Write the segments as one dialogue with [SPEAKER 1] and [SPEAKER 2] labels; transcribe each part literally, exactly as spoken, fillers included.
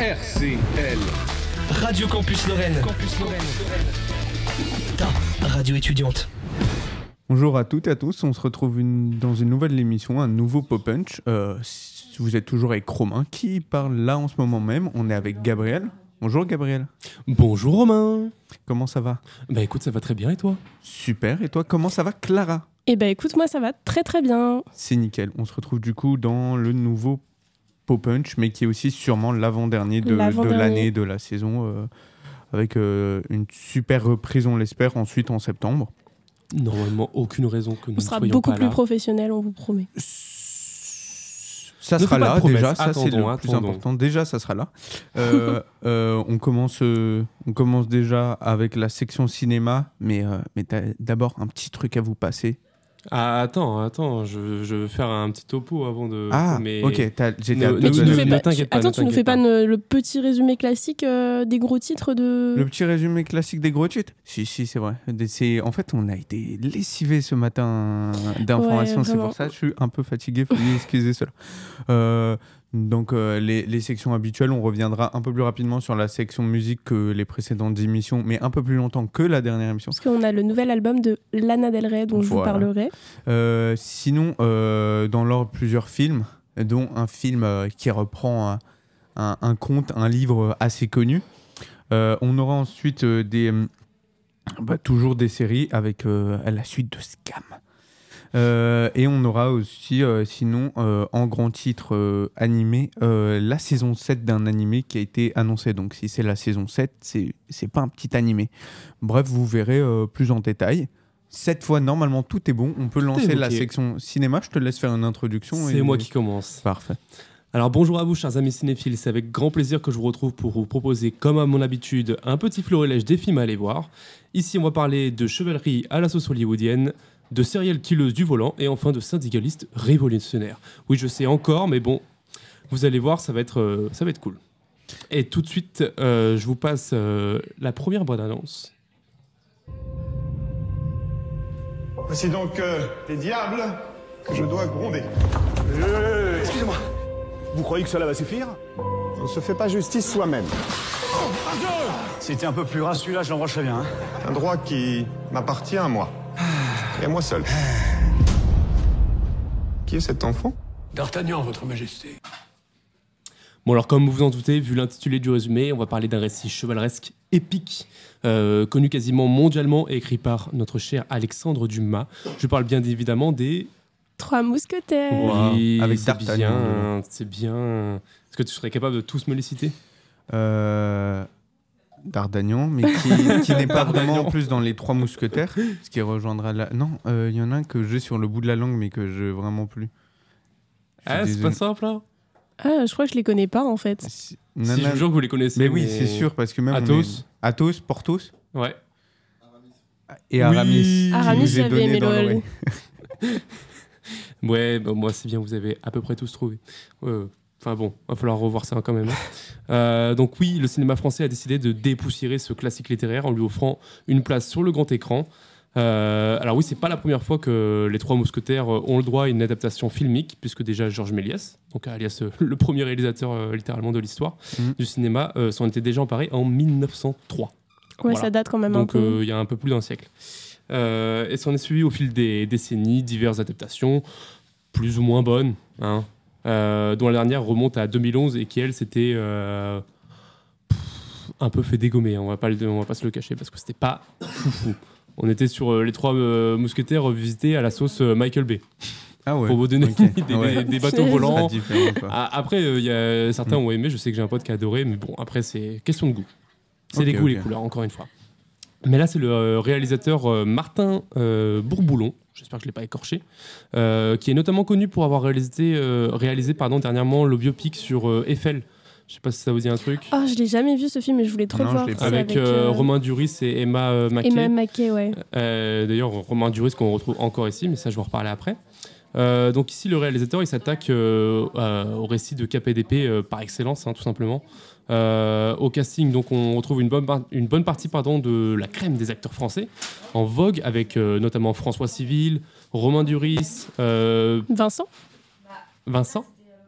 [SPEAKER 1] R C L
[SPEAKER 2] Radio Campus Lorraine.
[SPEAKER 1] Campus Lorraine.
[SPEAKER 2] Ta radio étudiante.
[SPEAKER 3] Bonjour à toutes et à tous, on se retrouve une, dans une nouvelle émission, un nouveau Pop Punch. Euh, si vous êtes toujours avec Romain qui parle là en ce moment même. On est avec Gabriel. Bonjour Gabriel.
[SPEAKER 4] Bonjour Romain.
[SPEAKER 3] Comment ça va ?
[SPEAKER 4] Bah écoute, ça va très bien et toi ?
[SPEAKER 3] Super, et toi comment ça va Clara ?
[SPEAKER 5] Eh ben écoute, moi ça va très très bien.
[SPEAKER 3] C'est nickel, on se retrouve du coup dans le nouveau Pop Punch, mais qui est aussi sûrement l'avant-dernier de,
[SPEAKER 5] L'avant-dernier.
[SPEAKER 3] de l'année, de la saison, euh, avec euh, une super reprise, on l'espère, ensuite en septembre.
[SPEAKER 4] Normalement, aucune raison que nous
[SPEAKER 5] On
[SPEAKER 4] ne
[SPEAKER 5] sera
[SPEAKER 4] soyons
[SPEAKER 5] beaucoup
[SPEAKER 4] pas
[SPEAKER 5] plus
[SPEAKER 4] là.
[SPEAKER 5] professionnel, on vous promet.
[SPEAKER 3] Ça
[SPEAKER 4] Ne
[SPEAKER 3] sera
[SPEAKER 4] fais pas
[SPEAKER 3] là
[SPEAKER 4] de promesses.
[SPEAKER 3] déjà, ça c'est
[SPEAKER 4] Attendons,
[SPEAKER 3] le plus
[SPEAKER 4] attendons.
[SPEAKER 3] important. Déjà, ça sera là. Euh, euh, on commence, euh, on commence déjà avec la section cinéma, mais mais, euh, mais t'as d'abord un petit truc à vous passer.
[SPEAKER 4] Ah, attends, attends, je, je veux faire un petit topo avant de...
[SPEAKER 3] Ah,
[SPEAKER 4] mais...
[SPEAKER 3] ok, t'as, j'étais
[SPEAKER 4] Ne-
[SPEAKER 3] à
[SPEAKER 4] ne-
[SPEAKER 3] deux
[SPEAKER 5] tu
[SPEAKER 3] de-
[SPEAKER 5] nous
[SPEAKER 4] ne-
[SPEAKER 5] fais
[SPEAKER 4] ne
[SPEAKER 5] pas,
[SPEAKER 4] t'inquiète pas,
[SPEAKER 5] attends,
[SPEAKER 4] ne
[SPEAKER 5] tu nous fais
[SPEAKER 4] t'inquiète
[SPEAKER 5] pas
[SPEAKER 4] pas.
[SPEAKER 5] ne- le petit résumé classique euh, des gros titres de.
[SPEAKER 3] Le petit résumé classique des gros titres. Si, si, c'est vrai. Des- C'est, en fait, on a été lessivés ce matin d'informations,
[SPEAKER 5] Ouais,
[SPEAKER 3] c'est
[SPEAKER 5] vraiment.
[SPEAKER 3] pour ça que je suis un peu fatigué, faut lui excuser cela. Euh, donc, euh, les, les sections habituelles, on reviendra un peu plus rapidement sur la section musique que les précédentes émissions, mais un peu plus longtemps que la dernière émission.
[SPEAKER 5] Parce qu'on a le nouvel album de Lana Del Rey dont je vous
[SPEAKER 3] Voilà.
[SPEAKER 5] parlerai.
[SPEAKER 3] Euh, sinon, euh, dans l'ordre, plusieurs films, dont un film euh, qui reprend un, un, un conte, un livre assez connu. Euh, on aura ensuite euh, des, euh, bah, toujours des séries avec euh, la suite de Scam. Euh, et on aura aussi, euh, sinon, euh, en grand titre euh, animé, euh, la saison sept d'un animé qui a été annoncé. Donc, si c'est la saison sept, c'est, c'est pas un petit animé. Bref, vous verrez euh, plus en détail. Cette fois, normalement, tout est bon. On peut lancer
[SPEAKER 4] est
[SPEAKER 3] la
[SPEAKER 4] ok.
[SPEAKER 3] section cinéma. Je te laisse faire une introduction.
[SPEAKER 4] C'est
[SPEAKER 3] et-
[SPEAKER 4] moi qui commence.
[SPEAKER 3] Parfait.
[SPEAKER 4] Alors bonjour à vous chers amis cinéphiles, c'est avec grand plaisir que je vous retrouve pour vous proposer, comme à mon habitude, un petit florilège des films à aller voir. Ici on va parler de chevalerie à la sauce hollywoodienne, de serial killeuse du volant et enfin de syndicalistes révolutionnaires. Oui je sais encore, mais bon, vous allez voir, ça va être, euh, ça va être cool. Et tout de suite, euh, je vous passe euh, la première bande-annonce.
[SPEAKER 6] Voici donc euh, les diables que je dois gronder.
[SPEAKER 7] Excusez-moi, vous croyez que cela va suffire?
[SPEAKER 6] On ne se fait pas justice soi-même.
[SPEAKER 7] C'était un peu plus ras, celui-là, je l'embrancherais bien. Hein.
[SPEAKER 6] Un droit qui m'appartient à moi. Et à moi seul. Qui est cet enfant?
[SPEAKER 1] D'Artagnan, votre majesté.
[SPEAKER 4] Bon alors comme vous vous en doutez, vu l'intitulé du résumé, on va parler d'un récit chevaleresque épique, euh, connu quasiment mondialement et écrit par notre cher Alexandre Dumas. Je parle bien évidemment des...
[SPEAKER 5] Trois mousquetaires.
[SPEAKER 3] Wow.
[SPEAKER 4] Oui,
[SPEAKER 3] Avec
[SPEAKER 4] c'est
[SPEAKER 3] D'Artagnan.
[SPEAKER 4] bien, c'est bien. Est-ce que tu serais capable de tous me les citer ?
[SPEAKER 3] Euh, D'Artagnan, mais qui, qui n'est pas vraiment en plus dans les trois mousquetaires, ce qui rejoindra la... Non, il euh, y en a un que j'ai sur le bout de la langue, mais que je vraiment plus. Je suis
[SPEAKER 4] Ah, c'est
[SPEAKER 3] désolé.
[SPEAKER 4] pas simple là.
[SPEAKER 5] Ah, je crois que je les connais pas en fait.
[SPEAKER 3] Si,
[SPEAKER 4] Si,
[SPEAKER 3] Nana-
[SPEAKER 4] je vous jure que vous les connaissez.
[SPEAKER 3] Mais oui, c'est sûr, parce que même... on
[SPEAKER 4] Athos.
[SPEAKER 3] est- Athos, Porthos
[SPEAKER 4] Ouais.
[SPEAKER 3] et
[SPEAKER 4] Oui.
[SPEAKER 3] Aramis. qui
[SPEAKER 5] Aramis,
[SPEAKER 3] nous est
[SPEAKER 5] j'avais
[SPEAKER 3] donné
[SPEAKER 5] aimé
[SPEAKER 3] dans
[SPEAKER 5] le-
[SPEAKER 3] l'oreille.
[SPEAKER 4] Ouais, bah, moi c'est bien, vous avez à peu près tous trouvé. Ouais, Enfin bon, va falloir revoir ça quand même. hein. Euh, donc oui, le cinéma français a décidé de dépoussiérer ce classique littéraire en lui offrant une place sur le grand écran. Euh, alors oui, c'est pas la première fois que les Trois Mousquetaires euh, ont le droit à une adaptation filmique, puisque déjà Georges Méliès, donc alias euh, le premier réalisateur euh, littéralement de l'histoire
[SPEAKER 3] Mhm.
[SPEAKER 4] du cinéma, euh, s'en était déjà emparé en mille neuf cent trois.
[SPEAKER 5] Ouais,
[SPEAKER 4] Voilà.
[SPEAKER 5] ça date quand même
[SPEAKER 4] Donc
[SPEAKER 5] un peu.
[SPEAKER 4] euh, il y a un peu plus d'un siècle. Euh, et s'en est suivi au fil des décennies diverses adaptations, plus ou moins bonnes, hein, euh, dont la dernière remonte à deux mille onze et qui, elle, s'était euh, pff, un peu fait dégommer. hein, on va pas le- on va pas se le cacher parce que c'était pas foufou. On était sur euh, les trois euh, mousquetaires visités à la sauce euh, Michael Bay.
[SPEAKER 3] Ah ouais.
[SPEAKER 4] Pour vous donner
[SPEAKER 3] ok.
[SPEAKER 4] une idée,
[SPEAKER 3] Ouais.
[SPEAKER 4] des, des bateaux
[SPEAKER 5] C'est-
[SPEAKER 3] Pas
[SPEAKER 4] volants.
[SPEAKER 3] différent, quoi.
[SPEAKER 4] Ah, après, il y a certains
[SPEAKER 3] Mm.
[SPEAKER 4] ont aimé. Je sais que j'ai un pote qui a adoré, mais bon, après, c'est question de goût. C'est
[SPEAKER 3] Ok,
[SPEAKER 4] les goûts et
[SPEAKER 3] ok.
[SPEAKER 4] les couleurs, encore une fois. Mais là, c'est le euh, réalisateur euh, Martin euh, Bourboulon, j'espère que je ne l'ai pas écorché, euh, qui est notamment connu pour avoir réalisé, euh, réalisé pardon, dernièrement le biopic sur euh, Eiffel. Je ne sais pas si ça vous dit un truc.
[SPEAKER 5] Ah, je l'ai jamais vu ce film, mais je voulais trop
[SPEAKER 3] Non,
[SPEAKER 5] le
[SPEAKER 3] je
[SPEAKER 5] voir.
[SPEAKER 3] l'ai pas
[SPEAKER 5] C'est
[SPEAKER 4] avec euh, Romain Duris et Emma euh, Mackey.
[SPEAKER 5] Emma Mackey, ouais.
[SPEAKER 4] Euh, D'ailleurs, Romain Duris qu'on retrouve encore ici, mais ça, je vais en reparler après. Euh, donc ici, le réalisateur, il s'attaque euh, euh, au récit de K P D P euh, par excellence, hein, tout simplement. Euh, au casting, donc, on retrouve une bonne, par- une bonne partie pardon, de la crème des acteurs français en vogue, avec euh, notamment François Civil, Romain Duris, euh,
[SPEAKER 5] Vincent
[SPEAKER 4] Vincent.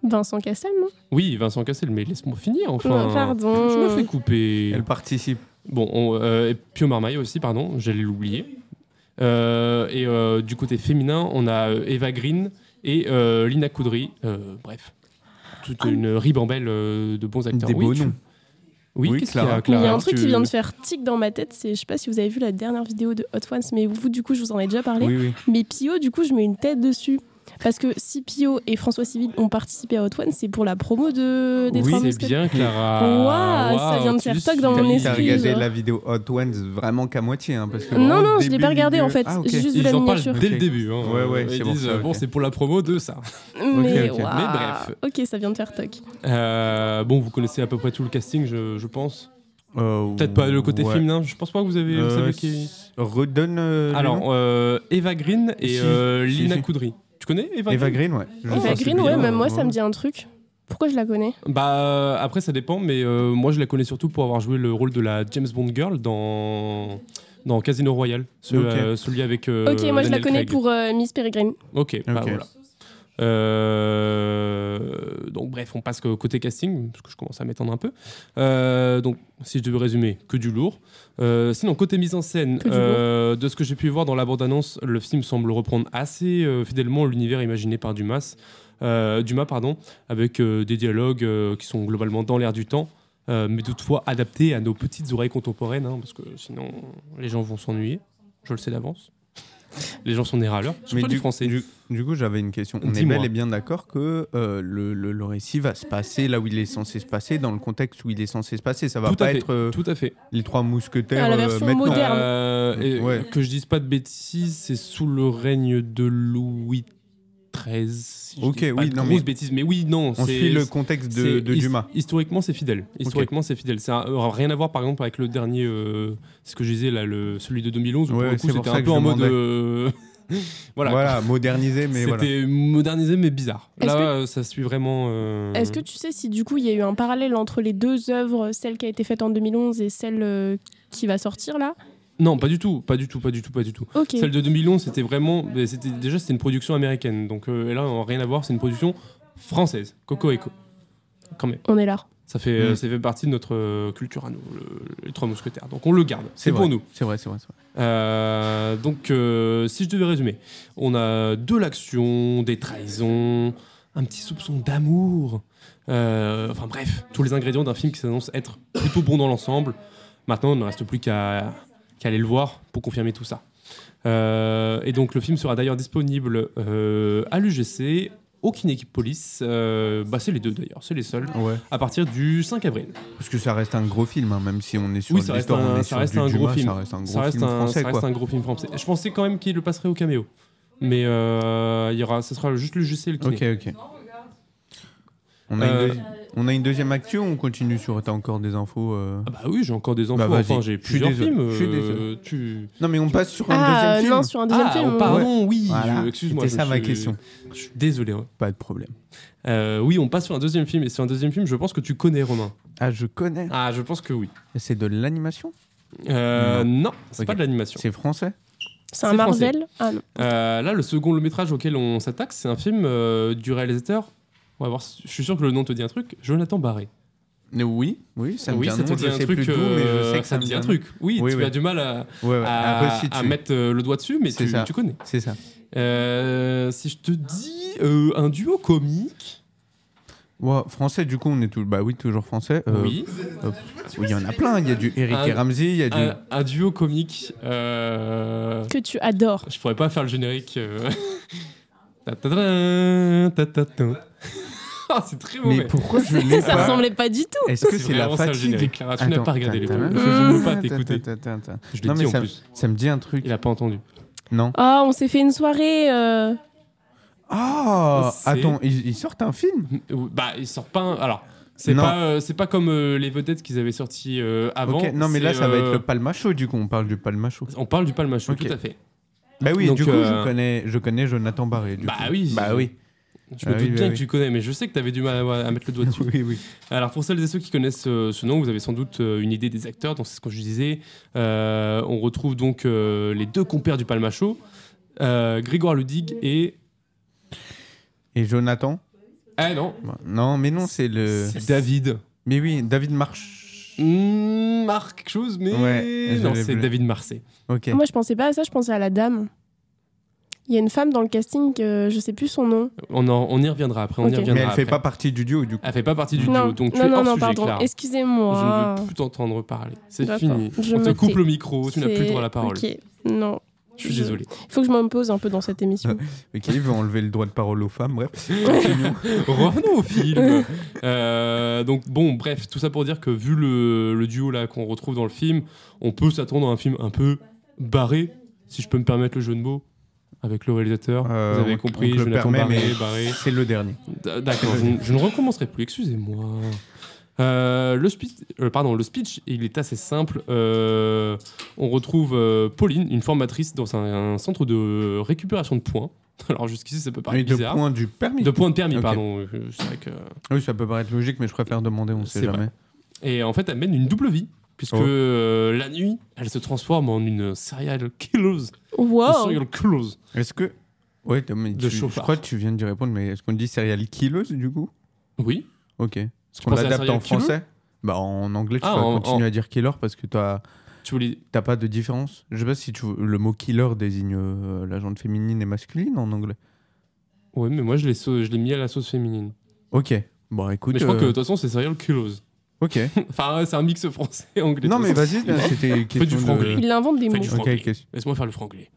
[SPEAKER 5] Vincent Cassel, non?
[SPEAKER 4] Oui, Vincent Cassel, mais laisse-moi finir, enfin.
[SPEAKER 5] Oh, pardon.
[SPEAKER 4] Je me fais couper.
[SPEAKER 3] Elle participe.
[SPEAKER 4] Bon, on, euh, et Pio Marmaille aussi, pardon, j'allais l'oublier. Euh, et euh, du côté féminin, on a euh, Eva Green et euh, Lina Coudry. Euh, bref, toute
[SPEAKER 5] Ah.
[SPEAKER 4] une ribambelle euh, de bons acteurs.
[SPEAKER 3] Des beaux
[SPEAKER 4] oui, tu-
[SPEAKER 3] noms.
[SPEAKER 4] Oui,
[SPEAKER 3] Oui,
[SPEAKER 4] qu'est-ce qu'il y
[SPEAKER 3] Clara.
[SPEAKER 4] a,
[SPEAKER 5] Il y
[SPEAKER 4] Clara
[SPEAKER 5] a un truc
[SPEAKER 4] tu-
[SPEAKER 5] qui vient de faire tic dans ma tête, c'est, je sais pas si vous avez vu la dernière vidéo de Hot Ones, mais vous, du coup, je vous en ai déjà parlé.
[SPEAKER 3] Oui, oui.
[SPEAKER 5] Mais Pio, du coup, je mets une tête dessus. Parce que si Pio et François Civil ont participé à Hot One, c'est pour la promo de, des
[SPEAKER 4] Oui,
[SPEAKER 5] Trois
[SPEAKER 4] c'est
[SPEAKER 5] Mousquetaires.
[SPEAKER 4] bien, Clara.
[SPEAKER 5] Waouh, ça vient de
[SPEAKER 4] tu
[SPEAKER 5] faire toc dans
[SPEAKER 4] suis-
[SPEAKER 5] mon
[SPEAKER 3] T'as
[SPEAKER 5] esprit.
[SPEAKER 3] regardé
[SPEAKER 5] genre.
[SPEAKER 3] la vidéo Hot Ones vraiment qu'à moitié, hein, parce que
[SPEAKER 5] Non,
[SPEAKER 3] vraiment,
[SPEAKER 5] non, je l'ai
[SPEAKER 3] début,
[SPEAKER 5] pas regardé
[SPEAKER 3] milieu-
[SPEAKER 5] en fait.
[SPEAKER 3] Ah, ok.
[SPEAKER 5] J'ai juste vu
[SPEAKER 4] Ils
[SPEAKER 5] la
[SPEAKER 4] en parlent
[SPEAKER 5] miniature.
[SPEAKER 4] dès
[SPEAKER 3] Ok.
[SPEAKER 4] le début. Hein.
[SPEAKER 3] Ouais, ouais,
[SPEAKER 4] Ils
[SPEAKER 3] c'est pour
[SPEAKER 4] disent,
[SPEAKER 3] ça,
[SPEAKER 4] euh, bon,
[SPEAKER 3] ok.
[SPEAKER 4] c'est pour la promo de ça.
[SPEAKER 5] Mais,
[SPEAKER 3] ok.
[SPEAKER 5] waouh.
[SPEAKER 4] Mais bref.
[SPEAKER 5] Ok, ça vient de faire toc.
[SPEAKER 4] Euh, bon, vous connaissez à peu près tout le casting, je, je pense.
[SPEAKER 3] Euh,
[SPEAKER 4] Peut-être pas le côté
[SPEAKER 3] ouais.
[SPEAKER 4] féminin. Je pense pas que vous avez. vous
[SPEAKER 3] Euh,
[SPEAKER 4] savez qui.
[SPEAKER 3] Redonne. euh, le
[SPEAKER 4] Alors,
[SPEAKER 3] nom.
[SPEAKER 4] euh, Eva Green et
[SPEAKER 3] Si,
[SPEAKER 4] euh,
[SPEAKER 3] si,
[SPEAKER 4] Lina
[SPEAKER 3] si.
[SPEAKER 4] Coudry. Tu connais Eva,
[SPEAKER 3] Eva
[SPEAKER 4] Green
[SPEAKER 3] Green, ouais. Je
[SPEAKER 5] Eva
[SPEAKER 3] sais, c'est
[SPEAKER 5] Green,
[SPEAKER 3] bien,
[SPEAKER 5] ouais, même moi,
[SPEAKER 3] ouais.
[SPEAKER 5] ça me dit un truc. Pourquoi je la connais?
[SPEAKER 4] Bah euh, après ça dépend, mais euh, moi je la connais surtout pour avoir joué le rôle de la James Bond girl dans dans Casino Royale, ce-
[SPEAKER 3] Ok.
[SPEAKER 4] euh, celui avec. euh,
[SPEAKER 5] Ok, moi je la
[SPEAKER 4] Daniel
[SPEAKER 5] connais
[SPEAKER 4] Craig.
[SPEAKER 5] pour euh, Miss Peregrine.
[SPEAKER 4] Ok, bah
[SPEAKER 3] Ok.
[SPEAKER 4] voilà. Euh, donc bref, on passe au côté casting, parce que je commence à m'étendre un peu. Euh, donc si je devais résumer, que du lourd. Euh, sinon, côté mise en scène,
[SPEAKER 5] Que du
[SPEAKER 4] euh, de ce que j'ai pu voir dans la bande-annonce, le film semble reprendre assez euh, fidèlement l'univers imaginé par Dumas, euh, Dumas pardon, avec euh, des dialogues euh, qui sont globalement dans l'air du temps, euh, mais toutefois adaptés à nos petites oreilles contemporaines, hein, parce que sinon les gens vont s'ennuyer, je le sais d'avance. Les gens sont des râleurs, surtout
[SPEAKER 3] Mais
[SPEAKER 4] les
[SPEAKER 3] du,
[SPEAKER 4] Français.
[SPEAKER 3] du, du coup, j'avais une question. On est
[SPEAKER 4] Dis-moi.
[SPEAKER 3] bel et bien d'accord que euh, le, le, le récit va se passer là où il est censé se passer, dans le contexte où il est censé se passer. Ça va
[SPEAKER 4] Tout à
[SPEAKER 3] pas
[SPEAKER 4] fait,
[SPEAKER 3] être euh,
[SPEAKER 4] tout à fait.
[SPEAKER 3] les trois mousquetaires
[SPEAKER 5] Ah, la
[SPEAKER 3] euh,
[SPEAKER 5] version
[SPEAKER 3] maintenant.
[SPEAKER 5] moderne.
[SPEAKER 4] Euh, et
[SPEAKER 3] Ouais.
[SPEAKER 4] Que je dise pas de bêtises, c'est sous le règne de Louis treize. Si je
[SPEAKER 3] Ok,
[SPEAKER 4] dis pas
[SPEAKER 3] oui,
[SPEAKER 4] de
[SPEAKER 3] non,
[SPEAKER 4] grosses
[SPEAKER 3] mais
[SPEAKER 4] bêtises, mais oui, non.
[SPEAKER 3] On
[SPEAKER 4] c'est-
[SPEAKER 3] suit le contexte de,
[SPEAKER 4] c'est
[SPEAKER 3] de
[SPEAKER 4] his-
[SPEAKER 3] Dumas.
[SPEAKER 4] Historiquement, c'est fidèle. Historiquement, c'est fidèle. Ça n'a rien à voir, par exemple, avec le dernier, euh, ce que je disais là, le, celui de deux mille onze, où
[SPEAKER 3] Ouais,
[SPEAKER 4] pour le
[SPEAKER 3] c'est
[SPEAKER 4] coup,
[SPEAKER 3] pour
[SPEAKER 4] c'était
[SPEAKER 3] ça
[SPEAKER 4] un
[SPEAKER 3] que
[SPEAKER 4] peu
[SPEAKER 3] je
[SPEAKER 4] en mode.
[SPEAKER 3] demandais.
[SPEAKER 4] euh, voilà.
[SPEAKER 3] Voilà, modernisé, mais voilà.
[SPEAKER 4] C'était modernisé, mais bizarre.
[SPEAKER 5] Est-ce
[SPEAKER 4] Là,
[SPEAKER 5] que-
[SPEAKER 4] euh, ça suit vraiment. euh,
[SPEAKER 5] Est-ce que tu sais si du coup il y a eu un parallèle entre les deux œuvres, celle qui a été faite en deux mille onze et celle euh, qui va sortir là?
[SPEAKER 4] Non, pas du tout, pas du tout, pas du tout, pas du tout.
[SPEAKER 5] Ok.
[SPEAKER 4] Celle de deux mille onze, c'était vraiment, mais c'était déjà c'était une production américaine, donc euh, là, on n'a rien à voir, c'est une production française, Coco Eco. Quand même,
[SPEAKER 5] On est là.
[SPEAKER 4] ça fait,
[SPEAKER 3] Mm.
[SPEAKER 4] euh, ça fait partie de notre euh, culture à nous, le- les Trois Mousquetaires. Donc on le garde, c'est
[SPEAKER 3] vrai.
[SPEAKER 4] pour nous.
[SPEAKER 3] C'est vrai, c'est vrai. c'est vrai.
[SPEAKER 4] Euh, donc, euh, si je devais résumer, on a de l'action, des trahisons, un petit soupçon d'amour. euh, enfin bref, tous les ingrédients d'un film qui s'annonce être plutôt bon dans l'ensemble. Maintenant, il ne reste plus qu'à qu'à aller le voir pour confirmer tout ça. Euh, et donc, le film sera d'ailleurs disponible euh, à l'U G C, au Kinépolis. Euh, bah, c'est les deux d'ailleurs, c'est les seuls.
[SPEAKER 3] Ouais.
[SPEAKER 4] À partir du cinq avril.
[SPEAKER 3] Parce que ça reste un gros film, hein, même si on est sur
[SPEAKER 4] Oui, ça reste
[SPEAKER 3] l'histoire, on
[SPEAKER 4] un,
[SPEAKER 3] est
[SPEAKER 4] ça
[SPEAKER 3] sur
[SPEAKER 4] reste
[SPEAKER 3] du
[SPEAKER 4] un gros
[SPEAKER 3] Dumas,
[SPEAKER 4] film.
[SPEAKER 3] Ça reste un gros
[SPEAKER 4] Ça reste
[SPEAKER 3] film
[SPEAKER 4] un,
[SPEAKER 3] français,
[SPEAKER 4] ça reste
[SPEAKER 3] quoi.
[SPEAKER 4] un gros film français. Je pensais quand même qu'il le passerait au caméo. Mais euh, il y aura, ce sera juste le G C et le kiné.
[SPEAKER 3] Ok, ok. On a,
[SPEAKER 4] Euh,
[SPEAKER 3] une, deuxi- on a une deuxième actu ou on continue sur. T'as encore des infos euh
[SPEAKER 4] Ah bah oui, j'ai encore des infos.
[SPEAKER 3] Bah, vas-y.
[SPEAKER 4] Enfin, j'ai
[SPEAKER 3] Je suis
[SPEAKER 4] plusieurs
[SPEAKER 3] désolé.
[SPEAKER 4] films.
[SPEAKER 3] Je suis
[SPEAKER 4] euh,
[SPEAKER 3] désolé.
[SPEAKER 4] tu...
[SPEAKER 3] Non, mais on passe sur un
[SPEAKER 5] Ah
[SPEAKER 3] deuxième film.
[SPEAKER 5] non, sur un deuxième
[SPEAKER 4] ah,
[SPEAKER 5] film.
[SPEAKER 4] oh, pardon, oui.
[SPEAKER 3] Voilà.
[SPEAKER 4] je- Excuse-moi.
[SPEAKER 3] C'était
[SPEAKER 4] je
[SPEAKER 3] ça ma
[SPEAKER 4] suis-
[SPEAKER 3] question.
[SPEAKER 4] Je suis désolé. ouais.
[SPEAKER 3] Pas de problème.
[SPEAKER 4] Euh, oui, on passe sur un deuxième film. Et sur un deuxième film, je pense que tu connais, Romain.
[SPEAKER 3] Ah, je connais.
[SPEAKER 4] Ah, je pense que oui.
[SPEAKER 3] C'est de l'animation.
[SPEAKER 4] Euh, non, c'est
[SPEAKER 3] Ok.
[SPEAKER 4] pas de l'animation.
[SPEAKER 3] C'est français.
[SPEAKER 5] C'est un
[SPEAKER 4] C'est français.
[SPEAKER 5] Marvel. Ah non.
[SPEAKER 4] Euh, là, le second long métrage auquel on s'attaque, c'est un film euh, du réalisateur. On va voir. si- Je suis sûr que le nom te dit un truc. Jonathan Barré.
[SPEAKER 3] Mais oui, oui, ça me
[SPEAKER 4] oui,
[SPEAKER 3] dit un
[SPEAKER 4] ça te
[SPEAKER 3] nom,
[SPEAKER 4] dit
[SPEAKER 3] je
[SPEAKER 4] un
[SPEAKER 3] sais
[SPEAKER 4] truc.
[SPEAKER 3] plus d'où, mais je
[SPEAKER 4] euh,
[SPEAKER 3] sais que
[SPEAKER 4] ça
[SPEAKER 3] me
[SPEAKER 4] te dit
[SPEAKER 3] dit
[SPEAKER 4] un
[SPEAKER 3] un
[SPEAKER 4] truc. Oui,
[SPEAKER 3] Oui,
[SPEAKER 4] tu
[SPEAKER 3] oui.
[SPEAKER 4] as du mal à,
[SPEAKER 3] Ouais, ouais, à,
[SPEAKER 4] à,
[SPEAKER 3] resituer.
[SPEAKER 4] à mettre euh, le doigt dessus, mais
[SPEAKER 3] C'est
[SPEAKER 4] tu,
[SPEAKER 3] ça.
[SPEAKER 4] tu connais.
[SPEAKER 3] C'est ça.
[SPEAKER 4] Euh, si je te dis euh, un duo comique.
[SPEAKER 3] Ouais, français, du coup, on est tout. Bah oui, toujours français. Euh,
[SPEAKER 4] Oui.
[SPEAKER 3] Oui, il y en a plein. Il y a du Eric
[SPEAKER 4] Un-
[SPEAKER 3] et Ramsey, il y a du.
[SPEAKER 4] Un, un duo comique. euh,
[SPEAKER 5] Que tu adores.
[SPEAKER 4] Je pourrais pas faire le générique. euh. Ta-ta-ta-ta, ta-ta-ta. Ah, c'est très mauvais.
[SPEAKER 3] Mais pourquoi je l'ai
[SPEAKER 5] Ça
[SPEAKER 3] pas
[SPEAKER 5] ressemblait pas du tout.
[SPEAKER 3] Est-ce que
[SPEAKER 4] C'est
[SPEAKER 3] c'est la
[SPEAKER 4] vraiment ça, le
[SPEAKER 3] fatigue
[SPEAKER 4] générique, Clara, tu n'as
[SPEAKER 3] Attends,
[SPEAKER 4] pas regardé les
[SPEAKER 3] attends,
[SPEAKER 4] vidéos.
[SPEAKER 3] attends,
[SPEAKER 4] Je ne veux pas
[SPEAKER 3] attends,
[SPEAKER 4] t'écouter.
[SPEAKER 3] attends, attends, attends.
[SPEAKER 4] Je l'ai
[SPEAKER 3] Non,
[SPEAKER 4] dit
[SPEAKER 3] mais
[SPEAKER 4] en
[SPEAKER 3] ça,
[SPEAKER 4] plus.
[SPEAKER 3] ça me dit un truc.
[SPEAKER 4] Il a pas entendu.
[SPEAKER 3] Non.
[SPEAKER 5] Ah, on s'est fait une soirée. euh,
[SPEAKER 3] Ah,
[SPEAKER 4] C'est-
[SPEAKER 3] attends, ils, ils sortent un film
[SPEAKER 4] Bah, ils sortent pas. un- Alors, c'est
[SPEAKER 3] Non.
[SPEAKER 4] pas, euh, c'est pas comme euh, les vedettes qu'ils avaient sorti euh, avant.
[SPEAKER 3] Ok, non, mais là,
[SPEAKER 4] c'est,
[SPEAKER 3] ça va
[SPEAKER 4] euh,
[SPEAKER 3] être le palmacho, du coup. On parle du palmacho.
[SPEAKER 4] On parle du palmacho,
[SPEAKER 3] Ok.
[SPEAKER 4] tout à fait.
[SPEAKER 3] Bah oui,
[SPEAKER 4] Donc,
[SPEAKER 3] du coup,
[SPEAKER 4] euh,
[SPEAKER 3] je, connais, je connais Jonathan Barré. Du
[SPEAKER 4] Bah
[SPEAKER 3] coup.
[SPEAKER 4] oui.
[SPEAKER 3] Bah oui.
[SPEAKER 4] Je me
[SPEAKER 3] Ah
[SPEAKER 4] doute
[SPEAKER 3] oui,
[SPEAKER 4] bien
[SPEAKER 3] bah
[SPEAKER 4] que
[SPEAKER 3] oui.
[SPEAKER 4] tu connais, mais je sais que tu avais du mal à, à mettre le doigt dessus.
[SPEAKER 3] Oui, oui.
[SPEAKER 4] Alors, pour celles et ceux qui connaissent euh, ce nom, vous avez sans doute euh, une idée des acteurs. Donc, c'est ce que je disais. Euh, on retrouve donc euh, les deux compères du palmacho, euh, Grégoire Ludig et.
[SPEAKER 3] Et Jonathan
[SPEAKER 4] Ah non,
[SPEAKER 3] Bah, non, mais non, c'est le.
[SPEAKER 4] c'est David.
[SPEAKER 3] Mais oui, David March.
[SPEAKER 4] Mmh, Marc quelque chose, mais
[SPEAKER 3] Ouais, je
[SPEAKER 4] non,
[SPEAKER 3] l'ai
[SPEAKER 4] c'est
[SPEAKER 3] vu.
[SPEAKER 4] David Marseille.
[SPEAKER 3] Ok.
[SPEAKER 5] Moi, je pensais pas à ça, je pensais à la dame. Il y a une femme dans le casting, que je sais plus son nom.
[SPEAKER 4] On, en- on y reviendra après. On
[SPEAKER 5] Ok.
[SPEAKER 4] y
[SPEAKER 3] Mais
[SPEAKER 4] reviendra
[SPEAKER 3] elle fait
[SPEAKER 4] après.
[SPEAKER 3] pas partie du duo, du coup.
[SPEAKER 4] Elle fait pas partie du
[SPEAKER 5] non,
[SPEAKER 4] duo, donc tu
[SPEAKER 5] non,
[SPEAKER 4] es
[SPEAKER 5] non,
[SPEAKER 4] hors
[SPEAKER 5] non,
[SPEAKER 4] sujet,
[SPEAKER 5] pardon.
[SPEAKER 4] Clara.
[SPEAKER 5] Excusez-moi.
[SPEAKER 4] Je ne veux plus t'entendre parler. C'est
[SPEAKER 5] D'accord.
[SPEAKER 4] fini.
[SPEAKER 5] Je
[SPEAKER 4] On te
[SPEAKER 5] me
[SPEAKER 4] coupe
[SPEAKER 5] tais.
[SPEAKER 4] le micro, tu n'as plus le droit à la
[SPEAKER 5] C'est-
[SPEAKER 4] parole.
[SPEAKER 5] Ok, non.
[SPEAKER 4] Je suis
[SPEAKER 5] Je-
[SPEAKER 4] désolé.
[SPEAKER 5] Il faut que je m'impose un peu dans cette émission.
[SPEAKER 3] Ok, il veut enlever le droit de parole aux femmes, bref.
[SPEAKER 4] Revenons au film. Euh, donc bon, bref, tout ça pour dire que vu le, le duo là qu'on retrouve dans le film, on peut s'attendre à un film un peu barré, si je peux me permettre le jeu de mots, avec le réalisateur.
[SPEAKER 3] Euh,
[SPEAKER 4] Vous avez
[SPEAKER 3] on-
[SPEAKER 4] compris,
[SPEAKER 3] on te le
[SPEAKER 4] Jonathan
[SPEAKER 3] permet,
[SPEAKER 4] Barré,
[SPEAKER 3] mais
[SPEAKER 4] barré.
[SPEAKER 3] c'est le dernier.
[SPEAKER 4] D- D'accord, je, ne- je ne recommencerai plus, excusez-moi. Euh, le, speech, euh, pardon, le speech, il est assez simple. Euh, on retrouve euh, Pauline, une formatrice dans un, un centre de récupération de points. Alors jusqu'ici, ça peut
[SPEAKER 3] Oui,
[SPEAKER 4] paraître
[SPEAKER 3] de
[SPEAKER 4] bizarre.
[SPEAKER 3] points du permis.
[SPEAKER 4] De points de permis,
[SPEAKER 3] Ok.
[SPEAKER 4] pardon. Euh, C'est vrai que...
[SPEAKER 3] Oui, ça peut paraître logique, mais je préfère demander, on sait
[SPEAKER 4] C'est
[SPEAKER 3] jamais.
[SPEAKER 4] vrai. Et en fait, elle mène une double vie, puisque
[SPEAKER 3] Oh.
[SPEAKER 4] euh, la nuit, elle se transforme en une serial killer. Une
[SPEAKER 5] Wow.
[SPEAKER 4] serial killer.
[SPEAKER 3] Est-ce que. Ouais, mais
[SPEAKER 4] De
[SPEAKER 3] tu- je
[SPEAKER 4] chauffard.
[SPEAKER 3] crois que tu viens d'y répondre, mais est-ce qu'on dit serial killeuse du coup?
[SPEAKER 4] Oui.
[SPEAKER 3] Ok. Est-ce
[SPEAKER 4] Tu
[SPEAKER 3] qu'on
[SPEAKER 4] pensais à
[SPEAKER 3] l'adapte
[SPEAKER 4] serial
[SPEAKER 3] en
[SPEAKER 4] killer
[SPEAKER 3] français? Bah en anglais, tu
[SPEAKER 4] Ah,
[SPEAKER 3] vas
[SPEAKER 4] en-
[SPEAKER 3] continuer
[SPEAKER 4] en-
[SPEAKER 3] à dire killer parce que t'as
[SPEAKER 4] Tu voulais...
[SPEAKER 3] t'as pas de différence. Je sais pas si tu le mot killer désigne euh, la gente féminine et masculine en anglais.
[SPEAKER 4] Ouais, mais moi, je l'ai, sau- je l'ai mis à la sauce féminine.
[SPEAKER 3] Ok. Bon, écoute.
[SPEAKER 4] Mais je crois
[SPEAKER 3] euh,
[SPEAKER 4] que de toute façon, c'est serial killer.
[SPEAKER 3] Ok.
[SPEAKER 4] Enfin, ouais, c'est un mix français et anglais.
[SPEAKER 3] Non
[SPEAKER 4] de
[SPEAKER 3] mais
[SPEAKER 4] toute façon.
[SPEAKER 3] vas-y, là, c'était
[SPEAKER 4] du
[SPEAKER 3] question
[SPEAKER 4] franglais.
[SPEAKER 3] de...
[SPEAKER 5] Il invente des
[SPEAKER 4] Fais
[SPEAKER 5] mots.
[SPEAKER 4] du
[SPEAKER 3] Ok,
[SPEAKER 4] franglais.
[SPEAKER 3] question.
[SPEAKER 4] Laisse-moi faire le franglais.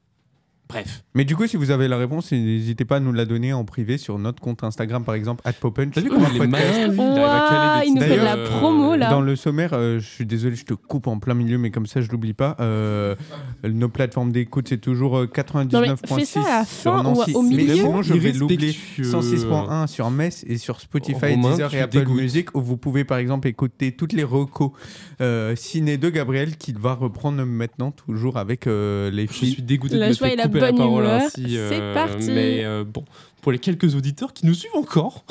[SPEAKER 4] Bref.
[SPEAKER 3] Mais du coup, si vous avez la réponse, n'hésitez pas à nous la donner en privé sur notre compte Instagram, par exemple, at popunch.
[SPEAKER 4] T'as vu comment il est malin, lui? Il arrive à caler des
[SPEAKER 5] Ouah, il nous
[SPEAKER 4] petits
[SPEAKER 5] fait de la
[SPEAKER 4] trucs,
[SPEAKER 5] promo, là.
[SPEAKER 3] Dans le sommaire, euh, je suis désolé, je te coupe en plein milieu, mais comme ça, je l'oublie pas. euh, nos plateformes d'écoute, c'est toujours euh, quatre-vingt-dix-neuf
[SPEAKER 5] Non, mais
[SPEAKER 3] virgule
[SPEAKER 5] fais
[SPEAKER 3] six
[SPEAKER 5] ça à la
[SPEAKER 3] sur
[SPEAKER 5] fin ou
[SPEAKER 3] Nancy.
[SPEAKER 5] au
[SPEAKER 3] Mais
[SPEAKER 5] milieu.
[SPEAKER 3] sinon, je vais l'oublier.
[SPEAKER 4] Irrespectueux.
[SPEAKER 3] cent six point un sur Metz et sur Spotify,
[SPEAKER 4] Romain,
[SPEAKER 3] Deezer
[SPEAKER 4] tu
[SPEAKER 3] et Apple
[SPEAKER 4] dégoûtes.
[SPEAKER 3] Music, où vous pouvez par exemple écouter toutes les recos euh, ciné de Gabriel, qu'il va reprendre maintenant toujours avec euh, les
[SPEAKER 4] Je
[SPEAKER 3] filles.
[SPEAKER 4] suis dégoûté
[SPEAKER 5] La
[SPEAKER 4] de me
[SPEAKER 5] joie
[SPEAKER 4] faire
[SPEAKER 5] et la
[SPEAKER 4] couper la
[SPEAKER 5] bonne
[SPEAKER 4] parole
[SPEAKER 5] humeur.
[SPEAKER 4] ainsi.
[SPEAKER 5] C'est
[SPEAKER 4] euh,
[SPEAKER 5] parti.
[SPEAKER 4] Mais euh, bon, pour les quelques auditeurs qui nous suivent encore,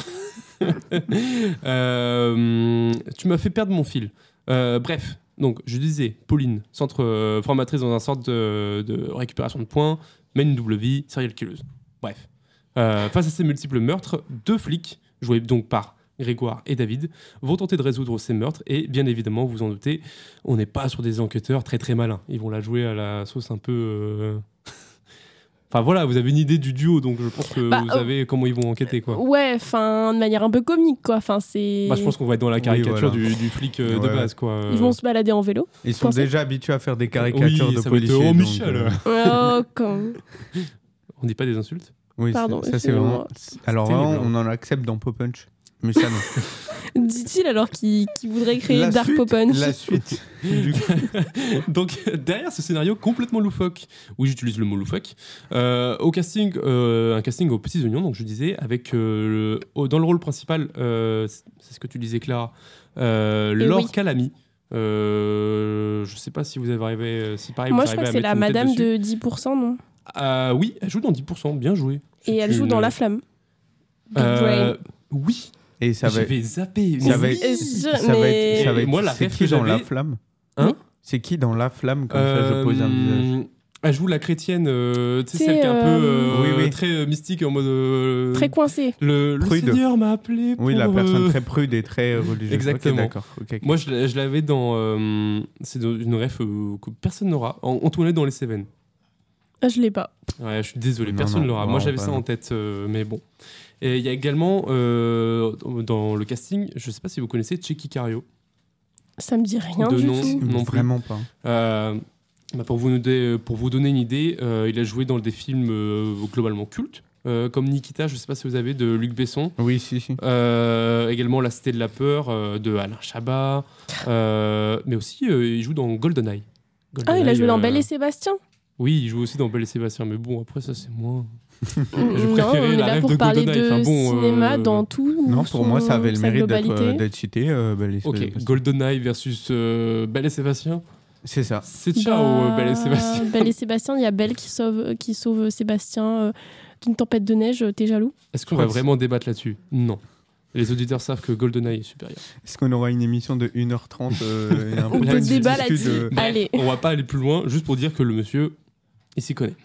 [SPEAKER 4] euh, tu m'as fait perdre mon fil. Euh, bref, donc je disais, Pauline, centre euh, formatrice dans un centre de, de récupération de points, mène une double vie, serial killeuse. Bref, Euh, face à ces multiples meurtres, deux flics, joués donc par Grégoire et David, vont tenter de résoudre ces meurtres et bien évidemment, vous en doutez, on n'est pas sur des enquêteurs très très malins. Ils vont la jouer à la sauce un peu... euh, Enfin voilà, vous avez une idée du duo, donc je pense que
[SPEAKER 5] Bah,
[SPEAKER 4] vous
[SPEAKER 5] euh,
[SPEAKER 4] savez comment ils vont enquêter, quoi.
[SPEAKER 5] Ouais, enfin, de manière un peu comique, quoi. Enfin, c'est.
[SPEAKER 4] Bah, je pense qu'on va être dans la caricature
[SPEAKER 3] voilà.
[SPEAKER 4] du, du flic euh, de
[SPEAKER 3] Ouais,
[SPEAKER 4] base, quoi.
[SPEAKER 5] Ils vont se balader en vélo.
[SPEAKER 3] Ils sont
[SPEAKER 5] Pensez-
[SPEAKER 3] déjà habitués à faire des caricatures
[SPEAKER 4] Oui,
[SPEAKER 3] de
[SPEAKER 4] ça va être,
[SPEAKER 3] policiers.
[SPEAKER 4] oh,
[SPEAKER 3] donc,
[SPEAKER 4] Michel.
[SPEAKER 3] euh,
[SPEAKER 5] Oh, quand...
[SPEAKER 4] On dit pas des insultes.
[SPEAKER 3] Oui,
[SPEAKER 5] Pardon,
[SPEAKER 3] ça, ça, c'est
[SPEAKER 5] excusez-moi.
[SPEAKER 3] vraiment. Alors
[SPEAKER 4] Terrible,
[SPEAKER 3] vraiment,
[SPEAKER 4] hein.
[SPEAKER 3] on en accepte dans Pop Punch. Mais ça non.
[SPEAKER 5] Dit-il alors qu'il qu'il voudrait créer
[SPEAKER 3] La
[SPEAKER 5] Dark
[SPEAKER 3] suite-
[SPEAKER 5] Popunch.
[SPEAKER 3] La suite. du coup.
[SPEAKER 4] Donc derrière ce scénario complètement loufoque, oui j'utilise le mot loufoque, euh, au casting, euh, un casting aux petits oignons, donc je disais, avec euh, le- au- dans le rôle principal, euh, c'est ce que tu disais Clara, euh,
[SPEAKER 5] Et
[SPEAKER 4] Laure
[SPEAKER 5] oui.
[SPEAKER 4] Calamy. Euh, je sais pas si vous avez arrivé, si pareil
[SPEAKER 5] Moi,
[SPEAKER 4] vous
[SPEAKER 5] je crois
[SPEAKER 4] arrivez
[SPEAKER 5] que
[SPEAKER 4] à
[SPEAKER 5] c'est
[SPEAKER 4] mettre
[SPEAKER 5] la
[SPEAKER 4] une tête
[SPEAKER 5] madame
[SPEAKER 4] dessus.
[SPEAKER 5] de dix pour cent, non?
[SPEAKER 4] Euh, oui, elle joue dans dix pour cent, bien joué.
[SPEAKER 5] Et elle joue dans La Flamme. Big
[SPEAKER 4] Euh,
[SPEAKER 5] Brain.
[SPEAKER 4] oui,
[SPEAKER 3] Et ça va.
[SPEAKER 4] j'avais zappé.
[SPEAKER 3] Ça
[SPEAKER 4] mais
[SPEAKER 3] va
[SPEAKER 4] oui.
[SPEAKER 3] être.
[SPEAKER 5] Et
[SPEAKER 3] Ça
[SPEAKER 5] je-
[SPEAKER 3] va
[SPEAKER 5] mais-
[SPEAKER 3] être. Ça va
[SPEAKER 4] Et
[SPEAKER 3] être-
[SPEAKER 4] moi, la
[SPEAKER 3] C'est
[SPEAKER 4] ref
[SPEAKER 3] qui
[SPEAKER 4] que
[SPEAKER 3] dans La
[SPEAKER 4] j'avais-
[SPEAKER 3] Flamme?
[SPEAKER 4] Hein
[SPEAKER 3] C'est qui dans La Flamme? Comme ça, je pose un visage.
[SPEAKER 4] Euh, Elle joue la chrétienne, euh, tu sais,
[SPEAKER 5] C'est,
[SPEAKER 4] celle qui est un peu euh,
[SPEAKER 3] Oui, oui.
[SPEAKER 4] très euh, mystique en mode. euh,
[SPEAKER 5] Très coincé.
[SPEAKER 4] le, le
[SPEAKER 3] Prude.
[SPEAKER 4] Seigneur m'a appelé pour.
[SPEAKER 3] Oui, la personne
[SPEAKER 4] euh,
[SPEAKER 3] très prude et très religieuse.
[SPEAKER 4] Exactement.
[SPEAKER 3] Ok, d'accord. Ok, ok.
[SPEAKER 4] Moi, je, l'ai- je l'avais dans. euh, c'est dans une ref euh, que personne n'aura. En- Antoinette dans les Cévennes.
[SPEAKER 5] Ah, je l'ai pas.
[SPEAKER 4] Ouais, je suis désolé,
[SPEAKER 3] Non,
[SPEAKER 4] personne
[SPEAKER 3] non,
[SPEAKER 4] l'aura.
[SPEAKER 3] non,
[SPEAKER 4] Moi, j'avais
[SPEAKER 3] bah
[SPEAKER 4] ça
[SPEAKER 3] non.
[SPEAKER 4] en tête, euh, mais bon. Et il y a également euh, dans le casting, je sais pas si vous connaissez Checky Cario.
[SPEAKER 5] Ça me dit rien
[SPEAKER 4] De
[SPEAKER 5] du
[SPEAKER 4] nom.
[SPEAKER 5] tout.
[SPEAKER 4] non plus.
[SPEAKER 3] Vraiment pas.
[SPEAKER 4] Euh, bah, pour, vous donner, pour vous donner une idée, euh, il a joué dans des films euh, globalement cultes, euh, comme Nikita, je ne sais pas si vous avez, de Luc Besson.
[SPEAKER 3] Oui, si, si.
[SPEAKER 4] Euh, également La Cité de la Peur euh, de Alain Chabat. Euh, mais aussi, euh, il joue dans GoldenEye.
[SPEAKER 5] Ah, il
[SPEAKER 4] GoldenEye,
[SPEAKER 5] a joué dans
[SPEAKER 4] euh,
[SPEAKER 5] Belle et Sébastien.
[SPEAKER 4] Oui, il joue aussi dans Belle et Sébastien, mais bon, après ça, c'est moins. Je
[SPEAKER 5] non,
[SPEAKER 4] préférais
[SPEAKER 5] on est
[SPEAKER 4] la
[SPEAKER 5] là
[SPEAKER 4] rêve
[SPEAKER 5] pour
[SPEAKER 4] de
[SPEAKER 5] parler de
[SPEAKER 4] GoldenEye. Enfin, bon,
[SPEAKER 5] cinéma
[SPEAKER 4] euh,
[SPEAKER 5] dans tout.
[SPEAKER 3] Non,
[SPEAKER 5] son-
[SPEAKER 3] pour moi, ça avait le
[SPEAKER 5] sa
[SPEAKER 3] mérite d'être
[SPEAKER 5] globalité.
[SPEAKER 3] euh, d'être cité. euh, Belle et
[SPEAKER 4] Ok,
[SPEAKER 3] Sébastien.
[SPEAKER 4] GoldenEye versus euh, Belle et Sébastien.
[SPEAKER 3] C'est ça.
[SPEAKER 4] C'est ciao,
[SPEAKER 5] Bah,
[SPEAKER 4] euh, Belle et Sébastien.
[SPEAKER 5] Belle et Sébastien, il y a Belle qui sauve, qui sauve Sébastien euh, d'une tempête de neige. T'es jaloux?
[SPEAKER 4] Est-ce qu'on va vraiment débattre là-dessus? Non. Les auditeurs savent que GoldenEye est supérieur.
[SPEAKER 3] Est-ce qu'on aura une émission de une heure trente euh, et un peu
[SPEAKER 5] De
[SPEAKER 3] de
[SPEAKER 5] débat
[SPEAKER 3] discute,
[SPEAKER 5] là-dessus.
[SPEAKER 3] euh,
[SPEAKER 4] Bref,
[SPEAKER 5] Allez.
[SPEAKER 4] on va pas aller plus loin, juste pour dire que le monsieur, il s'y connaît.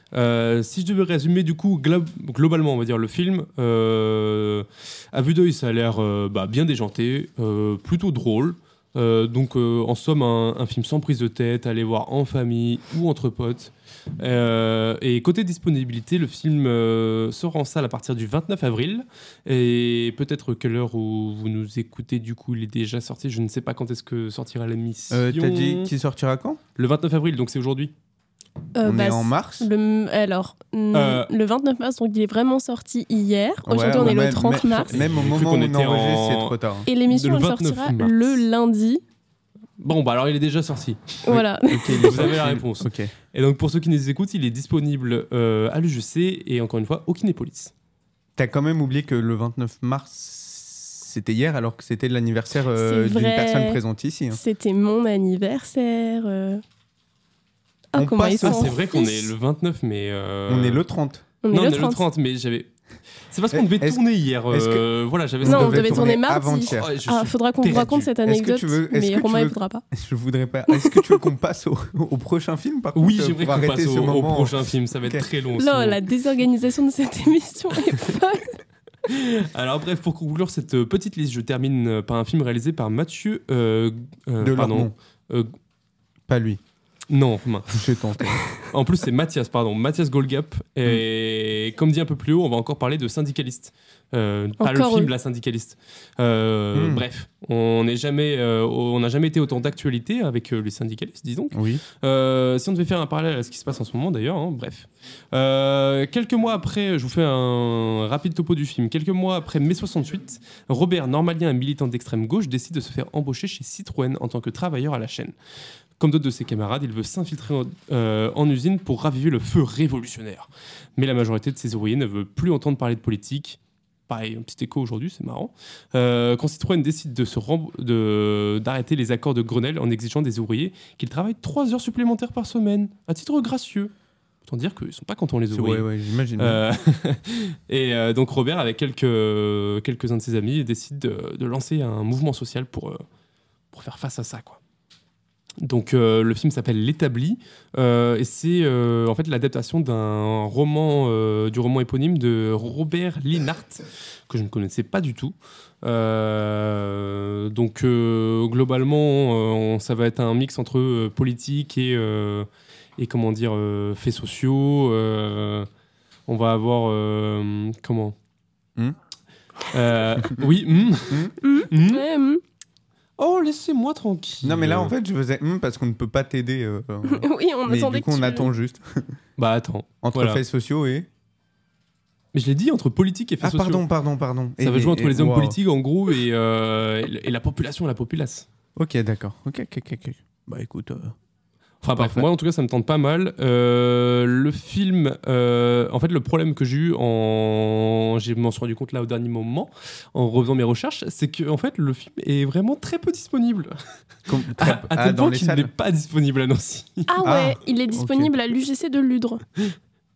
[SPEAKER 4] Euh, si je devais résumer du coup glo- globalement on va dire le film, euh, à vue d'œil ça a l'air euh, bah, bien déjanté, euh, plutôt drôle. Euh, donc euh, en somme un, un film sans prise de tête, à aller voir en famille ou entre potes. Euh, et côté disponibilité, le film euh, sera en salle à partir du vingt-neuf avril. Et peut-être que l'heure où vous nous écoutez, du coup, il est déjà sorti. Je ne sais pas quand est-ce que sortira l'émission.
[SPEAKER 3] Euh, T'as dit qu'il sortira quand ?
[SPEAKER 4] Le vingt-neuf avril, donc c'est aujourd'hui.
[SPEAKER 5] Euh,
[SPEAKER 3] On
[SPEAKER 5] bah,
[SPEAKER 3] est en mars.
[SPEAKER 5] Le, alors, mm,
[SPEAKER 4] Euh,
[SPEAKER 5] le vingt-neuf mars, donc il est vraiment sorti hier.
[SPEAKER 3] Ouais,
[SPEAKER 5] Aujourd'hui, on est
[SPEAKER 3] même-
[SPEAKER 5] le trente
[SPEAKER 3] même-
[SPEAKER 5] mars.
[SPEAKER 3] Même au
[SPEAKER 4] J'ai cru
[SPEAKER 3] moment
[SPEAKER 4] qu'on
[SPEAKER 3] où on
[SPEAKER 4] était
[SPEAKER 3] enregistre,
[SPEAKER 4] en-
[SPEAKER 3] c'est trop tard.
[SPEAKER 5] Et l'émission,
[SPEAKER 4] Le
[SPEAKER 5] elle
[SPEAKER 4] vingt-neuf
[SPEAKER 5] sortira
[SPEAKER 4] mars.
[SPEAKER 5] le lundi.
[SPEAKER 4] Bon, bah alors il est déjà sorti.
[SPEAKER 5] Voilà.
[SPEAKER 3] Ok, il est
[SPEAKER 4] Vous avez la
[SPEAKER 3] sorti.
[SPEAKER 4] réponse.
[SPEAKER 3] Ok.
[SPEAKER 4] Et donc pour ceux qui nous écoutent, il est disponible euh, à l'U G C et encore une fois au Kinépolis.
[SPEAKER 3] T'as quand même oublié que le vingt-neuf mars, c'était hier, alors que c'était l'anniversaire euh,
[SPEAKER 5] C'est
[SPEAKER 3] d'une
[SPEAKER 5] vrai.
[SPEAKER 3] personne présente ici. hein.
[SPEAKER 5] C'était mon anniversaire. euh. Ah,
[SPEAKER 3] On
[SPEAKER 5] comment
[SPEAKER 3] passe-
[SPEAKER 5] ils
[SPEAKER 4] Ah,
[SPEAKER 5] s'en
[SPEAKER 4] c'est vrai qu'on est
[SPEAKER 5] fichent.
[SPEAKER 4] le vingt-neuf, mais. euh,
[SPEAKER 3] On est le trente.
[SPEAKER 5] On est
[SPEAKER 4] non,
[SPEAKER 5] le
[SPEAKER 4] on est le
[SPEAKER 5] trente.
[SPEAKER 4] trente, mais j'avais. C'est parce qu'on
[SPEAKER 3] Eh,
[SPEAKER 4] devait
[SPEAKER 3] est-ce-
[SPEAKER 4] tourner hier.
[SPEAKER 3] est-ce que-
[SPEAKER 4] euh, Voilà, j'avais
[SPEAKER 5] Non,
[SPEAKER 4] ça.
[SPEAKER 5] on devait tourner mardi.
[SPEAKER 3] avant-hier.
[SPEAKER 4] Oh, je
[SPEAKER 5] Ah,
[SPEAKER 4] suis
[SPEAKER 5] faudra qu'on vous
[SPEAKER 4] perdu.
[SPEAKER 5] raconte cette
[SPEAKER 3] Est-ce que
[SPEAKER 5] anecdote,
[SPEAKER 3] tu veux- est-ce
[SPEAKER 5] mais
[SPEAKER 3] que tu
[SPEAKER 5] Romain, il
[SPEAKER 3] veux-
[SPEAKER 5] voudra pas.
[SPEAKER 3] Je voudrais pas. Est-ce que tu veux qu'on passe au, au prochain film par
[SPEAKER 4] Oui,
[SPEAKER 3] contre,
[SPEAKER 4] j'aimerais
[SPEAKER 3] pour
[SPEAKER 4] qu'on
[SPEAKER 3] arrêter
[SPEAKER 4] passe
[SPEAKER 3] ce
[SPEAKER 4] au, au
[SPEAKER 3] moment
[SPEAKER 4] prochain film. Ça va
[SPEAKER 3] Ok.
[SPEAKER 4] être très long.
[SPEAKER 5] Non,
[SPEAKER 4] sinon.
[SPEAKER 5] la désorganisation de cette émission est folle.
[SPEAKER 4] Alors bref, pour conclure cette euh, petite liste, je termine euh, par un film réalisé par Mathieu. Euh, euh,
[SPEAKER 3] De
[SPEAKER 4] pardon.
[SPEAKER 3] Lormont.
[SPEAKER 4] Euh,
[SPEAKER 3] Pas lui.
[SPEAKER 4] non, Romain.
[SPEAKER 3] J'ai tenté.
[SPEAKER 4] En plus, c'est Mathias, pardon, Mathias Goldgap. Et comme dit un peu plus haut, on va encore parler de Syndicaliste. Euh, pas
[SPEAKER 5] Encore
[SPEAKER 4] le film
[SPEAKER 5] eux.
[SPEAKER 4] La Syndicaliste. Euh,
[SPEAKER 3] Mm.
[SPEAKER 4] Bref, on n'est jamais, euh, on n'a jamais été autant d'actualité avec euh, les syndicalistes, disons.
[SPEAKER 3] Oui.
[SPEAKER 4] Euh, si on devait faire un parallèle à ce qui se passe en ce moment, d'ailleurs, hein, bref. Euh, quelques mois après, je vous fais un rapide topo du film. Quelques mois après mai soixante-huit, Robert Normalien, un militant d'extrême gauche, décide de se faire embaucher chez Citroën en tant que travailleur à la chaîne. Comme d'autres de ses camarades, il veut s'infiltrer en, euh, en usine pour raviver le feu révolutionnaire. Mais la majorité de ses ouvriers ne veut plus entendre parler de politique. Pareil, un petit écho aujourd'hui, c'est marrant. Euh, quand Citroën décide de se rem- de, d'arrêter les accords de Grenelle en exigeant des ouvriers qu'ils travaillent trois heures supplémentaires par semaine, à titre gracieux. Autant dire qu'ils ne sont pas contents, les
[SPEAKER 3] C'est-
[SPEAKER 4] ouvriers.
[SPEAKER 3] Ouais, ouais, j'imagine.
[SPEAKER 4] Euh, et euh, donc Robert, avec quelques, quelques-uns de ses amis, décide de, de lancer un mouvement social pour, euh, pour faire face à ça, quoi. Donc euh, le film s'appelle L'Établi euh, et c'est euh, en fait l'adaptation d'un roman euh, du roman éponyme de Robert Linhart que je ne connaissais pas du tout. Euh, donc euh, globalement euh, on- ça va être un mix entre euh, politique et, euh, et comment dire euh, faits sociaux. Euh, on va avoir euh, comment
[SPEAKER 3] Hmm
[SPEAKER 4] Euh, oui. hmm.
[SPEAKER 5] Hmm.
[SPEAKER 4] Hmm.
[SPEAKER 5] Ouais, hmm.
[SPEAKER 4] Oh, laissez-moi tranquille.
[SPEAKER 3] Non, mais là, en fait, je faisais hum parce qu'on ne peut pas t'aider. euh, euh,
[SPEAKER 5] Oui, on
[SPEAKER 3] mais
[SPEAKER 5] attendait
[SPEAKER 3] du coup,
[SPEAKER 5] que
[SPEAKER 3] on
[SPEAKER 5] tu-
[SPEAKER 3] attend juste.
[SPEAKER 4] Bah attends.
[SPEAKER 3] Entre
[SPEAKER 4] Voilà.
[SPEAKER 3] faits sociaux et.
[SPEAKER 4] Mais je l'ai dit, entre politique et faits
[SPEAKER 3] Ah,
[SPEAKER 4] sociaux.
[SPEAKER 3] pardon, pardon, pardon.
[SPEAKER 4] Ça
[SPEAKER 3] Et-
[SPEAKER 4] va jouer entre
[SPEAKER 3] et-
[SPEAKER 4] les hommes
[SPEAKER 3] wow.
[SPEAKER 4] politiques, en gros, et, euh, et- et la population, la populace.
[SPEAKER 3] Ok, d'accord. Ok, ok, ok. ok. Bah écoute. euh,
[SPEAKER 4] Enfin bref,
[SPEAKER 3] Parfait.
[SPEAKER 4] moi en tout cas ça me tente pas mal. Euh, le film, euh, en fait le problème que j'ai eu, en... je m'en suis rendu compte là au dernier moment, en refaisant mes recherches, c'est que en fait le film est vraiment très peu disponible.
[SPEAKER 3] com-
[SPEAKER 4] À,
[SPEAKER 3] très-
[SPEAKER 4] à
[SPEAKER 3] ah,
[SPEAKER 4] tel
[SPEAKER 3] dans
[SPEAKER 4] point
[SPEAKER 3] les
[SPEAKER 4] qu'il n'est
[SPEAKER 3] salles.
[SPEAKER 4] pas disponible à Nancy.
[SPEAKER 5] Ah
[SPEAKER 3] Ah,
[SPEAKER 5] ouais, il est disponible à l'U G C de Ludre.
[SPEAKER 4] Ludre ?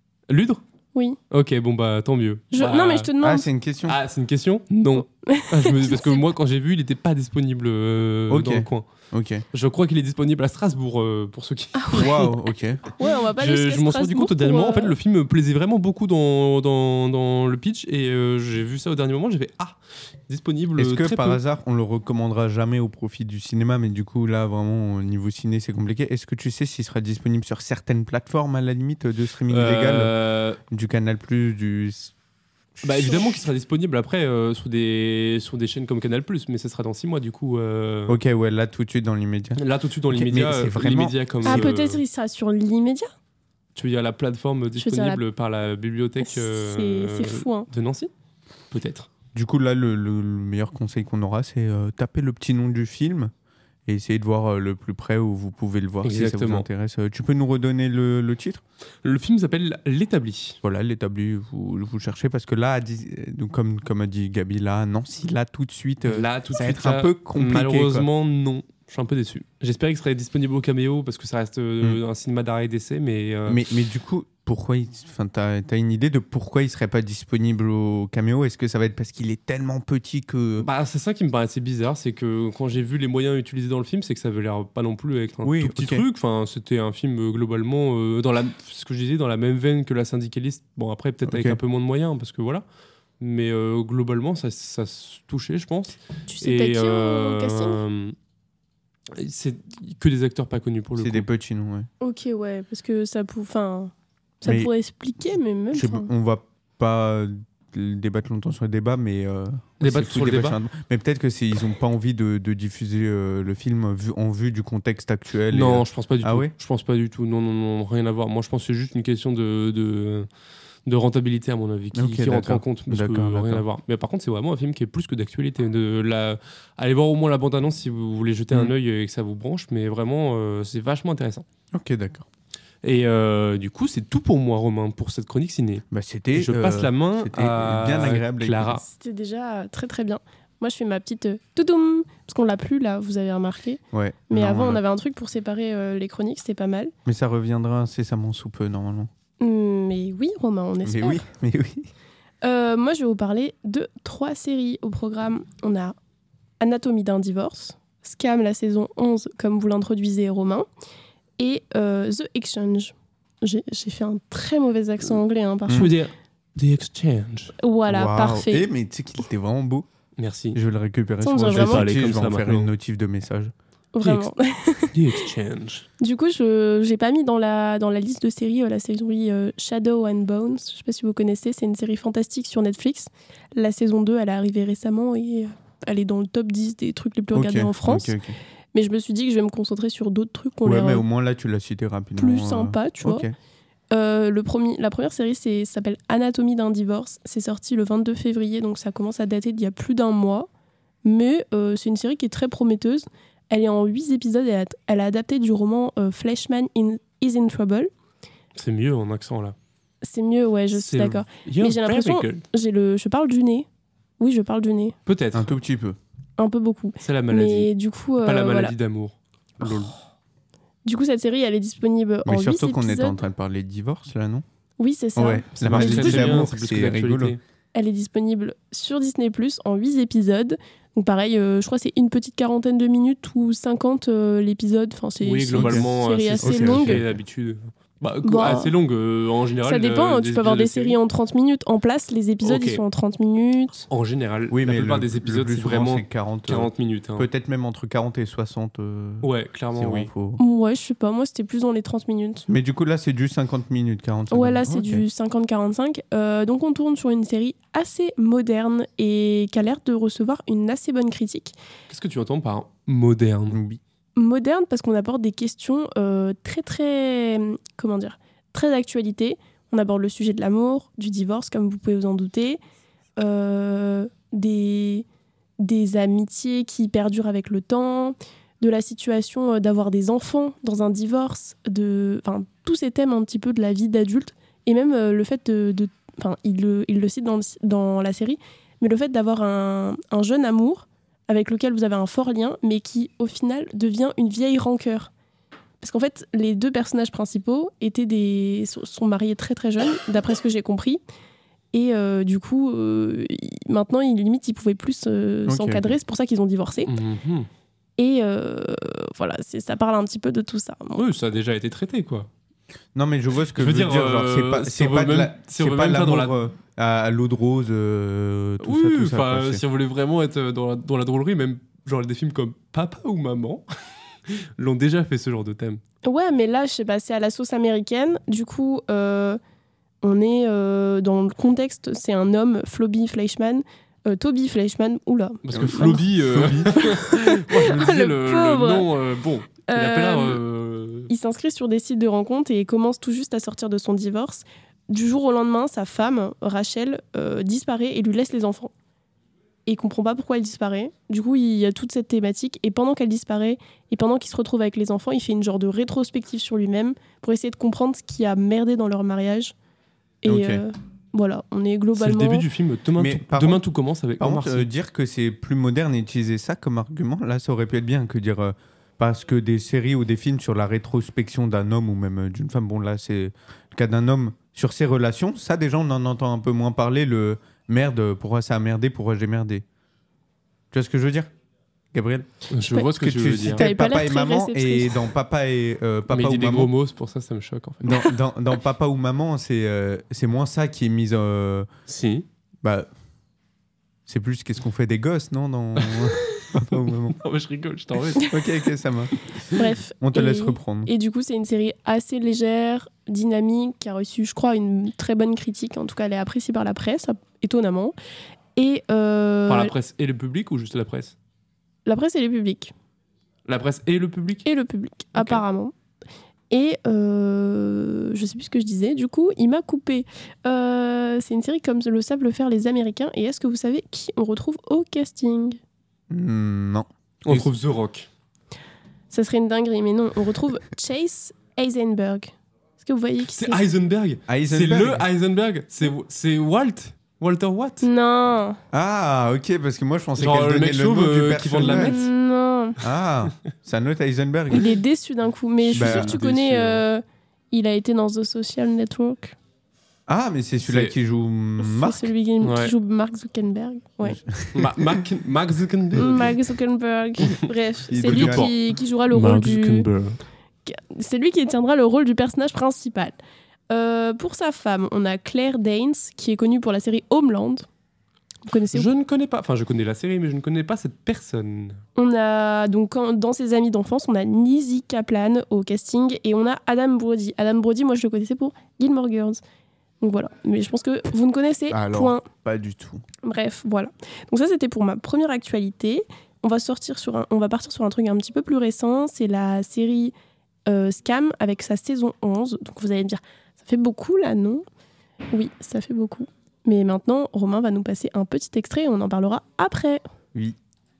[SPEAKER 5] Oui.
[SPEAKER 4] Ok, bon bah tant mieux.
[SPEAKER 5] Je-
[SPEAKER 4] Bah,
[SPEAKER 5] Non, mais je te demande.
[SPEAKER 3] Ah, c'est une question.
[SPEAKER 4] Ah, c'est une question ? Non. Ah, je me- Parce que moi quand j'ai vu, il n'était pas disponible euh,
[SPEAKER 3] Ok.
[SPEAKER 4] dans le coin.
[SPEAKER 3] Ok.
[SPEAKER 4] Je crois qu'il est disponible à Strasbourg euh, pour ceux qui.
[SPEAKER 3] Waouh, ok.
[SPEAKER 5] Ouais, on va pas aller
[SPEAKER 4] Je,
[SPEAKER 5] jusqu'à
[SPEAKER 4] je m'en suis rendu
[SPEAKER 5] Strasbourg
[SPEAKER 4] compte au dernier
[SPEAKER 5] pour,
[SPEAKER 4] moment. En fait,
[SPEAKER 5] euh,
[SPEAKER 4] le film me plaisait vraiment beaucoup dans, dans, dans le pitch et euh, j'ai vu ça au dernier moment. J'ai fait ah, disponible.
[SPEAKER 3] Est-ce que
[SPEAKER 4] très
[SPEAKER 3] par
[SPEAKER 4] peu.
[SPEAKER 3] hasard, on le recommandera jamais au profit du cinéma, mais du coup, là, vraiment, au niveau ciné, c'est compliqué. Est-ce que tu sais s'il sera disponible sur certaines plateformes, à la limite, de streaming légal
[SPEAKER 4] Euh,
[SPEAKER 3] Du Canal+, du...
[SPEAKER 4] Bah évidemment qu'il sera disponible après euh, sur, des, sur des chaînes comme Canal+, mais ce sera dans six mois du coup. euh,
[SPEAKER 3] Ok, ouais, là, tout de suite, dans l'immédiat.
[SPEAKER 4] Là tout de suite dans
[SPEAKER 3] Ok,
[SPEAKER 4] l'immédiat,
[SPEAKER 3] mais c'est
[SPEAKER 4] euh,
[SPEAKER 3] vraiment-
[SPEAKER 4] l'immédiat comme.
[SPEAKER 5] Ah,
[SPEAKER 4] euh,
[SPEAKER 5] peut-être il sera sur l'immédiat.
[SPEAKER 4] Tu veux dire la plateforme
[SPEAKER 5] veux dire
[SPEAKER 4] disponible
[SPEAKER 5] la-
[SPEAKER 4] par la bibliothèque euh,
[SPEAKER 5] C'est c'est fou, hein.
[SPEAKER 4] de Nancy. Peut-être.
[SPEAKER 3] Du coup, là, le, le- le meilleur conseil qu'on aura, c'est euh, taper le petit nom du film et essayer de voir euh, le plus près où vous pouvez le voir si ça vous
[SPEAKER 4] Exactement.
[SPEAKER 3] intéresse. Euh, tu peux nous redonner le, le titre ?
[SPEAKER 4] Le film s'appelle L'Établi.
[SPEAKER 3] Voilà, l'établi, vous, vous cherchez, parce que là, à dix- euh, donc, comme, comme a dit Gabi, là, Nancy, là, tout de suite, euh,
[SPEAKER 4] Là tout de
[SPEAKER 3] ça va
[SPEAKER 4] suite.
[SPEAKER 3] être un
[SPEAKER 4] là,
[SPEAKER 3] peu compliqué.
[SPEAKER 4] Malheureusement, non. Je suis un peu déçu. J'espérais qu'il serait disponible au Caméo parce que ça reste euh, un cinéma d'arrêt d'essai, mais, euh,
[SPEAKER 3] quoi. Mais, mais du coup, pourquoi il... enfin, t'as, t'as une idée de pourquoi il serait pas disponible au caméo? Est-ce que ça va être parce qu'il est tellement petit que...
[SPEAKER 4] Bah, c'est ça qui me paraît assez bizarre, c'est que quand j'ai vu les moyens utilisés dans le film, c'est que ça avait l'air pas non plus être un
[SPEAKER 3] Oui,
[SPEAKER 4] tout petit
[SPEAKER 3] ok.
[SPEAKER 4] truc. Enfin, c'était un film euh, globalement, euh, dans la, ce que je disais, dans la même veine que La Syndicaliste. Bon, après, peut-être avec
[SPEAKER 3] Ok.
[SPEAKER 4] un peu moins de moyens, parce que voilà. Mais euh, globalement, ça, ça se touchait, je pense.
[SPEAKER 5] Tu sais, t'as qui au casting?
[SPEAKER 4] euh, c'est que des acteurs pas connus pour le
[SPEAKER 3] C'est
[SPEAKER 4] coup.
[SPEAKER 3] des petits noms, ouais.
[SPEAKER 5] Ok, ouais, parce que ça, pou... enfin, ça
[SPEAKER 3] Mais-
[SPEAKER 5] pourrait expliquer, mais même.
[SPEAKER 3] Je sais
[SPEAKER 5] enfin,
[SPEAKER 3] pas, on va pas débattre longtemps sur le débat, mais... euh,
[SPEAKER 4] Débattre
[SPEAKER 3] c'est
[SPEAKER 4] sur
[SPEAKER 3] fou
[SPEAKER 4] le
[SPEAKER 3] de débattre
[SPEAKER 4] débat.
[SPEAKER 3] sur un- Mais peut-être que c'est ils ont pas envie de, de diffuser euh, le film vu, en vue du contexte actuel. et,
[SPEAKER 4] Non,
[SPEAKER 3] euh,
[SPEAKER 4] je pense pas du
[SPEAKER 3] Ah
[SPEAKER 4] tout.
[SPEAKER 3] ouais
[SPEAKER 4] Je pense pas du tout. Non, non, non, rien à voir. Moi, je pense que c'est juste une question de, de, de rentabilité, à mon avis, qui,
[SPEAKER 3] Ok,
[SPEAKER 4] qui rentre
[SPEAKER 3] d'accord.
[SPEAKER 4] en compte. Parce que
[SPEAKER 3] D'accord,
[SPEAKER 4] rien
[SPEAKER 3] d'accord.
[SPEAKER 4] à voir. Mais par contre, c'est vraiment un film qui est plus que d'actualité. De la... Allez voir au moins la bande-annonce si vous voulez jeter un
[SPEAKER 3] Mm.
[SPEAKER 4] œil et que ça vous branche. Mais vraiment, euh, c'est vachement intéressant.
[SPEAKER 3] Ok, d'accord.
[SPEAKER 4] Et euh, du coup, c'est tout pour moi, Romain, pour cette chronique ciné.
[SPEAKER 3] Bah, c'était...
[SPEAKER 4] Et je passe
[SPEAKER 3] euh,
[SPEAKER 4] la main
[SPEAKER 3] c'était
[SPEAKER 4] à
[SPEAKER 3] bien agréable à
[SPEAKER 4] Clara.
[SPEAKER 5] C'était déjà très très bien. Moi, je fais ma petite euh, toudoum, parce qu'on l'a plus là, vous avez remarqué.
[SPEAKER 3] Ouais.
[SPEAKER 5] Mais
[SPEAKER 3] non,
[SPEAKER 5] avant, on
[SPEAKER 3] là-
[SPEAKER 5] avait un truc pour séparer euh, les chroniques, c'était pas mal.
[SPEAKER 3] Mais ça reviendra incessamment sous peu, normalement.
[SPEAKER 5] Hum, Mais oui, Romain, on
[SPEAKER 3] Mais
[SPEAKER 5] espère.
[SPEAKER 3] oui, mais oui.
[SPEAKER 5] Euh, moi, je vais vous parler de trois séries au programme. On a Anatomie d'un divorce, Scam, la saison onze, comme vous l'introduisez, Romain, et euh, The Exchange. J'ai j'ai fait un très mauvais accent anglais, hein, par
[SPEAKER 4] Je
[SPEAKER 5] contre.
[SPEAKER 4] veux dire, The Exchange.
[SPEAKER 5] Voilà,
[SPEAKER 3] Waouh.
[SPEAKER 5] parfait.
[SPEAKER 3] Eh, mais tu sais qu'il était vraiment beau.
[SPEAKER 4] Merci.
[SPEAKER 3] Je vais le récupérer
[SPEAKER 5] Ça, on
[SPEAKER 3] sur mon
[SPEAKER 5] dirait
[SPEAKER 3] G P T,
[SPEAKER 5] vraiment-
[SPEAKER 3] je vais
[SPEAKER 4] Parler comme
[SPEAKER 3] en
[SPEAKER 4] ça
[SPEAKER 3] faire
[SPEAKER 4] maintenant.
[SPEAKER 3] une notif de message.
[SPEAKER 5] Vraiment.
[SPEAKER 4] The Exchange.
[SPEAKER 5] Du coup, je n'ai pas mis dans la, dans la liste de séries euh, la série euh, Shadow and Bones. Je ne sais pas si vous connaissez, c'est une série fantastique sur Netflix. La saison deux, elle est arrivée récemment et euh, elle est dans le top dix des trucs les plus regardés
[SPEAKER 3] Ok,
[SPEAKER 5] en France.
[SPEAKER 3] ok, ok.
[SPEAKER 5] Mais je me suis dit que je vais me concentrer sur d'autres trucs qui ont
[SPEAKER 3] Ouais,
[SPEAKER 5] l'air
[SPEAKER 3] mais
[SPEAKER 5] euh,
[SPEAKER 3] au moins là, tu l'as cité rapidement.
[SPEAKER 5] plus
[SPEAKER 3] euh,
[SPEAKER 5] sympas, tu vois.
[SPEAKER 3] Ok.
[SPEAKER 5] Euh, le premier, la première série c'est, ça s'appelle Anatomie d'un divorce. C'est sorti le vingt-deux février, donc ça commence à dater d'il y a plus d'un mois. Mais euh, c'est une série qui est très prometteuse. Elle est en huit épisodes et elle a, elle a adapté du roman euh, Fleshman in, is in Trouble.
[SPEAKER 4] C'est mieux en accent, là.
[SPEAKER 5] C'est mieux, ouais, je
[SPEAKER 4] C'est
[SPEAKER 5] suis d'accord.
[SPEAKER 4] You're
[SPEAKER 5] Mais j'ai l'impression-
[SPEAKER 4] very good.
[SPEAKER 5] J'ai le, je parle du nez. Oui, je parle du nez.
[SPEAKER 4] Peut-être.
[SPEAKER 3] Un tout petit peu.
[SPEAKER 5] Un peu beaucoup.
[SPEAKER 4] C'est la maladie.
[SPEAKER 5] Mais du coup, euh,
[SPEAKER 4] Pas la
[SPEAKER 5] voilà.
[SPEAKER 4] maladie d'amour. Lol.
[SPEAKER 5] Du coup, cette série, elle est disponible
[SPEAKER 3] Mais
[SPEAKER 5] en
[SPEAKER 3] surtout
[SPEAKER 5] huit
[SPEAKER 3] qu'on était en
[SPEAKER 5] épisodes.
[SPEAKER 3] train de parler de divorce, là, non?
[SPEAKER 5] Oui, c'est ça.
[SPEAKER 3] Ouais,
[SPEAKER 4] Ça
[SPEAKER 3] la
[SPEAKER 4] marche
[SPEAKER 5] Mais
[SPEAKER 3] maladie
[SPEAKER 5] du
[SPEAKER 4] très
[SPEAKER 5] coup,
[SPEAKER 4] bien,
[SPEAKER 3] d'amour,
[SPEAKER 4] c'est plus que
[SPEAKER 3] c'est rigolo.
[SPEAKER 4] d'actualité.
[SPEAKER 5] Elle est disponible sur Disney plus, en huit épisodes. Donc pareil, euh, je crois que c'est une petite quarantaine de minutes ou cinquante euh, l'épisode. Enfin, c'est
[SPEAKER 4] Oui,
[SPEAKER 5] c'est
[SPEAKER 4] globalement,
[SPEAKER 5] une série
[SPEAKER 4] euh,
[SPEAKER 5] assez
[SPEAKER 3] ok,
[SPEAKER 5] longue.
[SPEAKER 3] ok.
[SPEAKER 4] D'habitude. Bah,
[SPEAKER 5] Bah,
[SPEAKER 4] assez longue euh, en général.
[SPEAKER 5] Ça dépend,
[SPEAKER 4] euh,
[SPEAKER 5] tu peux avoir
[SPEAKER 4] épisodes
[SPEAKER 5] des
[SPEAKER 4] de
[SPEAKER 5] séries en trente minutes. En place, les épisodes,
[SPEAKER 4] Ok.
[SPEAKER 5] ils sont en trente minutes.
[SPEAKER 4] En général,
[SPEAKER 3] Oui,
[SPEAKER 4] la
[SPEAKER 3] mais
[SPEAKER 4] plupart
[SPEAKER 3] le,
[SPEAKER 4] des épisodes,
[SPEAKER 3] le plus
[SPEAKER 4] c'est
[SPEAKER 3] souvent,
[SPEAKER 4] vraiment
[SPEAKER 3] c'est quarante. euh,
[SPEAKER 4] quarante minutes. hein.
[SPEAKER 3] Peut-être même entre quarante et soixante. euh,
[SPEAKER 4] Ouais,
[SPEAKER 3] si
[SPEAKER 4] clairement,
[SPEAKER 3] on
[SPEAKER 4] oui.
[SPEAKER 3] faut-
[SPEAKER 5] Ouais, je sais pas, moi c'était plus dans les trente minutes.
[SPEAKER 3] Mais du coup, là, c'est du cinquante minutes, quarante.
[SPEAKER 5] Ouais, là c'est
[SPEAKER 3] Ok.
[SPEAKER 5] du cinquante quarante-cinq. Euh, donc on tourne sur une série assez moderne et qui a l'air de recevoir une assez bonne critique.
[SPEAKER 4] Qu'est-ce que tu entends par moderne?
[SPEAKER 3] Oui.
[SPEAKER 5] Moderne parce qu'on aborde des questions euh, très très comment dire très d'actualité. On aborde le sujet de l'amour, du divorce comme vous pouvez vous en douter, euh, des des amitiés qui perdurent avec le temps, de la situation euh, d'avoir des enfants dans un divorce, de enfin tous ces thèmes un petit peu de la vie d'adulte et même euh, le fait de de- enfin il le il le cite dans le- dans la série, mais le fait d'avoir un, un jeune amour avec lequel vous avez un fort lien, mais qui, au final, devient une vieille rancœur. Parce qu'en fait, les deux personnages principaux étaient des... sont mariés très très jeunes, d'après ce que j'ai compris. Et euh, du coup, euh, ils- maintenant, ils, limite, ils pouvaient plus euh,
[SPEAKER 3] Ok,
[SPEAKER 5] s'encadrer.
[SPEAKER 3] ok.
[SPEAKER 5] C'est pour ça qu'ils ont divorcé.
[SPEAKER 4] Mhm.
[SPEAKER 5] Et euh, voilà, c'est, ça parle un petit peu de tout ça.
[SPEAKER 4] Oui, ça a déjà été traité, quoi.
[SPEAKER 3] Non, mais je vois ce que
[SPEAKER 4] Je
[SPEAKER 3] je
[SPEAKER 4] veux
[SPEAKER 3] veux
[SPEAKER 4] dire,
[SPEAKER 3] dire. genre, c'est
[SPEAKER 4] euh,
[SPEAKER 3] pas,
[SPEAKER 4] si
[SPEAKER 3] c'est
[SPEAKER 4] on
[SPEAKER 3] pas
[SPEAKER 4] veut
[SPEAKER 3] de
[SPEAKER 4] même-
[SPEAKER 3] la-
[SPEAKER 4] si on
[SPEAKER 3] c'est
[SPEAKER 4] veut
[SPEAKER 3] pas
[SPEAKER 4] même
[SPEAKER 3] de
[SPEAKER 4] pas dans
[SPEAKER 3] l'amour
[SPEAKER 4] la-
[SPEAKER 3] euh, à l'eau de rose, euh, tout
[SPEAKER 4] oui,
[SPEAKER 3] ça, tout ça.
[SPEAKER 4] enfin,
[SPEAKER 3] quoi, c'est-
[SPEAKER 4] si on voulait vraiment être dans la, dans la drôlerie, même genre des films comme Papa ou Maman l'ont déjà fait ce genre de thème.
[SPEAKER 5] Ouais, mais là, je sais pas, c'est à la sauce américaine. Du coup, euh, on est euh, dans le contexte, c'est un homme, Floby Fleischman, euh, Toby Fleischman, oula.
[SPEAKER 4] Parce que
[SPEAKER 3] Euh,
[SPEAKER 4] Floby, euh... moi je me disais
[SPEAKER 5] Le
[SPEAKER 4] le, le
[SPEAKER 5] pauvre.
[SPEAKER 4] nom, euh, bon, il a pas l'air.
[SPEAKER 5] Euh,
[SPEAKER 4] euh,
[SPEAKER 5] Il s'inscrit sur des sites de rencontres et commence tout juste à sortir de son divorce. Du jour au lendemain, sa femme, Rachel, euh, disparaît et lui laisse les enfants. Et il comprend pas pourquoi elle disparaît. Du coup, il y a toute cette thématique. Et pendant qu'elle disparaît, et pendant qu'il se retrouve avec les enfants, il fait une genre de rétrospective sur lui-même pour essayer de comprendre ce qui a merdé dans leur mariage. Et
[SPEAKER 3] Ok.
[SPEAKER 5] euh, voilà, on est
[SPEAKER 4] C'est le
[SPEAKER 5] globalement...
[SPEAKER 4] début du film. Demain,
[SPEAKER 3] Mais
[SPEAKER 4] tout,
[SPEAKER 3] par
[SPEAKER 4] demain
[SPEAKER 3] contre-
[SPEAKER 4] tout commence avec
[SPEAKER 3] Par
[SPEAKER 4] Omar
[SPEAKER 3] contre,
[SPEAKER 4] Sy.
[SPEAKER 3] euh, dire que c'est plus moderne et utiliser ça comme argument, là, ça aurait pu être bien que dire. euh, parce que des séries ou des films sur la rétrospection d'un homme ou même euh, d'une femme, bon, là, c'est tout cas d'un homme, sur ses relations. Ça, déjà, on en entend un peu moins parler, le merde, pourquoi ça a merdé, pourquoi j'ai merdé. Tu vois ce que je veux dire, Gabriel?
[SPEAKER 4] Je vois ce que,
[SPEAKER 3] que
[SPEAKER 4] tu
[SPEAKER 3] tu
[SPEAKER 4] veux dire.
[SPEAKER 3] citais
[SPEAKER 5] T'avais pas
[SPEAKER 3] papa
[SPEAKER 5] l'air
[SPEAKER 3] et
[SPEAKER 5] très
[SPEAKER 3] maman,
[SPEAKER 5] réceptrice.
[SPEAKER 3] et dans papa et euh, papa
[SPEAKER 4] Mais il
[SPEAKER 3] ou
[SPEAKER 4] dit des
[SPEAKER 3] maman.
[SPEAKER 4] gros mots, c'est pour ça que ça me choque en fait.
[SPEAKER 3] Dans, dans, dans papa ou maman, c'est euh, c'est moins ça qui est mis. Euh,
[SPEAKER 4] Si.
[SPEAKER 3] bah, c'est plus qu'est-ce qu'on fait des gosses, non, dans papa ou maman.
[SPEAKER 4] Non, mais je rigole, je t'en veux.
[SPEAKER 3] Ok, ok, ça marche.
[SPEAKER 5] Bref.
[SPEAKER 3] On te
[SPEAKER 5] et,
[SPEAKER 3] laisse reprendre.
[SPEAKER 5] Et du coup, c'est une série assez légère, dynamique, qui a reçu, je crois, une très bonne critique. En tout cas, elle est appréciée par la presse, étonnamment. Et euh,
[SPEAKER 4] Par la presse et le public ou juste la presse?
[SPEAKER 5] la presse et le public.
[SPEAKER 4] La presse et le public?
[SPEAKER 5] Et le public, apparemment. Et euh, je sais plus ce que je disais. Du coup, il m'a coupé. Euh, c'est une série comme le savent le faire les Américains. Et est-ce que vous savez qui on retrouve au casting?
[SPEAKER 3] Mm, non.
[SPEAKER 4] On trouve The Rock.
[SPEAKER 5] Ça serait une dinguerie, mais non. On retrouve Chase Eisenberg. Est-ce que vous voyez qui
[SPEAKER 4] C'est
[SPEAKER 5] c'est?
[SPEAKER 4] Heisenberg. C'est
[SPEAKER 3] Heisenberg.
[SPEAKER 4] le Heisenberg. C'est c'est Walt. Walter Watt.
[SPEAKER 5] Non.
[SPEAKER 3] Ah, ok, parce que moi je pensais
[SPEAKER 4] Genre
[SPEAKER 3] qu'elle
[SPEAKER 4] le
[SPEAKER 3] donnait
[SPEAKER 4] mec
[SPEAKER 3] le
[SPEAKER 4] chauve,
[SPEAKER 3] nom
[SPEAKER 4] euh,
[SPEAKER 3] du
[SPEAKER 4] qui vend de la
[SPEAKER 3] personnage.
[SPEAKER 4] meth.
[SPEAKER 5] Non.
[SPEAKER 3] Ah, c'est un autre Heisenberg.
[SPEAKER 5] Il est déçu d'un coup. Mais je suis
[SPEAKER 3] Bah,
[SPEAKER 5] sûre que tu
[SPEAKER 4] déçu,
[SPEAKER 5] connais...
[SPEAKER 4] ouais.
[SPEAKER 5] euh, il a été dans The Social Network.
[SPEAKER 3] Ah, mais c'est celui-là
[SPEAKER 4] C'est-
[SPEAKER 3] qui joue Mark.
[SPEAKER 5] C'est celui qui,
[SPEAKER 4] Ouais.
[SPEAKER 5] qui joue Mark Zuckerberg. Ouais.
[SPEAKER 4] Ma- Mark, Mark Zuckerberg.
[SPEAKER 5] Mark Zuckerberg. Bref,
[SPEAKER 3] Il est
[SPEAKER 5] c'est lui
[SPEAKER 3] devenu
[SPEAKER 5] qui, qui jouera le rôle
[SPEAKER 4] Mark
[SPEAKER 5] du...
[SPEAKER 4] Zuckerberg.
[SPEAKER 5] C'est lui qui tiendra le rôle du personnage principal. Euh, pour sa femme, on a Claire Danes, qui est connue pour la série Homeland. Vous connaissez?
[SPEAKER 4] Je ne connais pas, enfin je connais la série, mais je ne connais pas cette personne.
[SPEAKER 5] On a donc quand- dans ses amis d'enfance, on a Lizzie Kaplan au casting et on a Adam Brody. Adam Brody, moi je le connaissais pour Gilmore Girls. Donc voilà, mais je pense que vous ne connaissez
[SPEAKER 3] Alors.
[SPEAKER 5] point.
[SPEAKER 3] Pas du tout.
[SPEAKER 5] Bref, voilà. Donc ça c'était pour ma première actualité. On va sortir sur un, on va partir sur un truc un petit peu plus récent. C'est la série euh, Scam avec sa saison onze. Donc vous allez me dire, ça fait beaucoup là, non? Oui, ça fait beaucoup. Mais maintenant, Romain va nous passer un petit extrait et on en parlera après.
[SPEAKER 3] Oui.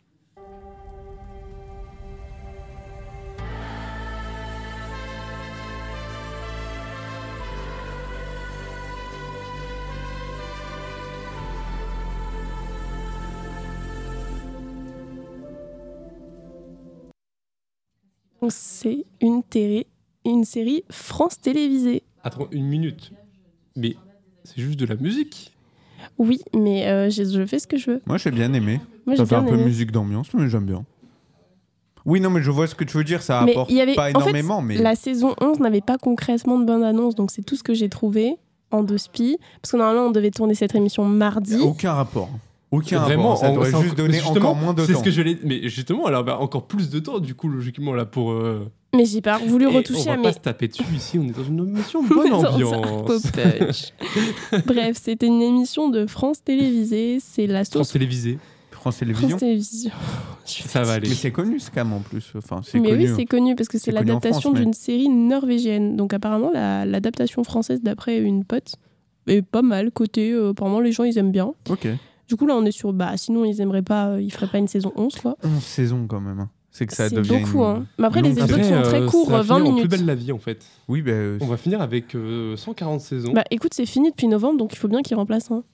[SPEAKER 5] Donc c'est une, télé- une série France Télévisée.
[SPEAKER 4] Attends une minute. Mais c'est juste de la musique.
[SPEAKER 5] Oui, mais euh, je, je fais ce que je veux.
[SPEAKER 3] Moi j'ai bien aimé.
[SPEAKER 5] Moi,
[SPEAKER 3] Ça
[SPEAKER 5] j'ai
[SPEAKER 3] fait un
[SPEAKER 5] bien
[SPEAKER 3] peu
[SPEAKER 5] aimé.
[SPEAKER 3] musique d'ambiance, mais j'aime bien. Oui, non, mais je vois ce que tu veux dire. Ça
[SPEAKER 5] Mais
[SPEAKER 3] apporte
[SPEAKER 5] il y avait-
[SPEAKER 3] pas
[SPEAKER 5] en fait,
[SPEAKER 3] énormément, mais.
[SPEAKER 5] La saison onze n'avait pas concrètement de bande-annonce, donc c'est tout ce que j'ai trouvé en deux spi. Parce que normalement, on devait tourner cette émission mardi.
[SPEAKER 3] Aucun rapport. Aucun
[SPEAKER 4] Vraiment,
[SPEAKER 3] rapport. Ça
[SPEAKER 4] en-
[SPEAKER 3] devrait
[SPEAKER 4] c'est
[SPEAKER 3] juste
[SPEAKER 4] en-
[SPEAKER 3] donner
[SPEAKER 4] justement,
[SPEAKER 3] encore moins de
[SPEAKER 4] C'est
[SPEAKER 3] temps.
[SPEAKER 4] ce que je l'ai. Mais justement, alors bah, encore plus de temps, du coup, logiquement, là, pour. euh,
[SPEAKER 5] Mais j'ai pas voulu
[SPEAKER 4] et
[SPEAKER 5] retoucher
[SPEAKER 4] on
[SPEAKER 5] à
[SPEAKER 4] va
[SPEAKER 5] mes...
[SPEAKER 4] pas se taper dessus ici, on est dans une émission bonne
[SPEAKER 5] Dans un
[SPEAKER 4] ambiance.
[SPEAKER 5] faux punch. Bref, c'était une émission de France Télévisée. C'est la
[SPEAKER 4] France
[SPEAKER 5] sauce
[SPEAKER 4] télévisée.
[SPEAKER 3] France Télévisions.
[SPEAKER 5] France Télévision. Je suis
[SPEAKER 4] Ça va aller.
[SPEAKER 3] Mais c'est connu, Scam en plus. Enfin, c'est
[SPEAKER 5] Mais
[SPEAKER 3] connu.
[SPEAKER 5] oui, c'est connu parce que c'est
[SPEAKER 3] C'est connu en
[SPEAKER 5] l'adaptation
[SPEAKER 3] France, mais-
[SPEAKER 5] d'une série norvégienne. Donc apparemment, la- l'adaptation française d'après une pote est pas mal côté. euh, apparemment, les gens ils aiment bien.
[SPEAKER 3] Ok.
[SPEAKER 5] Du coup, là, on est sur. Bah, sinon, ils aimeraient pas. euh, ils feraient pas une saison onze, quoi.
[SPEAKER 3] onze saisons quand même. hein. C'est que ça
[SPEAKER 5] C'est
[SPEAKER 3] devient.
[SPEAKER 5] beaucoup,
[SPEAKER 3] une
[SPEAKER 5] hein. Mais après, les
[SPEAKER 3] longue
[SPEAKER 5] épisodes
[SPEAKER 3] série.
[SPEAKER 5] sont très
[SPEAKER 4] euh,
[SPEAKER 5] courts,
[SPEAKER 4] ça va
[SPEAKER 5] vingt
[SPEAKER 4] finir en
[SPEAKER 5] minutes.
[SPEAKER 4] Plus belle la vie, en fait.
[SPEAKER 3] Oui, ben.
[SPEAKER 4] On va finir avec euh, cent quarante saisons.
[SPEAKER 5] Bah, écoute, c'est fini depuis novembre, donc il faut bien qu'ils remplacent. Hein.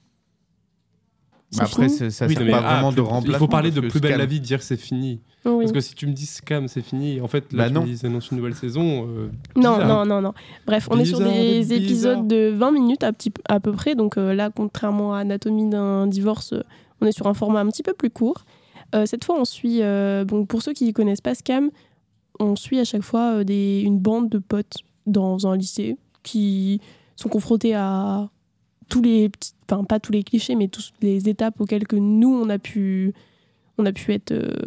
[SPEAKER 5] C'est
[SPEAKER 3] Bah après,
[SPEAKER 5] fini.
[SPEAKER 3] c'est- ça
[SPEAKER 4] Oui,
[SPEAKER 3] sert
[SPEAKER 4] non, mais,
[SPEAKER 3] pas
[SPEAKER 4] ah,
[SPEAKER 3] vraiment
[SPEAKER 4] plus-
[SPEAKER 3] de remplacement.
[SPEAKER 4] Il faut parler de
[SPEAKER 3] parce que
[SPEAKER 4] plus belle
[SPEAKER 3] Scam-
[SPEAKER 4] la vie, dire que c'est fini.
[SPEAKER 5] Oui.
[SPEAKER 4] Parce que si tu me dis Scam, c'est fini. En fait, là,
[SPEAKER 3] Bah
[SPEAKER 4] tu
[SPEAKER 3] non.
[SPEAKER 4] me dis, ils annoncent une nouvelle saison. euh,
[SPEAKER 5] Non,
[SPEAKER 4] bizarre.
[SPEAKER 5] non, non, non. Bref, on est sur
[SPEAKER 4] Bizarre,
[SPEAKER 5] des
[SPEAKER 4] bizarre.
[SPEAKER 5] épisodes de vingt minutes à, petit, à peu près. Donc euh, là, contrairement à Anatomie d'un divorce, euh, on est sur un format un petit peu plus court. Euh, cette fois, on suit, euh, bon, pour ceux qui ne connaissent pas Scam, on suit à chaque fois euh, des, une bande de potes dans un lycée qui sont confrontés à tous les, petits- enfin pas tous les clichés, mais toutes les étapes auxquelles que nous, on a pu, on a pu être euh,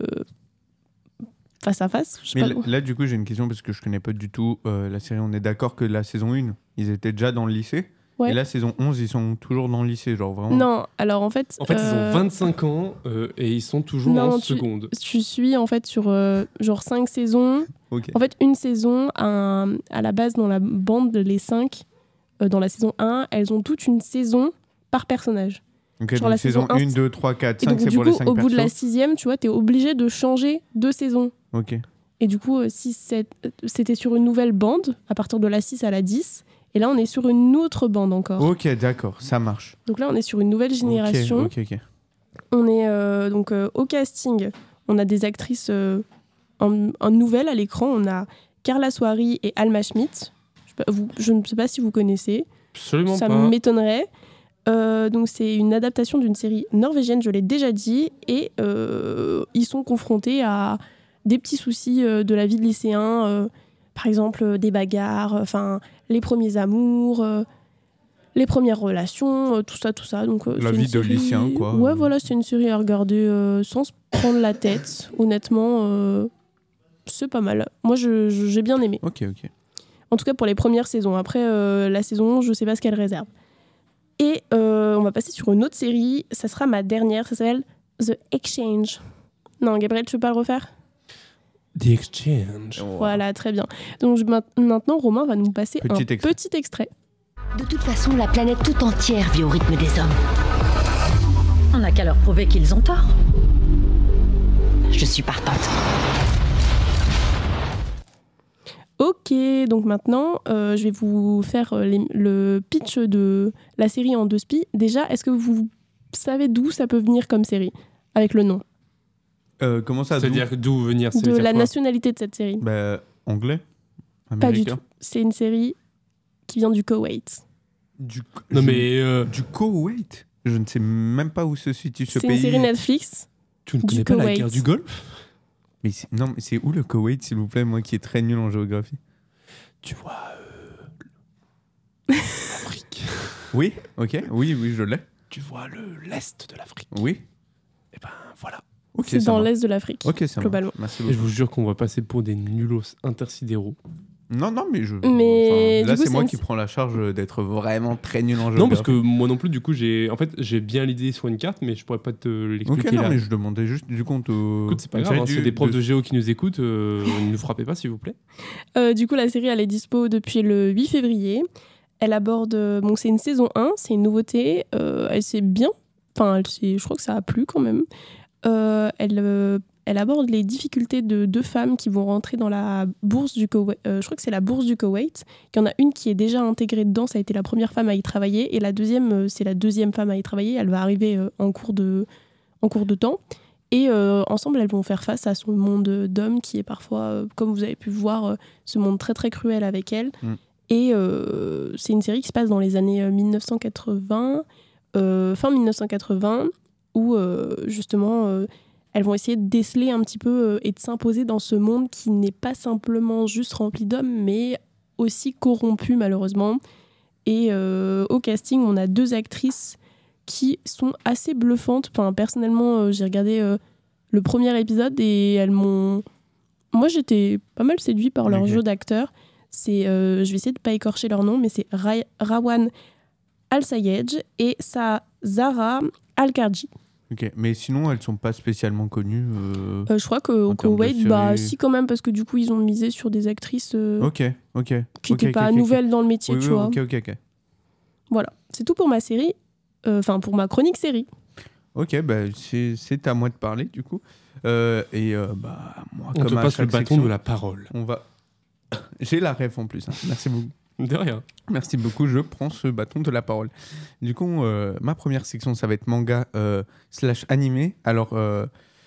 [SPEAKER 5] face à face. Je sais
[SPEAKER 3] Mais
[SPEAKER 5] pas.
[SPEAKER 3] là, là, du coup, j'ai une question parce que je connais pas du tout euh, la série. On est d'accord que la saison un, ils étaient déjà dans le lycée.
[SPEAKER 5] Ouais.
[SPEAKER 3] Et la saison onze, ils sont toujours dans le lycée, genre vraiment.
[SPEAKER 5] Non, alors en fait...
[SPEAKER 4] En fait, ils
[SPEAKER 5] euh,
[SPEAKER 4] ont vingt-cinq ans euh, et ils sont toujours
[SPEAKER 5] non,
[SPEAKER 4] en
[SPEAKER 5] tu-
[SPEAKER 4] seconde.
[SPEAKER 5] Tu suis en fait sur euh, genre cinq saisons.
[SPEAKER 3] Ok.
[SPEAKER 5] En fait, une saison, à, à la base, dans la bande, les cinq, euh, dans la saison un, elles ont toute une saison par personnage.
[SPEAKER 3] Ok,
[SPEAKER 5] genre
[SPEAKER 3] donc
[SPEAKER 5] la
[SPEAKER 3] saison
[SPEAKER 5] saison un,
[SPEAKER 3] un, deux, trois, quatre,
[SPEAKER 5] Et
[SPEAKER 3] cinq,
[SPEAKER 5] donc,
[SPEAKER 3] c'est
[SPEAKER 5] du
[SPEAKER 3] pour
[SPEAKER 5] coup,
[SPEAKER 3] les cinq
[SPEAKER 5] au bout de la
[SPEAKER 3] persos.
[SPEAKER 5] sixième, tu vois, t'es obligé de changer de saison.
[SPEAKER 3] Ok.
[SPEAKER 5] Et du coup, six, sept, c'était sur une nouvelle bande, à partir de la six à la dix. Et là, on est sur une autre bande encore.
[SPEAKER 3] Ok, d'accord, ça marche.
[SPEAKER 5] Donc là, on est sur une nouvelle génération.
[SPEAKER 3] Ok, ok, ok.
[SPEAKER 5] On est euh, donc euh, au casting. On a des actrices euh, en, en nouvelles à l'écran. On a Carla Soary et Alma Schmidt. sais pas, vous, je ne sais pas si vous connaissez.
[SPEAKER 4] Absolument
[SPEAKER 5] Ça
[SPEAKER 4] pas.
[SPEAKER 5] m'étonnerait. Euh, donc c'est une adaptation d'une série norvégienne, je l'ai déjà dit, et euh, ils sont confrontés à des petits soucis euh, de la vie de lycéen, euh, par exemple euh, des bagarres, enfin les premiers amours, euh, les premières relations, euh, tout ça, tout ça. Donc euh,
[SPEAKER 3] La
[SPEAKER 5] c'est
[SPEAKER 3] vie
[SPEAKER 5] une
[SPEAKER 3] de
[SPEAKER 5] série-
[SPEAKER 3] lycéen, quoi.
[SPEAKER 5] Ouais, voilà, c'est une série à regarder euh, sans se prendre la tête. Honnêtement, euh, c'est pas mal. Moi, je- je- j'ai bien aimé.
[SPEAKER 3] Ok, ok.
[SPEAKER 5] En tout cas pour les premières saisons. Après, euh, la saison, je sais pas ce qu'elle réserve. Et euh, on va passer sur une autre série. Ça sera ma dernière. Ça s'appelle The Exchange. Non, Gabriel, tu veux pas le refaire ?
[SPEAKER 4] The Exchange.
[SPEAKER 5] Voilà, très bien. Donc je- maintenant, Romain va nous passer
[SPEAKER 3] Petit
[SPEAKER 5] un
[SPEAKER 3] extrait.
[SPEAKER 5] petit extrait.
[SPEAKER 8] De toute façon, la planète tout entière vit au rythme des hommes. On n'a qu'à leur prouver qu'ils ont tort. Je suis partante.
[SPEAKER 5] Ok, donc maintenant, euh, je vais vous faire euh, les- le pitch de la série en deux spi. Déjà, est-ce que vous savez d'où ça peut venir comme série ? Avec le nom.
[SPEAKER 3] Euh, comment ça, d'où
[SPEAKER 4] C'est-à-dire d'où venir ça
[SPEAKER 5] De
[SPEAKER 4] veut dire
[SPEAKER 5] la
[SPEAKER 4] quoi
[SPEAKER 5] nationalité de cette série.
[SPEAKER 3] Bah, anglais.
[SPEAKER 5] Pas du
[SPEAKER 3] Américain.
[SPEAKER 5] tout. C'est une série qui vient du Koweït.
[SPEAKER 3] Du,
[SPEAKER 4] Non
[SPEAKER 3] je-
[SPEAKER 4] mais euh,
[SPEAKER 3] Du Koweït. Je ne sais même pas où se situe ce
[SPEAKER 5] C'est
[SPEAKER 3] pays.
[SPEAKER 5] une série Netflix.
[SPEAKER 4] tu ne
[SPEAKER 5] du
[SPEAKER 4] connais pas la
[SPEAKER 5] Koweït.
[SPEAKER 4] guerre du Golfe ?
[SPEAKER 3] Mais c'est- non, mais c'est où le Koweït, s'il vous plaît, moi qui est très nul en géographie.
[SPEAKER 4] Tu vois euh, l'Afrique.
[SPEAKER 3] Oui, ok, oui, oui, je l'ai.
[SPEAKER 4] Tu vois le l'est de l'Afrique.
[SPEAKER 3] Oui,
[SPEAKER 4] Et ben voilà.
[SPEAKER 3] ok,
[SPEAKER 5] C'est
[SPEAKER 3] ça
[SPEAKER 5] dans
[SPEAKER 3] marche.
[SPEAKER 5] l'est de l'Afrique.
[SPEAKER 3] Ok, ça
[SPEAKER 5] globalement.
[SPEAKER 3] marche. Merci
[SPEAKER 4] Et je
[SPEAKER 3] beaucoup.
[SPEAKER 4] vous jure qu'on va passer pour des nulos intersidéraux.
[SPEAKER 3] Non, non, mais je.
[SPEAKER 5] Mais
[SPEAKER 3] enfin, là,
[SPEAKER 5] du coup,
[SPEAKER 3] c'est moi
[SPEAKER 5] c'est
[SPEAKER 3] qui
[SPEAKER 5] une-
[SPEAKER 3] prends la charge d'être vraiment très nul en géographie.
[SPEAKER 4] Non, parce que moi non plus, du coup, j'ai en fait j'ai bien l'idée sur une carte, mais je pourrais pas te
[SPEAKER 3] Ok,
[SPEAKER 4] l'expliquer
[SPEAKER 3] non,
[SPEAKER 4] là.
[SPEAKER 3] mais je demandais juste du compte au.
[SPEAKER 4] Écoute, c'est pas
[SPEAKER 3] au
[SPEAKER 4] grave, hein,
[SPEAKER 3] du-
[SPEAKER 4] c'est des profs de...
[SPEAKER 3] de-
[SPEAKER 4] géo qui nous écoutent, euh, ne nous frappez pas s'il vous plaît.
[SPEAKER 5] Euh, du coup, la série, elle est dispo depuis le huit février. Elle aborde... euh, Bon, c'est une saison un, c'est une nouveauté. Euh, elle s'est bien... Enfin, elle s'est- je crois que ça a plu quand même. Euh, elle, euh, elle aborde les difficultés de deux femmes qui vont rentrer dans la bourse du Koweït. Euh, je crois que c'est la bourse du Koweït. Il y en a une qui est déjà intégrée dedans, ça a été la première femme à y travailler. Et la deuxième, euh, c'est la deuxième femme à y travailler. Elle va arriver euh, en, cours de, en cours de temps. Et euh, ensemble, elles vont faire face à son monde d'hommes qui est parfois, euh, comme vous avez pu voir, euh, ce monde très très cruel avec elle.
[SPEAKER 3] Mm.
[SPEAKER 5] Et euh, c'est une série qui se passe dans les années euh, mille neuf cent quatre-vingts, euh, fin mille neuf cent quatre-vingts, où euh, justement euh, elles vont essayer de déceler un petit peu euh, et de s'imposer dans ce monde qui n'est pas simplement juste rempli d'hommes, mais aussi corrompu malheureusement. Et euh, au casting, on a deux actrices qui sont assez bluffantes. Enfin, personnellement, euh, j'ai regardé euh, le premier épisode et elles m'ont... Moi, j'étais pas mal séduit par leur
[SPEAKER 3] Ok.
[SPEAKER 5] jeu d'acteur. C'est, euh, je vais essayer de pas écorcher leur nom, mais c'est Ra- Rawan Al-Sayed et sa Zara Al-Karji.
[SPEAKER 3] Ok, mais sinon, elles sont pas spécialement connues. euh,
[SPEAKER 5] Euh, je crois qu'au
[SPEAKER 3] En termes de
[SPEAKER 5] Koweït, bah,
[SPEAKER 3] série.
[SPEAKER 5] si quand même, parce que du coup, ils ont misé sur des actrices euh,
[SPEAKER 3] Ok, ok.
[SPEAKER 5] qui
[SPEAKER 3] ok,
[SPEAKER 5] n'étaient
[SPEAKER 3] ok,
[SPEAKER 5] pas
[SPEAKER 3] ok, ok.
[SPEAKER 5] nouvelles dans le métier,
[SPEAKER 3] Oui,
[SPEAKER 5] tu
[SPEAKER 3] oui,
[SPEAKER 5] vois.
[SPEAKER 3] ok, ok, ok.
[SPEAKER 5] Voilà, c'est tout pour ma série, euh, enfin pour ma chronique série.
[SPEAKER 3] Ok, bah, c'est c'est à moi de parler du coup. Euh, et euh, bah, moi,
[SPEAKER 4] On
[SPEAKER 3] comme
[SPEAKER 4] te
[SPEAKER 3] à
[SPEAKER 4] passe le
[SPEAKER 3] chaque
[SPEAKER 4] bâton
[SPEAKER 3] section,
[SPEAKER 4] de la parole.
[SPEAKER 3] On va. J'ai la ref en plus. hein. Merci beaucoup.
[SPEAKER 4] De rien.
[SPEAKER 3] Merci beaucoup. Je prends ce bâton de la parole. Du coup, euh, ma première section, ça va être manga euh, slash animé. Alors, euh,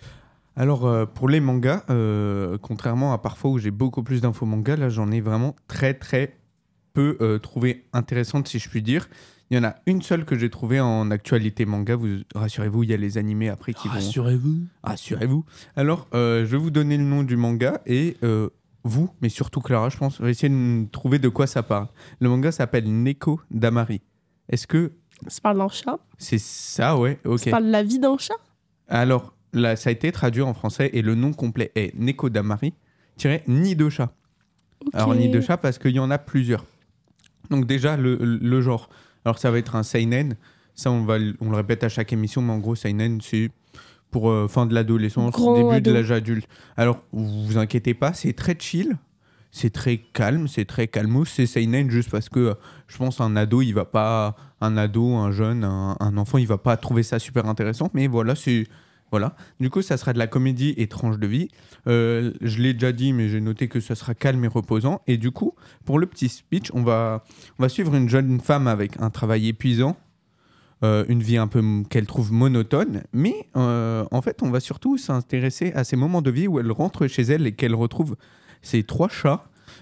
[SPEAKER 3] alors euh, pour les mangas, euh, contrairement à parfois où j'ai beaucoup plus d'infos manga, là, j'en ai vraiment très très peu euh, trouvé intéressante, si je puis dire. Il y en a une seule que j'ai trouvée en actualité manga. Vous rassurez-vous, il y a les animés après qui vont.
[SPEAKER 4] Rassurez-vous.
[SPEAKER 3] Rassurez-vous. Alors, euh, je vais vous donner le nom du manga et euh, vous, mais surtout Clara, je pense, va essayer de me trouver de quoi ça parle. Le manga s'appelle Neko Damari. Est-ce que
[SPEAKER 5] Ça parle d'un chat,
[SPEAKER 3] c'est ça, ouais, ok.
[SPEAKER 5] ça parle de la vie d'un chat.
[SPEAKER 3] Alors, là, ça a été traduit en français et le nom complet est Neko Damari, tiré Nid de chat.
[SPEAKER 5] Ok.
[SPEAKER 3] Alors, Nid de chat parce qu'il y en a plusieurs. Donc déjà, le, le genre. Alors, ça va être un seinen. Ça, on, va, l- on le répète à chaque émission, mais en gros, seinen, c'est pour euh, fin de l'adolescence,
[SPEAKER 5] Grand
[SPEAKER 3] début
[SPEAKER 5] ado.
[SPEAKER 3] de l'âge adulte. Alors, vous vous inquiétez pas, c'est très chill. C'est très calme, c'est très calmos. C'est seinen juste parce que euh, je pense un ado, il va pas... Un ado, un jeune, un, un enfant, il va pas trouver ça super intéressant. Mais voilà, c'est... Voilà. Du coup, ça sera de la comédie et tranche de vie. Euh, je l'ai déjà dit, mais j'ai noté que ça sera calme et reposant. Et du coup, pour le petit speech, on va, on va suivre une jeune femme avec un travail épuisant, euh, une vie un peu m- qu'elle trouve monotone. Mais euh, en fait, on va surtout s'intéresser à ces moments de vie où elle rentre chez elle et qu'elle retrouve ses trois chats.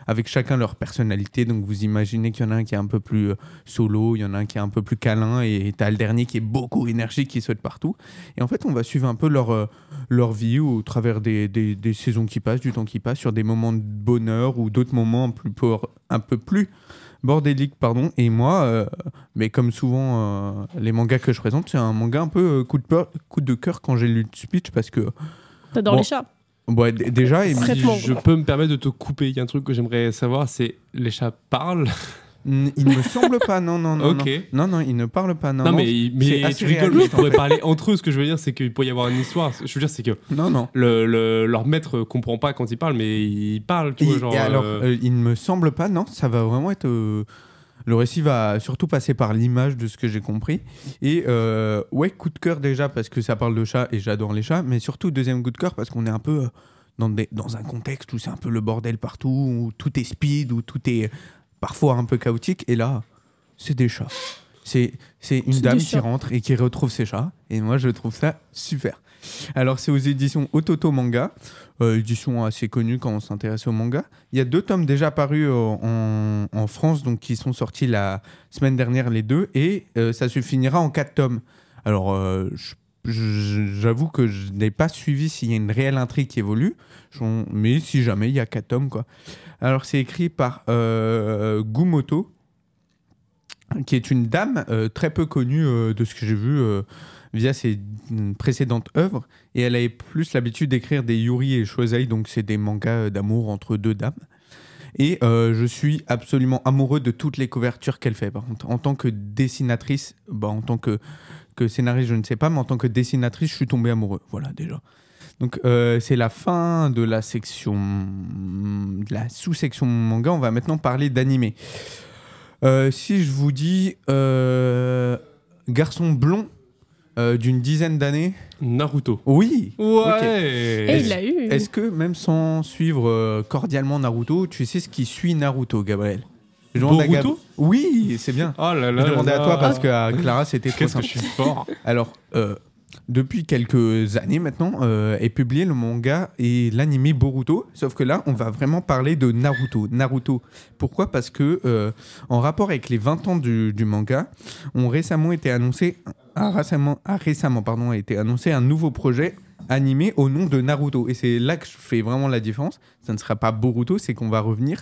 [SPEAKER 3] avec chacun leur personnalité. Donc vous imaginez qu'il y en a un qui est un peu plus euh, solo, il y en a un qui est un peu plus câlin, et t'as le dernier qui est beaucoup énergique, qui saute partout. Et en fait, on va suivre un peu leur, euh, leur vie au travers des, des, des saisons qui passent, du temps qui passe, sur des moments de bonheur ou d'autres moments plus por- un peu plus bordéliques, pardon. Et moi, euh, mais comme souvent euh, les mangas que je présente, c'est un manga un peu euh, coup de peur, coup de cœur quand j'ai lu Speech, parce que
[SPEAKER 5] T'adores
[SPEAKER 3] bon,
[SPEAKER 5] les chats.
[SPEAKER 3] ouais, d- déjà, il
[SPEAKER 4] Si je peux me permettre de te couper, il y a un truc que j'aimerais savoir, c'est les chats parlent?
[SPEAKER 3] N- il me semble pas, non, non, non,
[SPEAKER 4] Ok.
[SPEAKER 3] non, non, non, il ne parle pas, non,
[SPEAKER 4] Non,
[SPEAKER 3] non,
[SPEAKER 4] mais,
[SPEAKER 3] c'est
[SPEAKER 4] mais
[SPEAKER 3] assez
[SPEAKER 4] tu rigoles, mais ils
[SPEAKER 3] réaliste, en
[SPEAKER 4] pourraient
[SPEAKER 3] fait.
[SPEAKER 4] parler entre eux. Ce que je veux dire, c'est qu'il pourrait y avoir une histoire. Je veux dire, c'est que
[SPEAKER 3] Non, non.
[SPEAKER 4] le, le- leur maître comprend pas quand il parle, mais il parle, tu vois,
[SPEAKER 3] Et,
[SPEAKER 4] genre.
[SPEAKER 3] et alors,
[SPEAKER 4] euh,
[SPEAKER 3] euh, il ne me semble pas, non, ça va vraiment être. euh, le récit va surtout passer par l'image, de ce que j'ai compris. Et euh, ouais, coup de cœur déjà parce que ça parle de chats et j'adore les chats, mais surtout deuxième coup de cœur parce qu'on est un peu euh, dans, des, dans un contexte où c'est un peu le bordel partout, où tout est speed, où tout est parfois un peu chaotique. Et là, c'est des chats. C'est, c'est une
[SPEAKER 5] C'est
[SPEAKER 3] dame
[SPEAKER 5] des
[SPEAKER 3] qui
[SPEAKER 5] chats.
[SPEAKER 3] rentre et qui retrouve ses chats. Et moi, je trouve ça super. Alors, c'est aux éditions Ototo Manga, euh, édition assez connue quand on s'intéresse au manga. Il y a deux tomes déjà parus euh, en, en France, donc qui sont sortis la semaine dernière, les deux, et euh, ça se finira en quatre tomes. Alors, euh, je- je- j'avoue que je n'ai pas suivi s'il y a une réelle intrigue qui évolue, j'en- mais si jamais, il y a quatre tomes, quoi. Alors, c'est écrit par euh, Gumoto, qui est une dame euh, très peu connue euh, de ce que j'ai vu euh, via ses mm, précédentes œuvres. Et elle avait plus l'habitude d'écrire des Yuri et Shosei, donc c'est des mangas euh, d'amour entre deux dames. Et euh, je suis absolument amoureux de toutes les couvertures qu'elle fait. Par contre, en tant que dessinatrice, bah, en tant que, que scénariste, je ne sais pas, mais en tant que dessinatrice, je suis tombé amoureux. Voilà, déjà. Donc, euh, c'est la fin de la section, de la sous-section manga. On va maintenant parler d'animé. Euh, si je vous dis euh, garçon blond euh, d'une dizaine d'années,
[SPEAKER 4] Naruto.
[SPEAKER 3] oui.
[SPEAKER 4] Ouais.
[SPEAKER 3] Ok.
[SPEAKER 5] Et il l'a eu.
[SPEAKER 3] Est-ce que même sans suivre euh, cordialement Naruto, tu sais ce qui suit Naruto, Gabriel? Je demande à
[SPEAKER 4] Boruto
[SPEAKER 3] Gab- Oui, c'est bien.
[SPEAKER 4] Oh là là.
[SPEAKER 3] Je demandais
[SPEAKER 4] là
[SPEAKER 3] à toi
[SPEAKER 4] là.
[SPEAKER 3] parce qu'à Clara c'était trop
[SPEAKER 4] Qu'est-ce que
[SPEAKER 3] simple.
[SPEAKER 4] je suis fort.
[SPEAKER 3] Alors, euh, depuis quelques années maintenant, euh, est publié le manga et l'anime Boruto. Sauf que là, on va vraiment parler de Naruto. Naruto. Pourquoi ? Parce que, euh, en rapport avec les vingt ans du, du manga, ont récemment été annoncé, a récemment, a récemment pardon, a été annoncé un nouveau projet animé au nom de Naruto. Et c'est là que je fais vraiment la différence. Ça ne sera pas Boruto, c'est qu'on va revenir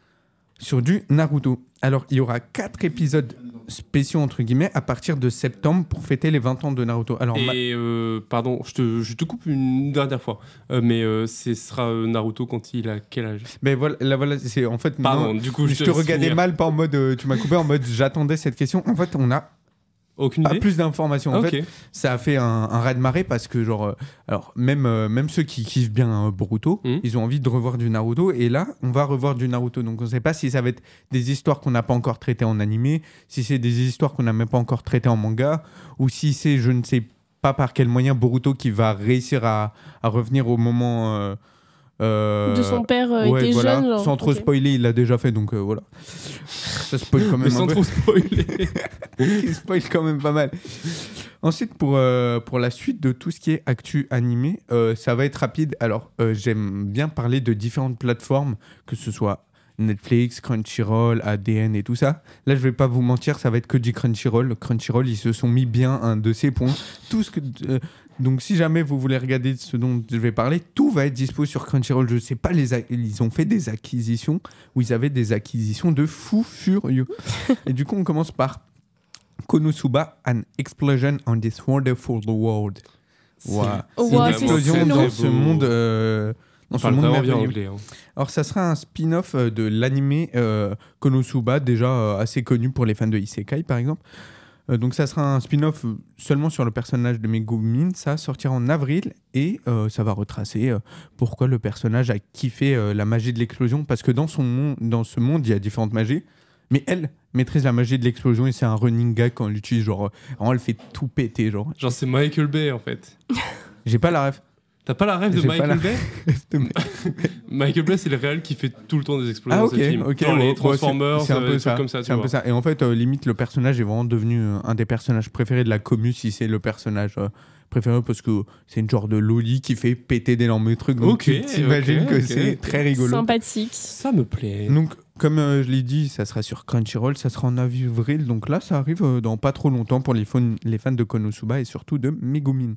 [SPEAKER 3] sur du Naruto. Alors, il y aura quatre épisodes spéciaux, entre guillemets, à partir de septembre pour fêter les vingt ans de Naruto. Alors, ma-
[SPEAKER 4] Et euh, pardon, je te, je te coupe une dernière fois. Euh, mais euh, ce sera euh, Naruto quand il a quel âge?
[SPEAKER 3] mais voilà, là, voilà, c'est en fait...
[SPEAKER 4] Pardon,
[SPEAKER 3] non,
[SPEAKER 4] du coup, je,
[SPEAKER 3] je te
[SPEAKER 4] laisse
[SPEAKER 3] regardais
[SPEAKER 4] finir.
[SPEAKER 3] mal, pas en mode... euh, tu m'as coupé en mode j'attendais cette question. En fait, on a
[SPEAKER 4] Aucune
[SPEAKER 3] pas
[SPEAKER 4] idée.
[SPEAKER 3] plus d'informations. En
[SPEAKER 4] Ok.
[SPEAKER 3] fait, ça a fait un, un raz-de-marée parce que, genre... euh, alors, même, euh, même ceux qui kiffent bien euh, Boruto,
[SPEAKER 4] Mhm.
[SPEAKER 3] ils ont envie de revoir du Naruto. Et là, on va revoir du Naruto. Donc, on ne sait pas si ça va être des histoires qu'on n'a pas encore traitées en animé, si c'est des histoires qu'on n'a même pas encore traitées en manga, ou si c'est, je ne sais pas par quel moyen, Boruto qui va réussir à, à revenir au moment... euh, euh,
[SPEAKER 5] De son père euh,
[SPEAKER 3] ouais,
[SPEAKER 5] était
[SPEAKER 3] voilà.
[SPEAKER 5] jeune. Genre.
[SPEAKER 3] Sans trop
[SPEAKER 5] Ok.
[SPEAKER 3] spoiler, il l'a déjà fait, donc euh, voilà. Ça spoil quand même
[SPEAKER 4] Mais
[SPEAKER 3] un
[SPEAKER 4] sans
[SPEAKER 3] peu.
[SPEAKER 4] trop spoiler.
[SPEAKER 3] Il spoil quand même pas mal. Ensuite, pour, euh, pour la suite de tout ce qui est actu animé, euh, ça va être rapide. Alors, euh, j'aime bien parler de différentes plateformes, que ce soit Netflix, Crunchyroll, A D N et tout ça. Là, je vais pas vous mentir, ça va être que du Crunchyroll. Crunchyroll, ils se sont mis bien un de ces points. Tout ce que... euh, donc, si jamais vous voulez regarder ce dont je vais parler, tout va être dispo sur Crunchyroll. Je sais pas, les a- ils ont fait des acquisitions où ils avaient des acquisitions de fous furieux. Et du coup, on commence par Konosuba, An Explosion on this Wonderful World. Wow.
[SPEAKER 5] Oh,
[SPEAKER 3] Une
[SPEAKER 5] wow, c'est
[SPEAKER 3] explosion
[SPEAKER 5] si
[SPEAKER 3] dans
[SPEAKER 5] long.
[SPEAKER 3] ce monde, euh, dans
[SPEAKER 4] On
[SPEAKER 3] ce
[SPEAKER 4] parle
[SPEAKER 3] monde
[SPEAKER 4] vraiment bien
[SPEAKER 3] merveilleux.
[SPEAKER 4] anglais. hein.
[SPEAKER 3] Alors, ça sera un spin-off euh, de l'animé euh, Konosuba, déjà euh, assez connu pour les fans de Isekai, par exemple. Euh, donc, ça sera un spin-off euh, seulement sur le personnage de Megumin. Ça sortira en avril et euh, ça va retracer euh, pourquoi le personnage a kiffé euh, la magie de l'explosion. Parce que dans, son monde, dans ce monde, il y a différentes magies. Mais elle maîtrise la magie de l'explosion et c'est un running gag quand on l'utilise. Genre, euh, vraiment, elle fait tout péter. Genre,
[SPEAKER 4] Genre, c'est Michael Bay en fait.
[SPEAKER 3] j'ai pas la ref.
[SPEAKER 4] T'as pas la rêve de
[SPEAKER 3] J'ai pas
[SPEAKER 4] Michael
[SPEAKER 3] la
[SPEAKER 4] Bay
[SPEAKER 3] de Michael
[SPEAKER 4] Michael Bay, c'est le réel qui fait tout le temps des explosions
[SPEAKER 3] Ah,
[SPEAKER 4] dans
[SPEAKER 3] ok,
[SPEAKER 4] ses films.
[SPEAKER 3] ok.
[SPEAKER 4] Genre
[SPEAKER 3] ouais,
[SPEAKER 4] les
[SPEAKER 3] ouais,
[SPEAKER 4] Transformers,
[SPEAKER 3] c'est, c'est un
[SPEAKER 4] euh,
[SPEAKER 3] peu
[SPEAKER 4] des trucs
[SPEAKER 3] ça.
[SPEAKER 4] comme ça, tu
[SPEAKER 3] c'est un
[SPEAKER 4] vois.
[SPEAKER 3] peu ça. Et en fait, euh, limite, le personnage est vraiment devenu euh, un des personnages préférés de la commu, si c'est le personnage euh, préféré, parce que c'est une genre de loli qui fait péter d'énormes trucs. Donc
[SPEAKER 4] Ok,
[SPEAKER 3] tu t'imagines
[SPEAKER 4] ok,
[SPEAKER 3] que
[SPEAKER 4] ok.
[SPEAKER 3] c'est très rigolo.
[SPEAKER 5] Sympathique.
[SPEAKER 4] Ça me plaît.
[SPEAKER 3] Donc, comme euh, je l'ai dit, ça sera sur Crunchyroll, ça sera en avril. Donc là, ça arrive euh, dans pas trop longtemps pour les, fans- les fans de Konosuba et surtout de Megumin.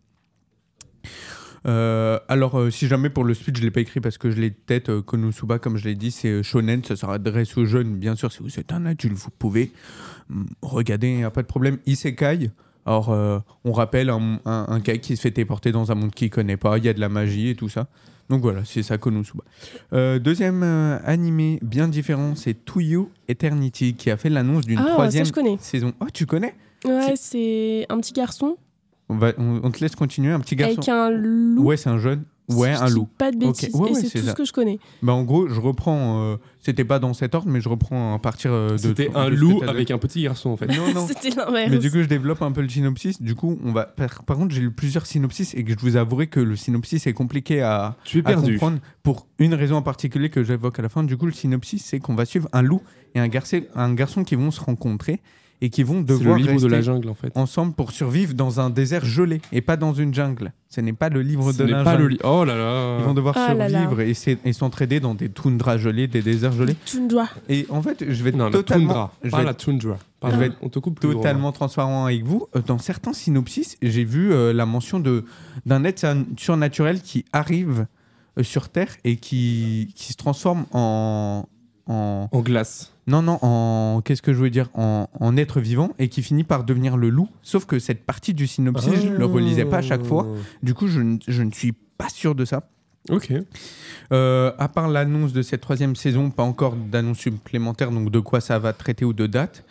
[SPEAKER 3] Euh, alors, euh, si jamais pour le speech, je l'ai pas écrit parce que je l'ai de tête, euh, Konosuba, comme je l'ai dit, c'est euh, shonen, ça s'adresse aux jeunes. Bien sûr, si vous êtes un adulte, vous pouvez mm, regarder, il n'y a pas de problème. Isekai, alors euh, on rappelle un, un, un gars qui se fait téléporter dans un monde qu'il connaît pas, il y a de la magie et tout ça. Donc voilà, c'est ça, Konosuba. Euh, deuxième euh, animé bien différent, c'est To You Eternity, qui a fait l'annonce d'une
[SPEAKER 5] Ah,
[SPEAKER 3] troisième
[SPEAKER 5] ça je connais.
[SPEAKER 3] saison. Oh, tu connais?
[SPEAKER 5] Ouais, c'est un petit garçon
[SPEAKER 3] on, va, on, on te laisse continuer, un petit garçon.
[SPEAKER 5] avec un loup.
[SPEAKER 3] Ouais, c'est un jeune. Ouais,
[SPEAKER 5] Si
[SPEAKER 3] un
[SPEAKER 5] je dis
[SPEAKER 3] loup.
[SPEAKER 5] Pas de bêtises.
[SPEAKER 3] Ok. Ouais,
[SPEAKER 5] et
[SPEAKER 3] ouais,
[SPEAKER 5] c'est,
[SPEAKER 3] c'est
[SPEAKER 5] tout
[SPEAKER 3] ça.
[SPEAKER 5] ce que je connais.
[SPEAKER 3] Bah en gros, je reprends. Euh, c'était pas dans cet ordre, mais je reprends à partir euh, de.
[SPEAKER 4] C'était
[SPEAKER 3] de
[SPEAKER 4] un
[SPEAKER 3] ce que
[SPEAKER 4] loup
[SPEAKER 3] t'as dit.
[SPEAKER 4] avec un petit garçon en fait.
[SPEAKER 3] Non, non.
[SPEAKER 5] C'était l'inverse.
[SPEAKER 3] Mais du coup, je développe un peu le synopsis. Du coup, on va. Par, par contre, j'ai lu plusieurs synopsis et que je vous avouerai que le synopsis est compliqué à,
[SPEAKER 4] Tu es
[SPEAKER 3] à
[SPEAKER 4] perdu.
[SPEAKER 3] comprendre pour une raison en particulier que j'évoque à la fin. Du coup, le synopsis, c'est qu'on va suivre un loup et un garçon, un garçon qui vont se rencontrer et qui vont
[SPEAKER 4] C'est le
[SPEAKER 3] devoir
[SPEAKER 4] livre
[SPEAKER 3] rester
[SPEAKER 4] de la jungle en fait.
[SPEAKER 3] ensemble pour survivre dans un désert gelé et pas dans une jungle. Ce n'est pas le livre
[SPEAKER 4] Ce
[SPEAKER 3] de
[SPEAKER 4] n'est
[SPEAKER 3] la
[SPEAKER 4] pas le
[SPEAKER 3] jungle.
[SPEAKER 4] lit. Oh là là.
[SPEAKER 3] Ils vont devoir
[SPEAKER 5] Ah là là.
[SPEAKER 3] survivre et, c'est- et s'entraider dans des toundras gelés, des déserts gelés.
[SPEAKER 5] Tu ne dois.
[SPEAKER 3] Et en fait, je vais être
[SPEAKER 4] Non, la
[SPEAKER 3] totalement,
[SPEAKER 4] toundra.
[SPEAKER 3] je
[SPEAKER 4] Pas
[SPEAKER 3] vais
[SPEAKER 4] la
[SPEAKER 3] être
[SPEAKER 4] toundra.
[SPEAKER 3] je vais être
[SPEAKER 4] On te coupe plus gros,
[SPEAKER 3] totalement transparent avec vous. Euh, Dans certains synopsis, j'ai vu euh, la mention de, d'un être san- surnaturel qui arrive euh, sur Terre et qui, qui se transforme en, en...
[SPEAKER 4] En glace.
[SPEAKER 3] Non, non, en... Qu'est-ce que je veux dire en, en être vivant et qui finit par devenir le loup. Sauf que cette partie du synopsis, je ne le relisais pas à chaque fois. Du coup, je, ne- je ne suis pas sûr de ça.
[SPEAKER 4] Ok.
[SPEAKER 3] Euh, à part l'annonce de cette troisième saison, pas encore d'annonce supplémentaire, donc de quoi ça va traiter ou de date.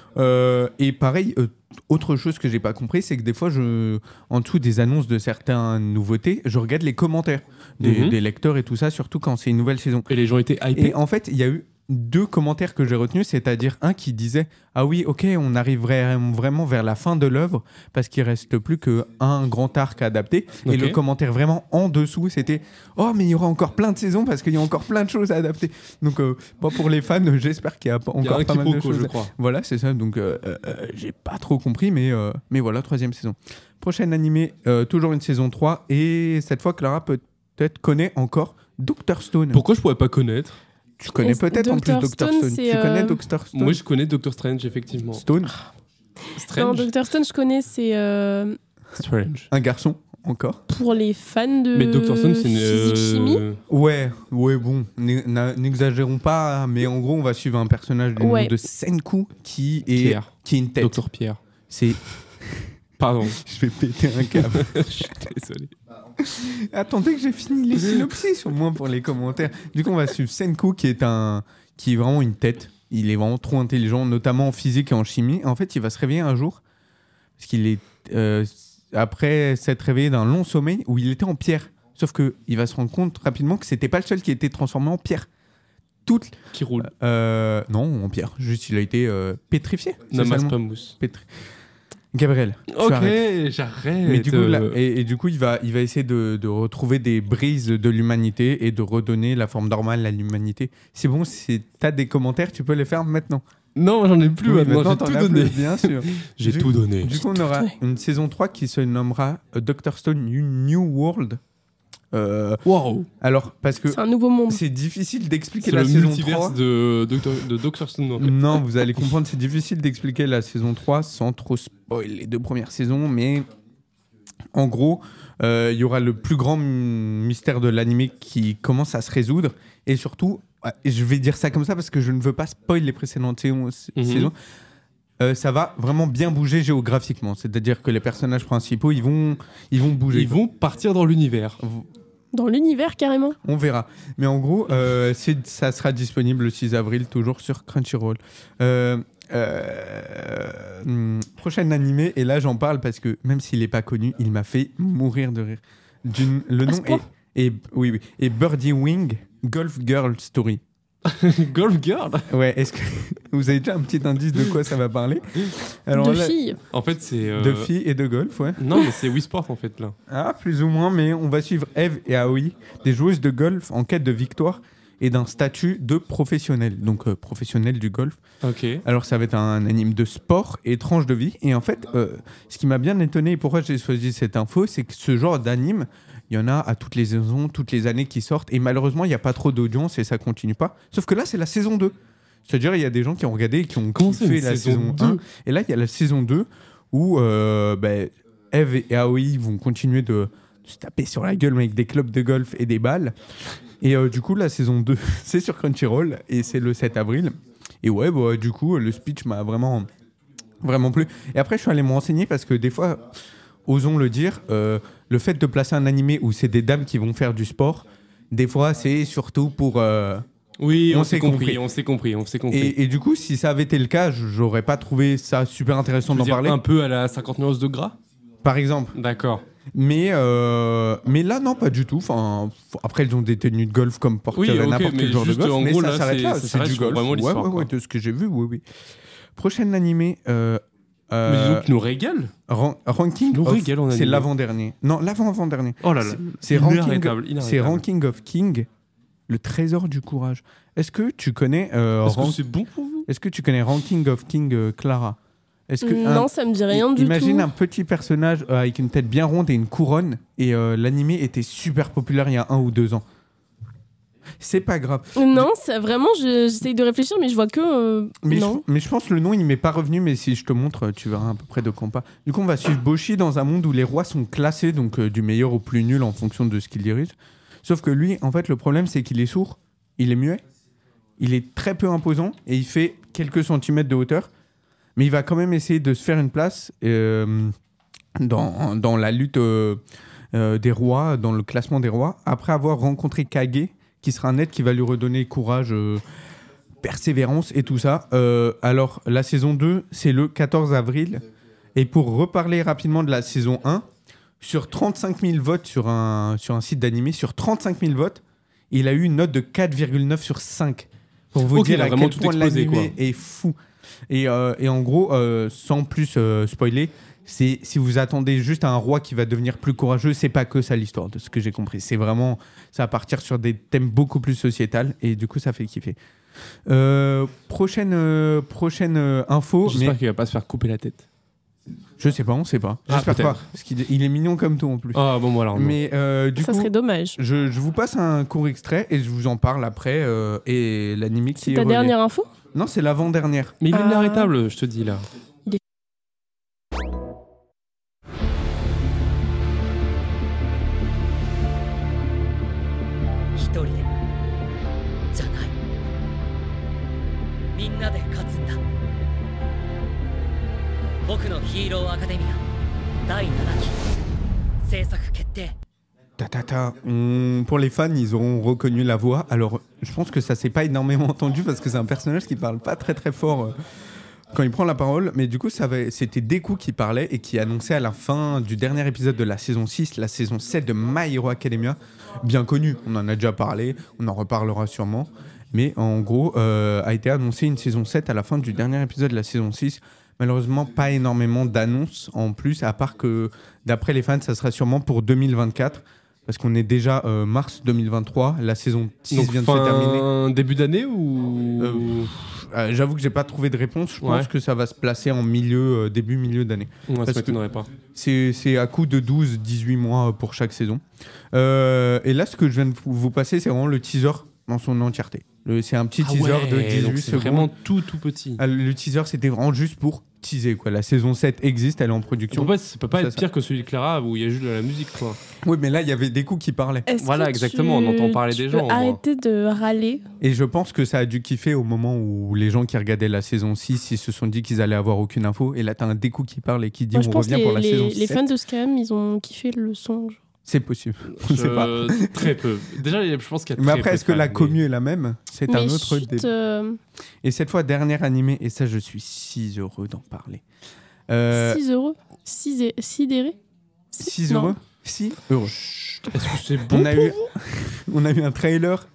[SPEAKER 3] Euh, et pareil, euh, autre chose que j'ai pas compris, c'est que des fois, je, en dessous des annonces de certaines nouveautés, je regarde les commentaires des,
[SPEAKER 4] Mhm.
[SPEAKER 3] des lecteurs et tout ça, surtout quand c'est une nouvelle saison.
[SPEAKER 4] Et les gens étaient hypés.
[SPEAKER 3] Et en fait, il y a eu deux commentaires que j'ai retenus, c'est-à-dire un qui disait « Ah oui, ok, on arrive vra- vraiment vers la fin de l'œuvre parce qu'il reste plus qu'un grand arc à adapter.
[SPEAKER 4] Ok.
[SPEAKER 3] Et le commentaire vraiment en dessous, c'était « Oh, mais il y aura encore plein de saisons parce qu'il y a encore plein de choses à adapter. » Donc, euh, bon, pour les fans, j'espère qu'il y a pas-
[SPEAKER 4] Il y a
[SPEAKER 3] encore
[SPEAKER 4] un
[SPEAKER 3] pas mal de
[SPEAKER 4] quiproquo,
[SPEAKER 3] choses.
[SPEAKER 4] je crois.
[SPEAKER 3] Voilà, c'est ça. Donc, euh, euh, euh, j'ai pas trop compris, mais, euh, mais voilà, troisième saison. Prochaine animé, euh, toujours une saison trois. Et cette fois, Clara peut-être connaît encore docteur Stone.
[SPEAKER 4] Pourquoi je pourrais pas connaître?
[SPEAKER 3] Tu connais
[SPEAKER 5] Et
[SPEAKER 3] peut-être en plus
[SPEAKER 5] docteur
[SPEAKER 3] docteur
[SPEAKER 5] Stone,
[SPEAKER 3] Stone.
[SPEAKER 5] c'est,
[SPEAKER 3] Tu connais
[SPEAKER 5] euh,
[SPEAKER 3] docteur Stone
[SPEAKER 4] Moi, je connais Doctor Strange, effectivement.
[SPEAKER 3] Stone,
[SPEAKER 5] Non,
[SPEAKER 4] Strange.
[SPEAKER 5] docteur Stone, je connais, c'est euh,
[SPEAKER 4] Strange.
[SPEAKER 3] un garçon encore.
[SPEAKER 5] pour les fans de
[SPEAKER 4] Mais Doctor Stone, c'est une.
[SPEAKER 5] physique-chimie.
[SPEAKER 4] euh,
[SPEAKER 3] Ouais, ouais, bon, n'e- n'a- n'exagérons pas, mais en gros, on va suivre un personnage du
[SPEAKER 5] Ouais.
[SPEAKER 3] nom de Senku qui est,
[SPEAKER 4] Pierre.
[SPEAKER 3] qui est une tête.
[SPEAKER 4] Docteur Pierre.
[SPEAKER 3] C'est,
[SPEAKER 4] Pardon.
[SPEAKER 3] je vais péter un câble.
[SPEAKER 4] Je suis désolé.
[SPEAKER 3] Attendez que j'ai fini les synopsis, au moins pour les commentaires. Du coup, on va suivre Senku qui est un, qui est vraiment une tête. Il est vraiment trop intelligent, notamment en physique et en chimie. En fait, il va se réveiller un jour parce qu'il est euh, après s'être réveillé d'un long sommeil où il était en pierre. Sauf que il va se rendre compte rapidement que c'était pas le seul qui était transformé en pierre. Toutes,
[SPEAKER 4] Qui roule.
[SPEAKER 3] euh, non, en pierre. Juste, il a été euh, pétrifié. C'est
[SPEAKER 4] Namas
[SPEAKER 3] seulement-
[SPEAKER 4] pas mousse.
[SPEAKER 3] pétri- Gabriel. tu
[SPEAKER 4] Ok,
[SPEAKER 3] arrêtes.
[SPEAKER 4] j'arrête.
[SPEAKER 3] Mais du coup, là-
[SPEAKER 4] euh,
[SPEAKER 3] et, et du coup, il va, il va essayer de, de retrouver des brises de l'humanité et de redonner la forme normale à l'humanité. C'est bon, si t'as des commentaires, tu peux les faire maintenant.
[SPEAKER 4] Non, j'en ai plus
[SPEAKER 3] Oui,
[SPEAKER 4] maintenant, j'ai
[SPEAKER 3] t'en
[SPEAKER 4] tout
[SPEAKER 3] as
[SPEAKER 4] donné.
[SPEAKER 3] plus, bien sûr.
[SPEAKER 4] J'ai
[SPEAKER 3] Du-
[SPEAKER 4] tout donné.
[SPEAKER 3] Du coup, on aura
[SPEAKER 5] donné.
[SPEAKER 3] une saison trois qui se nommera euh, docteur Stone New World. Euh,
[SPEAKER 4] Waouh.
[SPEAKER 3] alors, parce que
[SPEAKER 5] C'est un nouveau monde.
[SPEAKER 3] c'est difficile d'expliquer
[SPEAKER 4] C'est
[SPEAKER 3] la
[SPEAKER 4] le
[SPEAKER 3] saison
[SPEAKER 4] multiverse
[SPEAKER 3] trois.
[SPEAKER 4] de Doctor, de Doctor Stone. En fait.
[SPEAKER 3] Non, vous allez comprendre, c'est difficile d'expliquer la saison trois sans trop spoil les deux premières saisons, mais en gros, euh, il y aura le plus grand m- mystère de l'animé qui commence à se résoudre, et surtout, ouais, je vais dire ça comme ça parce que je ne veux pas spoil les précédentes saisons,
[SPEAKER 4] Mhm.
[SPEAKER 3] saisons. Euh, ça va vraiment bien bouger géographiquement, c'est-à-dire que les personnages principaux, ils vont, ils vont bouger.
[SPEAKER 4] Ils vont partir dans l'univers.
[SPEAKER 5] Dans l'univers, carrément.
[SPEAKER 3] On verra. Mais en gros, euh, c'est- ça sera disponible le six avril, toujours sur Crunchyroll. Euh, euh, hum, prochain animé, et là j'en parle parce que même s'il n'est pas connu, il m'a fait mourir de rire. D'une- le
[SPEAKER 5] À ce
[SPEAKER 3] nom
[SPEAKER 5] point
[SPEAKER 3] est, est, oui, oui, est Birdie Wing Golf Girl Story.
[SPEAKER 4] Golf Girl.
[SPEAKER 3] Ouais, est-ce que, Vous avez déjà un petit indice de quoi ça va parler?
[SPEAKER 5] Alors, de
[SPEAKER 3] là,
[SPEAKER 5] filles.
[SPEAKER 4] En fait, c'est. Euh...
[SPEAKER 3] De filles et de golf, ouais.
[SPEAKER 4] Non, mais c'est Wii Sport en fait là.
[SPEAKER 3] Ah, plus ou moins, mais on va suivre Eve et Aoi, des joueuses de golf en quête de victoire et d'un statut de professionnel, donc euh, professionnel du golf.
[SPEAKER 4] Ok.
[SPEAKER 3] Alors ça va être un anime de sport et tranche de vie. Et en fait, euh, ce qui m'a bien étonné et pourquoi j'ai choisi cette info, c'est que ce genre d'anime, il y en a à toutes les saisons, toutes les années qui sortent. Et malheureusement, il n'y a pas trop d'audience et ça continue pas. Sauf que là, c'est la saison deux. C'est-à-dire, il y a des gens qui ont regardé et qui ont
[SPEAKER 4] Comment
[SPEAKER 3] kiffé la saison, saison un. Et là, il y a la saison deux où euh, bah, Eve et Aoi vont continuer de, de se taper sur la gueule avec des clubs de golf et des balles. Et euh, du coup, la saison deux, c'est sur Crunchyroll et c'est le sept avril. Et ouais, bah, du coup, le speech m'a vraiment, vraiment plu. Et après, je suis allé me renseigner parce que des fois, osons le dire, euh, le fait de placer un animé où c'est des dames qui vont faire du sport, des fois, c'est surtout pour... Euh,
[SPEAKER 4] Oui, on,
[SPEAKER 3] on
[SPEAKER 4] s'est
[SPEAKER 3] s'est
[SPEAKER 4] compris,
[SPEAKER 3] compris,
[SPEAKER 4] on s'est compris, on s'est compris.
[SPEAKER 3] Et, et du coup, si ça avait été le cas, j'aurais pas trouvé ça super intéressant d'en parler.
[SPEAKER 4] Un peu à la cinquante nuances de gras,
[SPEAKER 3] par exemple.
[SPEAKER 4] D'accord.
[SPEAKER 3] Mais, euh, mais là, non, pas du tout. Enfin, après, ils ont des tenues de golf comme portent
[SPEAKER 4] oui, okay,
[SPEAKER 3] n'importe quel genre de golf.
[SPEAKER 4] En
[SPEAKER 3] mais
[SPEAKER 4] gros,
[SPEAKER 3] ça
[SPEAKER 4] là,
[SPEAKER 3] s'arrête là.
[SPEAKER 4] Ça
[SPEAKER 3] c'est du golf.
[SPEAKER 4] Vraiment
[SPEAKER 3] ouais,
[SPEAKER 4] l'histoire,
[SPEAKER 3] ouais, ouais, de ce que j'ai vu, oui, oui. Prochaine animé. Euh, euh,
[SPEAKER 4] mais disons que tu nous régales.
[SPEAKER 3] Ran- ranking
[SPEAKER 4] nous
[SPEAKER 3] of,
[SPEAKER 4] régale en
[SPEAKER 3] c'est
[SPEAKER 4] animé.
[SPEAKER 3] l'avant-dernier. Non, l'avant-avant-dernier.
[SPEAKER 4] Oh là là.
[SPEAKER 3] C'est, c'est, ranking,
[SPEAKER 4] inarrêtable,
[SPEAKER 3] c'est Ranking of King, le trésor du courage. Est-ce que tu connais euh,
[SPEAKER 4] Est-ce
[SPEAKER 3] rank...
[SPEAKER 4] que c'est bon pour vous?
[SPEAKER 3] Est-ce que tu connais Ranking of King, euh, Clara? Est-ce que
[SPEAKER 5] Non,
[SPEAKER 3] un...
[SPEAKER 5] ça me dit rien du
[SPEAKER 3] Imagine
[SPEAKER 5] tout.
[SPEAKER 3] un petit personnage euh, avec une tête bien ronde et une couronne, et euh, l'animé était super populaire il y a un ou deux ans. C'est pas grave.
[SPEAKER 5] Non, c'est vraiment, je- j'essaye de réfléchir, mais je vois que. euh,
[SPEAKER 3] Mais
[SPEAKER 5] non.
[SPEAKER 3] je, mais je pense que le nom il m'est pas revenu, mais si je te montre, tu verras à peu près de quoi on parle. Du coup, on va suivre Boshi dans un monde où les rois sont classés, donc euh, du meilleur au plus nul en fonction de ce qu'il dirige. Sauf que lui, en fait, le problème c'est qu'il est sourd, il est muet, il est très peu imposant et il fait quelques centimètres de hauteur. Mais il va quand même essayer de se faire une place euh, dans, dans la lutte euh, euh, des rois, dans le classement des rois, après avoir rencontré Kage, qui sera un être qui va lui redonner courage, euh, persévérance et tout ça. Euh, alors, la saison deux, c'est le quatorze avril. Et pour reparler rapidement de la saison un, sur trente-cinq mille votes sur un, sur un site d'animé, sur trente-cinq mille votes, il a eu une note de quatre virgule neuf sur cinq. Pour vous
[SPEAKER 4] Ok, il
[SPEAKER 3] dire
[SPEAKER 4] a
[SPEAKER 3] à
[SPEAKER 4] vraiment
[SPEAKER 3] quel
[SPEAKER 4] tout
[SPEAKER 3] point
[SPEAKER 4] explosé,
[SPEAKER 3] l'animé
[SPEAKER 4] quoi.
[SPEAKER 3] est fou. Et, euh, et en gros, euh, sans plus euh, spoiler, c'est, si vous attendez juste à un roi qui va devenir plus courageux, c'est pas que ça l'histoire, de ce que j'ai compris. C'est vraiment, ça va partir sur des thèmes beaucoup plus sociétals et du coup, ça fait kiffer. Euh, prochaine euh, prochaine euh, info.
[SPEAKER 4] J'espère
[SPEAKER 3] mais
[SPEAKER 4] qu'il va pas se faire couper la tête.
[SPEAKER 3] je sais pas, on sait pas.
[SPEAKER 4] Ah,
[SPEAKER 3] J'espère
[SPEAKER 4] peut-être.
[SPEAKER 3] pas. Parce qu'il est, il est mignon comme tout en plus.
[SPEAKER 4] Ah bon, voilà.
[SPEAKER 3] Mais euh, du
[SPEAKER 5] Ça
[SPEAKER 3] coup,
[SPEAKER 5] serait dommage.
[SPEAKER 3] je, je vous passe un court extrait et je vous en parle après. Euh, et l'anime qui
[SPEAKER 5] C'est
[SPEAKER 3] est
[SPEAKER 5] ta
[SPEAKER 3] relié.
[SPEAKER 5] dernière info?
[SPEAKER 3] Non, c'est l'avant-dernière.
[SPEAKER 4] Mais il est
[SPEAKER 5] Ah.
[SPEAKER 4] inarrêtable, je te dis là.
[SPEAKER 9] 一人でじゃないみんなで勝つんだ僕のヒーローアカデミアだいななき制作決定
[SPEAKER 3] Ta, ta, ta. On- Pour les fans, ils auront reconnu la voix. Alors, je pense que ça s'est pas énormément entendu parce que c'est un personnage qui parle pas très très fort euh, quand il prend la parole. Mais du coup, ça va- c'était Deku qui parlait et qui annonçait à la fin du dernier épisode de la saison six, la saison sept de My Hero Academia, bien connu. On en a déjà parlé, on en reparlera sûrement. Mais en gros, euh, a été annoncé une saison sept à la fin du dernier épisode de la saison six. Malheureusement, pas énormément d'annonces en plus, à part que d'après les fans, ça sera sûrement pour deux mille vingt-quatre. Parce qu'on est déjà euh, mars deux mille vingt-trois, la saison six
[SPEAKER 4] Donc
[SPEAKER 3] vient de
[SPEAKER 4] fin
[SPEAKER 3] se terminer.
[SPEAKER 4] début d'année ou
[SPEAKER 3] Euh, Euh, J'avoue que j'ai pas trouvé de réponse. Je pense
[SPEAKER 4] Ouais.
[SPEAKER 3] que ça va se placer en milieu, euh, début milieu d'année.
[SPEAKER 4] Ouais, ça
[SPEAKER 3] parce que-
[SPEAKER 4] m'étonnerait pas.
[SPEAKER 3] C'est c'est à coup de douze dix-huit mois pour chaque saison. Euh, et là, ce que je viens de vous vous passer, c'est vraiment le teaser dans son entièreté. Le- C'est un petit
[SPEAKER 4] Ah
[SPEAKER 3] teaser
[SPEAKER 4] ouais,
[SPEAKER 3] de
[SPEAKER 4] donc
[SPEAKER 3] dix-huit
[SPEAKER 4] c'est
[SPEAKER 3] secondes.
[SPEAKER 4] vraiment tout tout petit.
[SPEAKER 3] Ah, Le teaser, c'était vraiment juste pour teaser, quoi. La saison sept existe, elle est en
[SPEAKER 4] Ça
[SPEAKER 3] production.
[SPEAKER 4] peut pas, ça peut pas
[SPEAKER 3] Ça,
[SPEAKER 4] être
[SPEAKER 3] ça.
[SPEAKER 4] pire que celui de Clara où il y a juste de la musique, quoi.
[SPEAKER 3] Oui, mais là, il y avait des coups qui parlaient.
[SPEAKER 5] Est-ce
[SPEAKER 4] Voilà,
[SPEAKER 5] que
[SPEAKER 4] exactement,
[SPEAKER 5] tu-
[SPEAKER 4] on entend parler
[SPEAKER 5] tu
[SPEAKER 4] des
[SPEAKER 5] peux
[SPEAKER 4] gens, au moins.
[SPEAKER 5] Arrêter de râler.
[SPEAKER 3] Et je pense que ça a dû kiffer au moment où les gens qui regardaient la saison six, ils se sont dit qu'ils allaient avoir aucune info. Et là, t'as un Deku qui parle et qui dit
[SPEAKER 5] Moi, je
[SPEAKER 3] on
[SPEAKER 5] pense que
[SPEAKER 3] revient
[SPEAKER 5] les,
[SPEAKER 3] pour la
[SPEAKER 5] les-
[SPEAKER 3] saison
[SPEAKER 5] les
[SPEAKER 3] sept.
[SPEAKER 5] fans de Scam, ils ont kiffé le son. genre.
[SPEAKER 3] C'est possible. Je sais pas.
[SPEAKER 4] Je- Très peu. Déjà, je pense qu'il y a
[SPEAKER 3] Mais
[SPEAKER 4] très
[SPEAKER 3] après,
[SPEAKER 4] peu
[SPEAKER 3] est-ce que
[SPEAKER 4] de
[SPEAKER 3] la
[SPEAKER 4] fans,
[SPEAKER 3] commu est la même? C'est
[SPEAKER 5] Mais
[SPEAKER 3] un autre
[SPEAKER 5] chut,
[SPEAKER 3] débat.
[SPEAKER 5] euh,
[SPEAKER 3] Et cette fois, dernier animé, et ça, je suis si heureux d'en parler. Euh,
[SPEAKER 5] six heureux six Sidéré
[SPEAKER 3] six
[SPEAKER 5] Non.
[SPEAKER 3] heureux? Si heureux.
[SPEAKER 4] mais- Est-ce que c'est bon
[SPEAKER 3] On a,
[SPEAKER 4] pour
[SPEAKER 3] eu, on a eu un trailer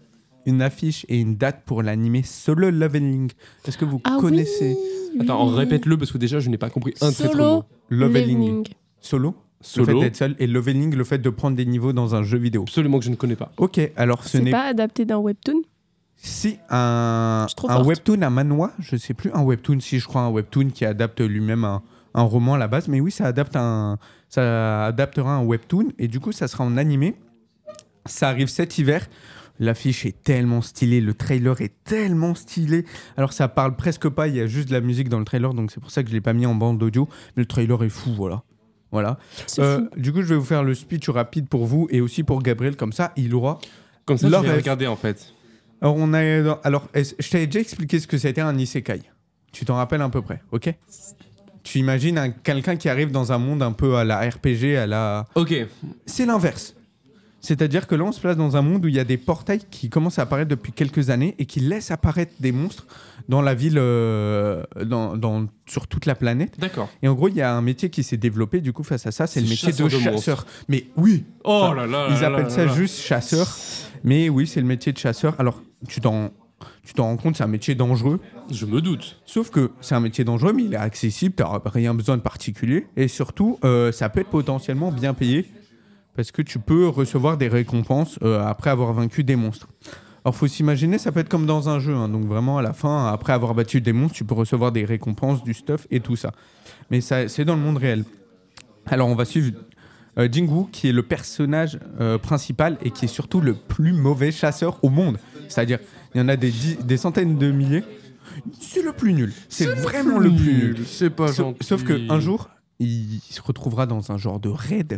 [SPEAKER 3] une affiche et une date pour l'animé Solo Leveling. Est-ce que vous
[SPEAKER 5] Ah
[SPEAKER 3] connaissez
[SPEAKER 5] oui,
[SPEAKER 4] Attends,
[SPEAKER 5] oui.
[SPEAKER 4] répète-le parce que déjà je n'ai pas compris un de ces trois
[SPEAKER 5] Solo
[SPEAKER 4] mots.
[SPEAKER 3] Leveling.
[SPEAKER 5] Leveling.
[SPEAKER 3] Solo,
[SPEAKER 4] Solo.
[SPEAKER 3] le fait d'être seul, et leveling, le fait de prendre des niveaux dans un jeu vidéo.
[SPEAKER 4] Absolument que je ne connais pas.
[SPEAKER 3] Ok, alors ce
[SPEAKER 5] C'est
[SPEAKER 3] n'est
[SPEAKER 5] pas adapté d'un webtoon?
[SPEAKER 3] si un,
[SPEAKER 5] Je suis trop
[SPEAKER 3] un
[SPEAKER 5] forte.
[SPEAKER 3] webtoon, un manhwa, je sais plus, un webtoon, si je crois un webtoon qui adapte lui-même un, un roman à la base, mais oui, ça adapte un, ça adaptera un webtoon et du coup, ça sera en animé. Ça arrive cet hiver. L'affiche est tellement stylée, le trailer est tellement stylé. Alors ça parle presque pas, il y a juste de la musique dans le trailer, donc c'est pour ça que je l'ai pas mis en bande audio. Mais le trailer est fou, voilà. Voilà.
[SPEAKER 5] C'est
[SPEAKER 3] Euh,
[SPEAKER 5] fou.
[SPEAKER 3] du coup, je vais vous faire le speech rapide pour vous et aussi pour Gabriel, comme ça, il aura.
[SPEAKER 4] Comme ça,
[SPEAKER 3] La
[SPEAKER 4] je vais
[SPEAKER 3] ref.
[SPEAKER 4] regarder en fait.
[SPEAKER 3] Alors, on a... dans- Alors, est-ce- je t'avais déjà expliqué ce que c'était un isekai. Tu t'en rappelles à peu près, ok? Tu imagines un- quelqu'un qui arrive dans un monde un peu à la R P G, à la...
[SPEAKER 4] Ok.
[SPEAKER 3] C'est l'inverse. C'est-à-dire que là, on se place dans un monde où il y a des portails qui commencent à apparaître depuis quelques années et qui laissent apparaître des monstres dans la ville, euh, dans, dans- sur toute la planète.
[SPEAKER 4] D'accord.
[SPEAKER 3] Et en gros, il y a un métier qui s'est développé, du coup, face à ça, c'est le
[SPEAKER 4] C'est
[SPEAKER 3] métier de
[SPEAKER 4] chasseur de
[SPEAKER 3] chasseur. Mais oui,
[SPEAKER 4] Oh
[SPEAKER 3] Enfin,
[SPEAKER 4] là là
[SPEAKER 3] ils
[SPEAKER 4] là
[SPEAKER 3] appellent
[SPEAKER 4] là
[SPEAKER 3] ça
[SPEAKER 4] là là.
[SPEAKER 3] juste chasseur. Mais oui, c'est le métier de chasseur. Alors, tu t'en, tu t'en rends compte, c'est un métier dangereux.
[SPEAKER 4] Je me doute.
[SPEAKER 3] Sauf que c'est un métier dangereux, mais il est accessible, t'as rien besoin de particulier. Et surtout, euh, ça peut être potentiellement bien payé. Parce que tu peux recevoir des récompenses euh, après avoir vaincu des monstres. Alors, faut s'imaginer, ça peut être comme dans un jeu. Hein. Donc, vraiment, à la fin, après avoir battu des monstres, tu peux recevoir des récompenses, du stuff et tout ça. Mais ça, c'est dans le monde réel. Alors, on va suivre euh, Jingu, qui est le personnage euh, principal et qui est surtout le plus mauvais chasseur au monde. C'est-à-dire, il y en a des, dix- des centaines de milliers. C'est le plus nul. C'est vraiment le plus nul.
[SPEAKER 4] C'est pas
[SPEAKER 3] Sauf,
[SPEAKER 4] gentil.
[SPEAKER 3] sauf qu'un jour, il se retrouvera dans un genre de raid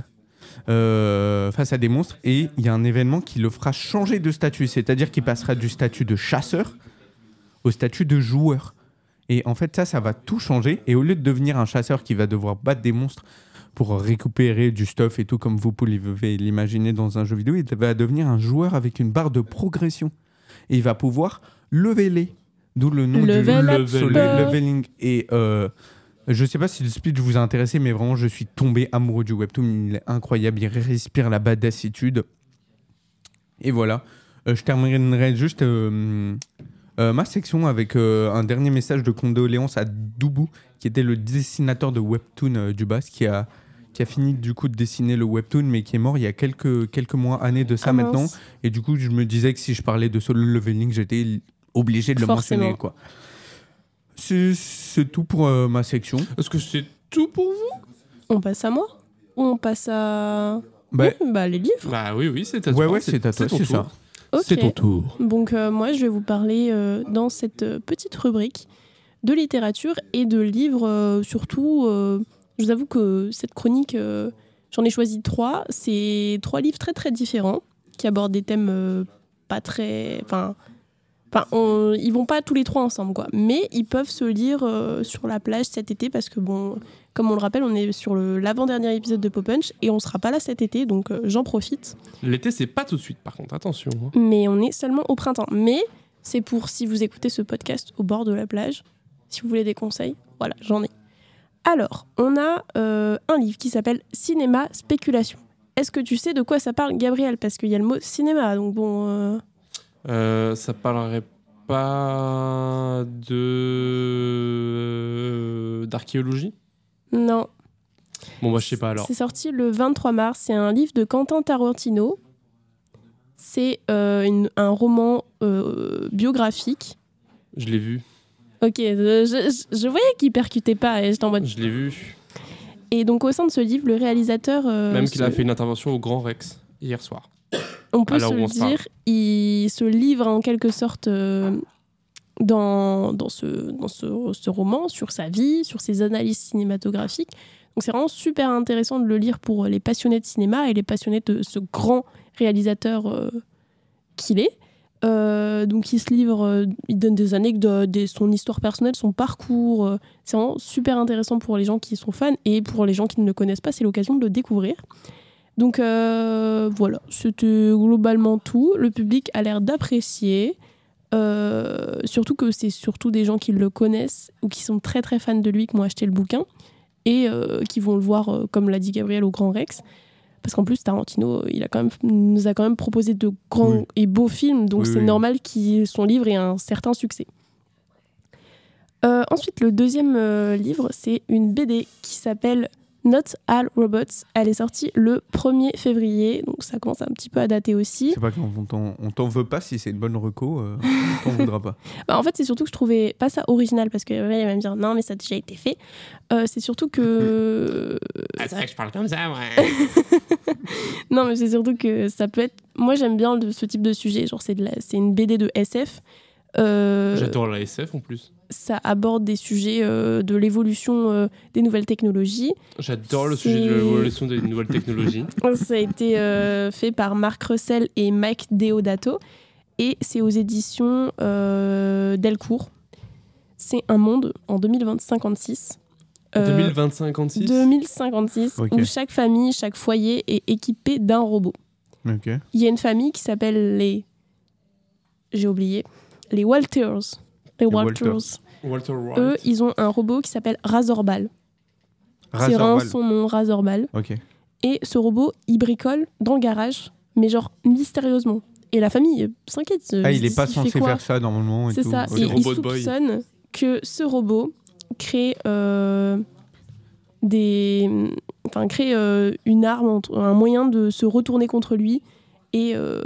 [SPEAKER 3] euh, face à des monstres et il y a un événement qui le fera changer de statut. C'est-à-dire qu'il passera du statut de chasseur au statut de joueur. Et en fait, ça, ça va tout changer. Et au lieu de devenir un chasseur qui va devoir battre des monstres pour récupérer du stuff et tout, comme vous pouvez l'imaginer dans un jeu vidéo, il va devenir un joueur avec une barre de progression. Et il va pouvoir leveler. D'où le nom
[SPEAKER 5] Level
[SPEAKER 3] du
[SPEAKER 5] up.
[SPEAKER 3] solo leveling. Et euh, je sais pas si le speech vous a intéressé, mais vraiment, je suis tombé amoureux du webtoon. Il est incroyable, il respire la badassitude. Et voilà. Euh, je terminerai juste euh, euh, ma section avec euh, un dernier message de condoléances à Doubou, qui était le dessinateur de webtoon euh, du Bas, qui a, qui a fini du coup de dessiner le webtoon, mais qui est mort il y a quelques, quelques mois, années de ça
[SPEAKER 5] Ah,
[SPEAKER 3] maintenant.
[SPEAKER 5] mince.
[SPEAKER 3] Et du coup, je me disais que si je parlais de solo leveling, j'étais obligé de le
[SPEAKER 5] Forcément.
[SPEAKER 3] mentionner, quoi. C'est, c'est tout pour euh, ma section.
[SPEAKER 4] Est-ce que c'est tout pour vous?
[SPEAKER 5] On passe à moi? Ou on passe à...
[SPEAKER 3] Bah,
[SPEAKER 5] Oui, bah, les livres.
[SPEAKER 4] Bah oui, oui, c'est à
[SPEAKER 3] ouais,
[SPEAKER 4] toi.
[SPEAKER 3] ouais, c'est à toi,
[SPEAKER 4] ton
[SPEAKER 3] c'est
[SPEAKER 4] tour.
[SPEAKER 3] ça.
[SPEAKER 5] Ok.
[SPEAKER 4] C'est ton tour.
[SPEAKER 5] Donc euh, moi, je vais vous parler euh, dans cette euh, petite rubrique de littérature et de livres, euh, surtout. euh, je vous avoue que cette chronique, euh, j'en ai choisi trois. C'est trois livres très très différents qui abordent des thèmes euh, pas très... Enfin, enfin, on- ils vont pas tous les trois ensemble, quoi. Mais ils peuvent se lire euh, sur la plage cet été parce que, bon, comme on le rappelle, on est sur le- l'avant-dernier épisode de Pop Punch et on sera pas là cet été, donc euh, j'en profite.
[SPEAKER 4] L'été, c'est pas tout de suite, par contre, attention. hein.
[SPEAKER 5] Mais on est seulement au printemps. Mais c'est pour si vous écoutez ce podcast au bord de la plage, si vous voulez des conseils, voilà, j'en ai. Alors, on a euh, un livre qui s'appelle Cinéma Spéculation. Est-ce que tu sais de quoi ça parle, Gabriel? Parce qu'il y a le mot cinéma, donc bon... euh,
[SPEAKER 4] Euh, ça parlerait pas de d'archéologie?
[SPEAKER 5] Non.
[SPEAKER 4] Bon, bah, je sais pas alors.
[SPEAKER 5] C'est sorti le vingt-trois mars. C'est un livre de Quentin Tarantino. C'est euh, une- un roman euh, biographique.
[SPEAKER 4] Je l'ai vu.
[SPEAKER 5] Ok, je, je- je voyais qu'il percutait pas et j'étais en mode...
[SPEAKER 4] Je l'ai vu.
[SPEAKER 5] Et donc au sein de ce livre, le réalisateur... euh,
[SPEAKER 4] Même qu'il
[SPEAKER 5] se-
[SPEAKER 4] a fait une intervention au Grand Rex hier soir.
[SPEAKER 5] On peut
[SPEAKER 4] à l'heure
[SPEAKER 5] se
[SPEAKER 4] où
[SPEAKER 5] le
[SPEAKER 4] on se parle.
[SPEAKER 5] dire, il se livre en quelque sorte euh, dans, dans, ce, dans ce, ce roman, sur sa vie, sur ses analyses cinématographiques. Donc c'est vraiment super intéressant de le lire pour les passionnés de cinéma et les passionnés de ce grand réalisateur euh, qu'il est. Euh, donc il se livre, euh, il donne des anecdotes, des, son histoire personnelle, son parcours. euh, c'est vraiment super intéressant pour les gens qui sont fans et pour les gens qui ne le connaissent pas, c'est l'occasion de le découvrir. Donc euh, voilà, c'était globalement tout. Le public a l'air d'apprécier, euh, surtout que c'est surtout des gens qui le connaissent ou qui sont très très fans de lui qui m'ont acheté le bouquin et euh, qui vont le voir, euh, comme l'a dit Gabriel, au Grand Rex. parce qu'en plus Tarantino il a quand même, nous a quand même proposé de grands oui. et beaux films, donc
[SPEAKER 3] oui,
[SPEAKER 5] c'est
[SPEAKER 3] oui.
[SPEAKER 5] normal que son livre ait un certain succès. Euh, ensuite, le deuxième euh, livre, c'est une B D qui s'appelle Not All Robots. Elle est sortie le premier février, donc ça commence un petit peu à dater aussi.
[SPEAKER 3] C'est pas qu'on t'en, on t'en veut pas, si c'est une bonne reco, euh, on t'en voudra pas.
[SPEAKER 5] Bah, en fait, c'est surtout que je trouvais pas ça original, parce que ouais, il va me dire non, mais ça a déjà été fait. Euh, c'est surtout que.
[SPEAKER 4] Ah, c'est vrai que je parle comme ça, ouais.
[SPEAKER 5] Non, mais c'est surtout que ça peut être. Moi, j'aime bien le, ce type de sujet. Genre, c'est, de la... c'est une B D de S F. Euh...
[SPEAKER 4] J'adore la S F en plus.
[SPEAKER 5] Ça aborde des sujets euh, de l'évolution euh, des nouvelles technologies.
[SPEAKER 4] J'adore le
[SPEAKER 5] C'est...
[SPEAKER 4] sujet de l'évolution des nouvelles technologies.
[SPEAKER 5] Ça a été euh, fait par Mark Russell et Mike Deodato. Et c'est aux éditions euh, Delcourt. C'est un monde en deux mille cinquante-six.
[SPEAKER 4] Euh, deux mille cinquante-six
[SPEAKER 5] deux mille cinquante-six,
[SPEAKER 3] okay.
[SPEAKER 5] où chaque famille, chaque foyer est équipé d'un robot.
[SPEAKER 3] Okay.
[SPEAKER 5] Il y a une famille qui s'appelle les... J'ai oublié. Les Walters. Les, les Walters.
[SPEAKER 3] Walters.
[SPEAKER 4] Walter Wright.
[SPEAKER 5] Eux, ils ont un robot qui s'appelle Razorball.
[SPEAKER 3] Razorball.
[SPEAKER 5] C'est vraiment son nom, Razorball.
[SPEAKER 3] Okay.
[SPEAKER 5] Et ce robot, il bricole dans le garage, mais genre mystérieusement. Et la famille s'inquiète.
[SPEAKER 3] Ah, il est pas censé faire ça normalement.
[SPEAKER 5] C'est
[SPEAKER 3] et
[SPEAKER 5] ça.
[SPEAKER 3] tout.
[SPEAKER 5] Et
[SPEAKER 3] Okay.
[SPEAKER 5] il soupçonne que ce robot crée euh, des, enfin crée euh, une arme, un moyen de se retourner contre lui et euh,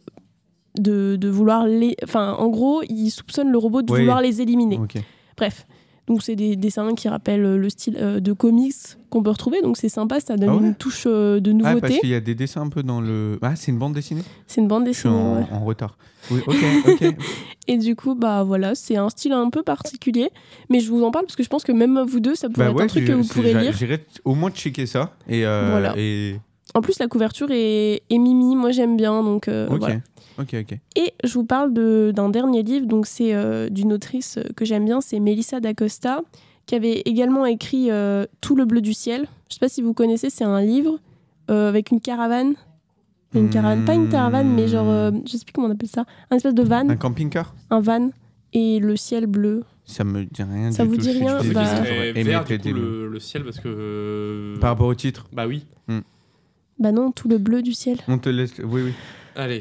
[SPEAKER 5] de, de vouloir les... Enfin, en gros, il soupçonne le robot de
[SPEAKER 3] oui.
[SPEAKER 5] vouloir les éliminer.
[SPEAKER 3] Okay.
[SPEAKER 5] Bref. Donc, c'est des dessins qui rappellent le style euh, de comics qu'on peut retrouver. Donc, c'est sympa, ça donne ah ouais. une touche euh, de nouveauté.
[SPEAKER 3] Ah, parce qu'il y a des dessins un peu dans le... Ah, c'est une bande dessinée ?
[SPEAKER 5] C'est une bande dessinée,
[SPEAKER 3] Je suis en,
[SPEAKER 5] ouais.
[SPEAKER 3] en retard. Oui, ok, ok.
[SPEAKER 5] Et du coup, bah voilà, c'est un style un peu particulier. Mais je vous en parle parce que je pense que même vous deux, ça pourrait
[SPEAKER 3] bah
[SPEAKER 5] être
[SPEAKER 3] ouais,
[SPEAKER 5] un truc que vous pourrez lire.
[SPEAKER 3] J'irai au moins checker ça. Et, euh,
[SPEAKER 5] voilà.
[SPEAKER 3] Et...
[SPEAKER 5] En plus, la couverture est, est mimi. Moi, j'aime bien. Donc, euh,
[SPEAKER 3] ok,
[SPEAKER 5] voilà.
[SPEAKER 3] ok, ok.
[SPEAKER 5] Et je vous parle de, d'un dernier livre. Donc, c'est euh, d'une autrice que j'aime bien. C'est Melissa d'Acosta, qui avait également écrit euh, Tout le bleu du ciel. Je sais pas si vous connaissez, c'est un livre euh, avec une caravane. Une caravane, mmh... pas une caravane, mais genre, euh, je sais plus comment on appelle ça, un espèce de van.
[SPEAKER 3] Un camping-car.
[SPEAKER 5] Un van et le ciel bleu.
[SPEAKER 3] Ça me dit rien.
[SPEAKER 5] Ça
[SPEAKER 3] du
[SPEAKER 5] vous
[SPEAKER 3] tout.
[SPEAKER 5] dit rien
[SPEAKER 4] C'est
[SPEAKER 5] bah...
[SPEAKER 4] vert du coup le, le ciel parce que.
[SPEAKER 3] Par rapport au titre.
[SPEAKER 4] Bah oui.
[SPEAKER 3] Mmh.
[SPEAKER 5] Bah non, tout le bleu du ciel.
[SPEAKER 3] On te laisse. Oui, oui.
[SPEAKER 4] Allez.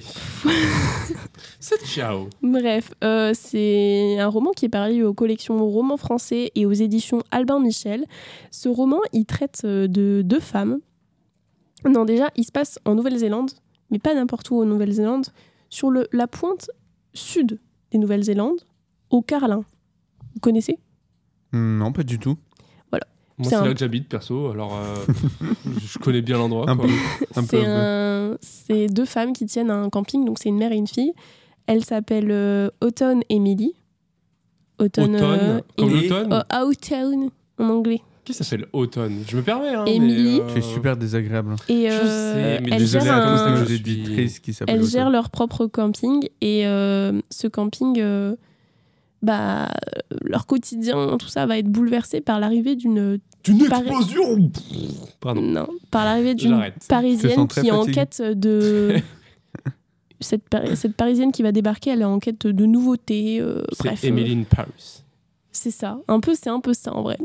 [SPEAKER 4] C'est ciao.
[SPEAKER 5] Bref, euh, c'est un roman qui est paru aux collections Romans Français et aux éditions Albin Michel. Ce roman, il traite de deux femmes. Non, déjà, il se passe en Nouvelle-Zélande, mais pas n'importe où en Nouvelle-Zélande, sur le, la pointe sud des Nouvelle-Zélande, au Carlin. Vous connaissez ?
[SPEAKER 3] Non, pas du tout.
[SPEAKER 5] Voilà.
[SPEAKER 4] Moi,
[SPEAKER 5] c'est,
[SPEAKER 4] c'est
[SPEAKER 5] un...
[SPEAKER 4] là que j'habite, perso, alors euh, je connais bien l'endroit.
[SPEAKER 3] Un
[SPEAKER 4] quoi.
[SPEAKER 3] peu. Un
[SPEAKER 5] c'est,
[SPEAKER 3] peu, un
[SPEAKER 5] un... c'est deux femmes qui tiennent un camping, donc c'est une mère et une fille. Elles s'appellent euh, Autumn et Millie. Autumn,
[SPEAKER 4] Automne,
[SPEAKER 5] euh,
[SPEAKER 4] comme
[SPEAKER 5] et...
[SPEAKER 4] l'automne
[SPEAKER 5] euh, Autumn, en anglais.
[SPEAKER 4] Qui s'appelle Automne ? Je me permets. Hein,
[SPEAKER 5] Emily.
[SPEAKER 4] euh...
[SPEAKER 3] Tu es super désagréable.
[SPEAKER 5] Et
[SPEAKER 4] je
[SPEAKER 5] euh,
[SPEAKER 4] sais, mais
[SPEAKER 5] elles
[SPEAKER 3] désolé
[SPEAKER 5] gèrent,
[SPEAKER 3] à
[SPEAKER 5] un...
[SPEAKER 3] tous les éditrices qui s'appellent.
[SPEAKER 5] elles gèrent leur propre camping et euh, ce camping, euh, bah, leur quotidien, tout ça va être bouleversé par l'arrivée d'une
[SPEAKER 4] d'une
[SPEAKER 5] Par...
[SPEAKER 4] explosion. Pardon.
[SPEAKER 5] Non, par l'arrivée d'une
[SPEAKER 4] J'arrête.
[SPEAKER 5] Parisienne qui est en
[SPEAKER 3] fatigué.
[SPEAKER 5] quête de cette, par... cette Parisienne qui va débarquer, elle est en quête de nouveautés. Euh,
[SPEAKER 4] C'est
[SPEAKER 5] bref.
[SPEAKER 4] Emily in Paris.
[SPEAKER 5] C'est ça, un peu, c'est un peu ça en vrai.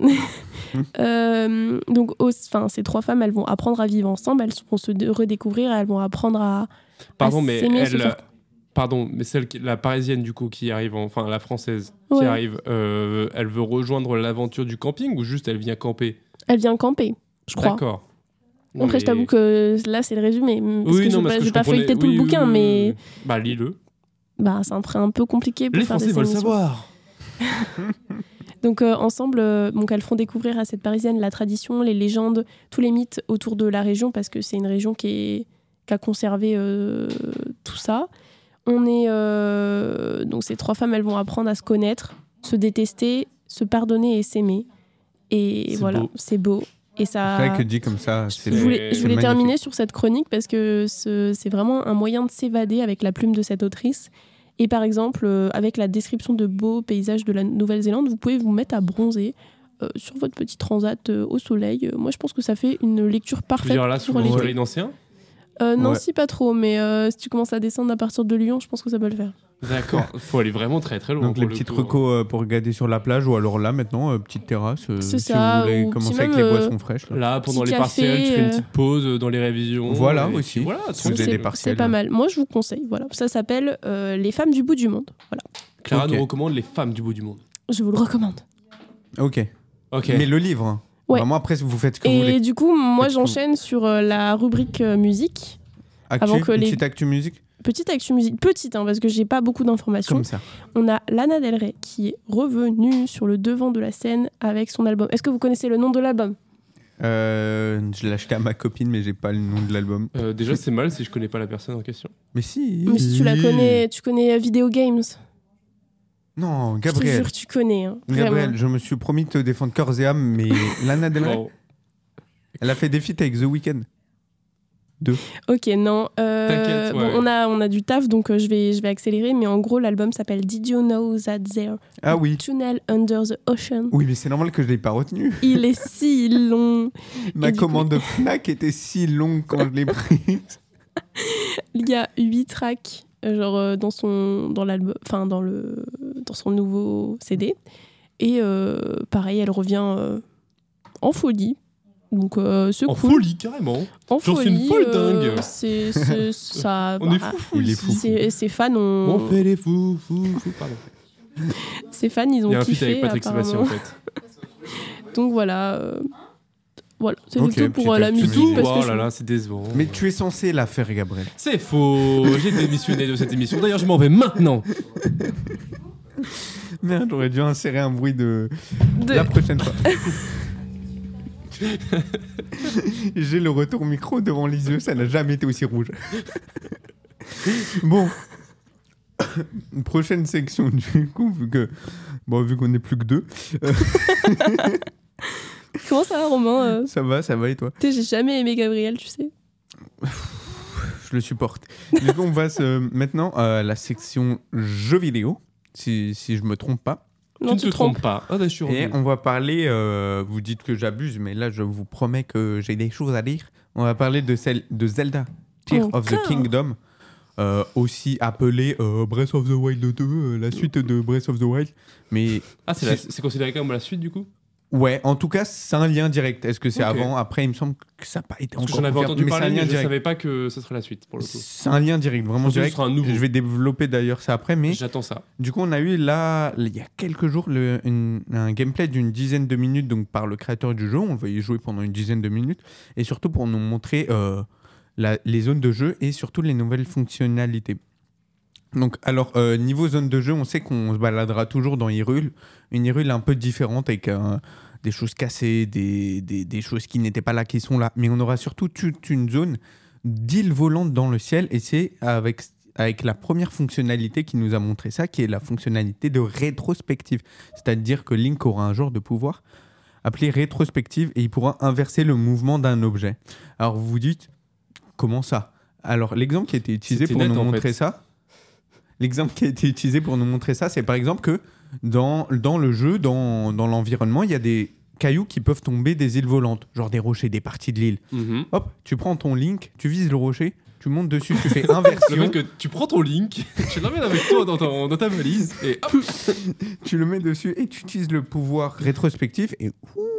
[SPEAKER 5] euh, donc, enfin, ces trois femmes, elles vont apprendre à vivre ensemble, elles vont se redécouvrir, elles vont apprendre à.
[SPEAKER 4] Pardon,
[SPEAKER 5] à
[SPEAKER 4] mais
[SPEAKER 5] s'aimer,
[SPEAKER 4] elle,
[SPEAKER 5] se faire...
[SPEAKER 4] pardon, mais celle, qui, la parisienne du coup qui arrive, enfin la française
[SPEAKER 5] ouais.
[SPEAKER 4] qui arrive, euh, elle veut rejoindre l'aventure du camping ou juste elle vient camper ?
[SPEAKER 5] Elle vient camper, je crois.
[SPEAKER 4] D'accord. Non,
[SPEAKER 5] Après,
[SPEAKER 4] mais...
[SPEAKER 5] je t'avoue que là, c'est le résumé. Parce
[SPEAKER 4] oui,
[SPEAKER 5] que
[SPEAKER 4] non,
[SPEAKER 5] je
[SPEAKER 4] parce
[SPEAKER 5] n'ai
[SPEAKER 4] que je
[SPEAKER 5] pas
[SPEAKER 4] comprenais...
[SPEAKER 5] feuilleté tout
[SPEAKER 4] oui,
[SPEAKER 5] le bouquin,
[SPEAKER 4] oui,
[SPEAKER 5] mais.
[SPEAKER 4] Oui. Bah, lis-le.
[SPEAKER 5] Bah, c'est un, un peu compliqué pour
[SPEAKER 4] Les
[SPEAKER 5] faire
[SPEAKER 4] Français
[SPEAKER 5] des
[SPEAKER 4] veulent
[SPEAKER 5] émissions.
[SPEAKER 4] savoir.
[SPEAKER 5] Donc euh, ensemble, euh, donc elles font découvrir à cette Parisienne la tradition, les légendes, tous les mythes autour de la région parce que c'est une région qui, est, qui a conservé euh, tout ça. On est euh, donc ces trois femmes, elles vont apprendre à se connaître, se détester, se pardonner et s'aimer. Et
[SPEAKER 4] c'est
[SPEAKER 5] voilà,
[SPEAKER 4] beau.
[SPEAKER 5] c'est beau. Et ça.
[SPEAKER 3] C'est vrai que dit comme ça, c'est.
[SPEAKER 5] Je voulais, je voulais
[SPEAKER 3] c'est
[SPEAKER 5] terminer
[SPEAKER 3] magnifique.
[SPEAKER 5] sur cette chronique parce que ce, c'est vraiment un moyen de s'évader avec la plume de cette autrice. Et par exemple, euh, avec la description de beaux paysages de la Nouvelle-Zélande, vous pouvez vous mettre à bronzer euh, sur votre petit transat euh, au soleil. Euh, moi, je pense que ça fait une lecture
[SPEAKER 4] Tu veux
[SPEAKER 5] parfaite.
[SPEAKER 4] dire là, sous
[SPEAKER 5] pour
[SPEAKER 4] le
[SPEAKER 5] l'été.
[SPEAKER 4] soleil d'ancien ?
[SPEAKER 5] euh, Non,
[SPEAKER 3] Ouais.
[SPEAKER 5] si pas trop, mais euh, si tu commences à descendre à partir de Lyon, je pense que ça peut le faire.
[SPEAKER 4] D'accord, faut aller vraiment très très loin.
[SPEAKER 3] Donc
[SPEAKER 4] pour
[SPEAKER 3] les
[SPEAKER 4] le
[SPEAKER 3] petites
[SPEAKER 4] coup.
[SPEAKER 3] recos euh, pour regarder sur la plage ou alors là maintenant, euh, petite terrasse, euh,
[SPEAKER 5] C'est
[SPEAKER 3] si
[SPEAKER 5] ça,
[SPEAKER 3] vous voulez
[SPEAKER 5] ou
[SPEAKER 3] commencer
[SPEAKER 5] petit
[SPEAKER 3] avec
[SPEAKER 5] même,
[SPEAKER 3] les
[SPEAKER 5] euh,
[SPEAKER 3] boissons fraîches. Là.
[SPEAKER 4] Là, pendant
[SPEAKER 5] Petit
[SPEAKER 4] les
[SPEAKER 5] café,
[SPEAKER 4] partiels, tu fais une
[SPEAKER 5] euh,
[SPEAKER 4] petite pause euh, dans les révisions.
[SPEAKER 3] Voilà,
[SPEAKER 4] et puis
[SPEAKER 3] aussi.
[SPEAKER 4] Voilà,
[SPEAKER 3] Si vous avez
[SPEAKER 5] c'est-
[SPEAKER 3] des partiels.
[SPEAKER 5] C'est pas mal. Moi, je vous conseille. Voilà, ça s'appelle euh, Les femmes du bout du monde. Voilà,
[SPEAKER 4] Clara
[SPEAKER 3] Ok.
[SPEAKER 4] nous recommande Les femmes du bout du monde.
[SPEAKER 5] je vous le recommande.
[SPEAKER 3] Ok.
[SPEAKER 4] Ok.
[SPEAKER 3] Mais le livre, hein.
[SPEAKER 5] Ouais.
[SPEAKER 3] Vraiment après vous faites ce que vous
[SPEAKER 5] Et
[SPEAKER 3] voulez.
[SPEAKER 5] du coup, moi,
[SPEAKER 3] Faites ce que vous-
[SPEAKER 5] j'enchaîne sur euh, la rubrique euh, musique.
[SPEAKER 3] Actu,
[SPEAKER 5] avant que
[SPEAKER 3] une
[SPEAKER 5] les-
[SPEAKER 3] petite actu musique,
[SPEAKER 5] Petite actu musique, petite, hein, parce que j'ai pas beaucoup d'informations.
[SPEAKER 3] comme ça.
[SPEAKER 5] On a Lana Del Rey qui est revenue sur le devant de la scène avec son album. Est-ce que vous connaissez le nom de l'album?
[SPEAKER 3] Euh, je l'ai acheté à ma copine, mais j'ai pas le nom de l'album.
[SPEAKER 4] Euh, déjà, c'est mal si je connais pas la personne en question.
[SPEAKER 3] Mais si.
[SPEAKER 5] Mais si tu la connais, tu connais euh, Video Games.
[SPEAKER 3] Non,
[SPEAKER 5] Je te
[SPEAKER 3] Gabriel.
[SPEAKER 5] jure, tu connais. Hein,
[SPEAKER 3] Gabriel,
[SPEAKER 5] vraiment.
[SPEAKER 3] je me suis promis de te défendre corps et âme, mais Lana Del Rey,
[SPEAKER 4] Bon,
[SPEAKER 3] elle a fait des feats avec The Weeknd.
[SPEAKER 5] Ok, non. euh,
[SPEAKER 4] T'inquiète,
[SPEAKER 5] bon,
[SPEAKER 4] ouais.
[SPEAKER 5] on, a, on a du taf, donc euh, je, vais, je vais accélérer. Mais en gros, l'album s'appelle Did You Know That There
[SPEAKER 3] Ah oui.
[SPEAKER 5] Tunnel Under the Ocean.
[SPEAKER 3] Oui, mais c'est normal que je l'ai pas retenu.
[SPEAKER 5] Il est si long.
[SPEAKER 3] Ma
[SPEAKER 5] Et du
[SPEAKER 3] commande de Fnac était si longue quand je l'ai prise.
[SPEAKER 5] Il y a huit tracks euh, genre euh, dans son dans l'album, enfin dans le dans son nouveau C D. Et euh, pareil, elle revient euh, en folie. Donc euh, c'est
[SPEAKER 4] en
[SPEAKER 5] cool.
[SPEAKER 4] folie, carrément.
[SPEAKER 5] En
[SPEAKER 4] Genre, c'est
[SPEAKER 5] folie.
[SPEAKER 4] une folle
[SPEAKER 5] euh,
[SPEAKER 4] dingue.
[SPEAKER 5] c'est c'est- ça.
[SPEAKER 4] On est
[SPEAKER 5] bah,
[SPEAKER 4] fou, fou.
[SPEAKER 3] Il est
[SPEAKER 4] ici.
[SPEAKER 3] fou.
[SPEAKER 5] Ses, ses fans ont.
[SPEAKER 4] On fait les fous, fous, fous. Pardon.
[SPEAKER 5] Ses fans, ils ont
[SPEAKER 4] Il y a un feat
[SPEAKER 5] kiffé.
[SPEAKER 4] avec Patrick Sébastien en
[SPEAKER 5] apparemment.
[SPEAKER 4] fait.
[SPEAKER 5] Donc voilà. euh, Voilà, c'est
[SPEAKER 3] Ok,
[SPEAKER 5] tout pour
[SPEAKER 3] petit
[SPEAKER 5] euh, la
[SPEAKER 3] actu
[SPEAKER 5] musique.
[SPEAKER 4] C'est tout.
[SPEAKER 5] parce que
[SPEAKER 4] Oh
[SPEAKER 5] je-
[SPEAKER 4] là là, c'est décevant.
[SPEAKER 3] Mais tu es censé la faire, Gabriel.
[SPEAKER 4] C'est faux. J'ai démissionné de cette émission. D'ailleurs, je m'en vais maintenant.
[SPEAKER 3] Merde, j'aurais dû insérer un bruit de...
[SPEAKER 5] de-
[SPEAKER 3] La prochaine fois. J'ai le retour micro devant les yeux, ça n'a jamais été aussi rouge. Bon. Une prochaine section du coup, vu que bon, vu qu'on n'est plus que deux, euh,
[SPEAKER 5] Comment ça va, Romain euh
[SPEAKER 3] ça va, ça va et toi?
[SPEAKER 5] Tu sais, j'ai jamais aimé Gabriel, tu sais.
[SPEAKER 3] Je le supporte. Du coup, on passe euh, maintenant à la section jeux vidéo, si, si je me trompe pas.
[SPEAKER 5] Non,
[SPEAKER 4] tu ne te trompes pas. Ah, je suis
[SPEAKER 3] Et
[SPEAKER 4] revenu.
[SPEAKER 3] on va parler, euh, vous dites que j'abuse, mais là je vous promets que j'ai des choses à dire. On va parler de, celle, de Zelda, Tears of the
[SPEAKER 5] Encore
[SPEAKER 3] Kingdom, euh, aussi appelé euh, Breath of the Wild deux, euh, la suite de Breath of the Wild. Mais
[SPEAKER 4] Ah, c'est la- c'est considéré comme la suite du coup.
[SPEAKER 3] ouais, en tout cas, c'est un lien direct. Est-ce que c'est
[SPEAKER 4] Ok.
[SPEAKER 3] avant? Après, il me semble que ça n'a pas été
[SPEAKER 4] Parce que
[SPEAKER 3] encore
[SPEAKER 4] j'en avais
[SPEAKER 3] confirmé,
[SPEAKER 4] entendu
[SPEAKER 3] mais c'est un
[SPEAKER 4] parler,
[SPEAKER 3] lien
[SPEAKER 4] mais je
[SPEAKER 3] direct.
[SPEAKER 4] savais pas que ce serait la suite pour le coup.
[SPEAKER 3] C'est un lien direct, vraiment
[SPEAKER 4] Je pense que ce
[SPEAKER 3] direct.
[SPEAKER 4] sera un nouveau.
[SPEAKER 3] Je vais développer d'ailleurs ça après, mais
[SPEAKER 4] J'attends ça.
[SPEAKER 3] du coup, on a eu là, il y a quelques jours, le- une- un gameplay d'une dizaine de minutes donc par le créateur du jeu. On le voyait jouer pendant une dizaine de minutes. Et surtout pour nous montrer euh, la- les zones de jeu et surtout les nouvelles fonctionnalités. Donc, alors, euh, niveau zone de jeu, on sait qu'on se baladera toujours dans Hyrule. Une Hyrule un peu différente avec euh, des choses cassées, des, des, des choses qui n'étaient pas là, qui sont là. Mais on aura surtout toute une zone d'île volante dans le ciel. Et c'est avec, avec la première fonctionnalité qui nous a montré ça, qui est la fonctionnalité de rétrospective. C'est-à-dire que Link aura un genre de pouvoir appelé rétrospective et il pourra inverser le mouvement d'un objet. Alors, vous vous dites, comment ça? Alors, l'exemple qui a été utilisé
[SPEAKER 4] C'était
[SPEAKER 3] pour
[SPEAKER 4] net,
[SPEAKER 3] nous
[SPEAKER 4] en
[SPEAKER 3] montrer
[SPEAKER 4] fait.
[SPEAKER 3] ça, l'exemple qui a été utilisé pour nous montrer ça, c'est par exemple que dans, dans le jeu, dans, dans l'environnement, il y a des cailloux qui peuvent tomber des îles volantes, genre des rochers, des parties de l'île.
[SPEAKER 4] Mhm.
[SPEAKER 3] Hop, tu prends ton Link, tu vises le rocher, tu montes dessus, tu fais
[SPEAKER 4] Le
[SPEAKER 3] inversion,
[SPEAKER 4] fait que tu prends ton Link, tu l'emmènes avec toi dans, ton- dans ta valise et hop.
[SPEAKER 3] tu le mets dessus et tu utilises le pouvoir rétrospectif et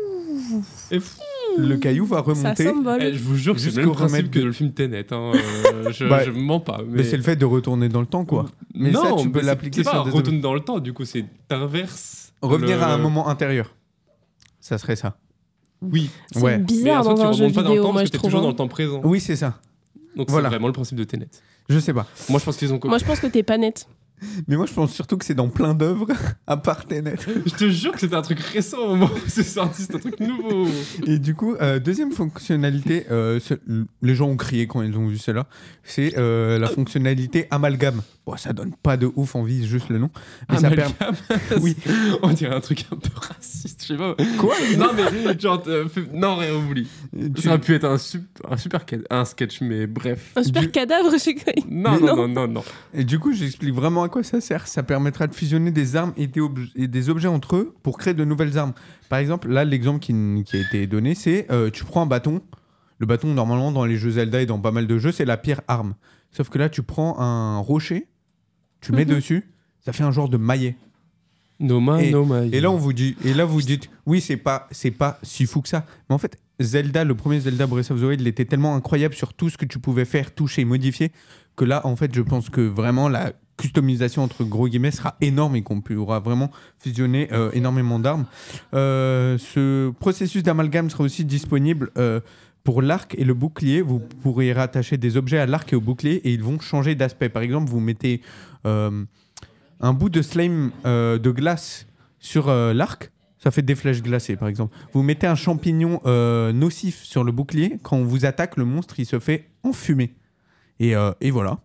[SPEAKER 4] Et fou.
[SPEAKER 3] le caillou va
[SPEAKER 5] Ça
[SPEAKER 3] remonter.
[SPEAKER 5] s'envole.
[SPEAKER 4] Eh, je vous jure que c'est le
[SPEAKER 3] Jusqu'au
[SPEAKER 4] même principe
[SPEAKER 3] remède
[SPEAKER 4] que
[SPEAKER 3] de-
[SPEAKER 4] le film Tenet. Hein. Euh, je,
[SPEAKER 3] Bah,
[SPEAKER 4] je mens pas. Mais,
[SPEAKER 3] Mais c'est le fait de retourner dans le temps, quoi. Mais
[SPEAKER 4] non,
[SPEAKER 3] ça, tu peux
[SPEAKER 4] mais c'est-
[SPEAKER 3] l'appliquer
[SPEAKER 4] c'est
[SPEAKER 3] sur
[SPEAKER 4] pas
[SPEAKER 3] des
[SPEAKER 4] retourne dans le temps. Du coup, c'est t'inverses.
[SPEAKER 3] Revenir
[SPEAKER 4] le-
[SPEAKER 3] à un moment intérieur. Ça serait ça.
[SPEAKER 4] Oui.
[SPEAKER 5] C'est
[SPEAKER 3] Ouais.
[SPEAKER 4] Mais
[SPEAKER 5] bizarre
[SPEAKER 4] en soi,
[SPEAKER 5] dans
[SPEAKER 4] tu
[SPEAKER 5] un jeu
[SPEAKER 4] remontes pas dans le
[SPEAKER 5] vidéo,
[SPEAKER 4] temps
[SPEAKER 5] moi
[SPEAKER 4] parce
[SPEAKER 5] je
[SPEAKER 4] que t'es
[SPEAKER 5] trouve.
[SPEAKER 4] toujours dans
[SPEAKER 5] hein.
[SPEAKER 4] le temps présent.
[SPEAKER 3] Oui, c'est ça.
[SPEAKER 4] Donc
[SPEAKER 3] Voilà.
[SPEAKER 4] c'est vraiment le principe de Tenet.
[SPEAKER 3] Je sais pas.
[SPEAKER 4] Moi, je pense qu'ils ont.
[SPEAKER 5] Moi je pense que t'es pas net.
[SPEAKER 3] Mais moi, je pense surtout que c'est dans plein d'œuvres, à part Tenet.
[SPEAKER 4] Je te jure que c'était un truc récent au moment où c'est sorti, c'est un truc nouveau.
[SPEAKER 3] Et du coup, euh, deuxième fonctionnalité, euh, ce- les gens ont crié quand ils ont vu cela, c'est euh, la fonctionnalité amalgame. Bon, ça donne pas de ouf envie, juste le nom. Mais ça permet.
[SPEAKER 4] Amalgame.
[SPEAKER 3] Oui.
[SPEAKER 4] On dirait un truc un peu raciste, je sais pas.
[SPEAKER 3] Quoi?
[SPEAKER 4] Non, mais genre, euh, fais- non, rien, oublie.
[SPEAKER 3] Tu-
[SPEAKER 4] Ça aurait pu être un, sup- un super ca- un sketch, mais bref.
[SPEAKER 5] Un super
[SPEAKER 3] Du-
[SPEAKER 5] cadavre, j'ai cru.
[SPEAKER 4] Non, non, non, non, non.
[SPEAKER 3] Et du coup, j'explique vraiment à quoi ça sert. Ça permettra de fusionner des armes et des, obje- et des objets entre eux pour créer de nouvelles armes. Par exemple, là, l'exemple qui, n- qui a été donné, c'est euh, tu prends un bâton. Le bâton, normalement, dans les jeux Zelda et dans pas mal de jeux, c'est la pire arme. Sauf que là, tu prends un rocher tu mets
[SPEAKER 5] Mhm.
[SPEAKER 3] dessus, ça fait un genre de maillet.
[SPEAKER 4] No man,
[SPEAKER 3] Et-
[SPEAKER 4] no man.
[SPEAKER 3] Et là, on vous dit, et là, vous dites, oui, c'est pas, c'est pas si fou que ça. Mais en fait, Zelda, le premier Zelda Breath of the Wild, il était tellement incroyable sur tout ce que tu pouvais faire, toucher, modifier, que là, en fait, je pense que vraiment la customisation entre gros guillemets sera énorme et qu'on pourra vraiment fusionner euh, énormément d'armes. Euh, ce processus d'amalgame sera aussi disponible euh, pour l'arc et le bouclier. Vous pourrez rattacher des objets à l'arc et au bouclier et ils vont changer d'aspect. Par exemple, vous mettez euh, un bout de slime euh, de glace sur euh, l'arc, ça fait des flèches glacées par exemple. Vous mettez un champignon euh, nocif sur le bouclier, quand on vous attaque, le monstre il se fait enfumer. Et, euh, et voilà.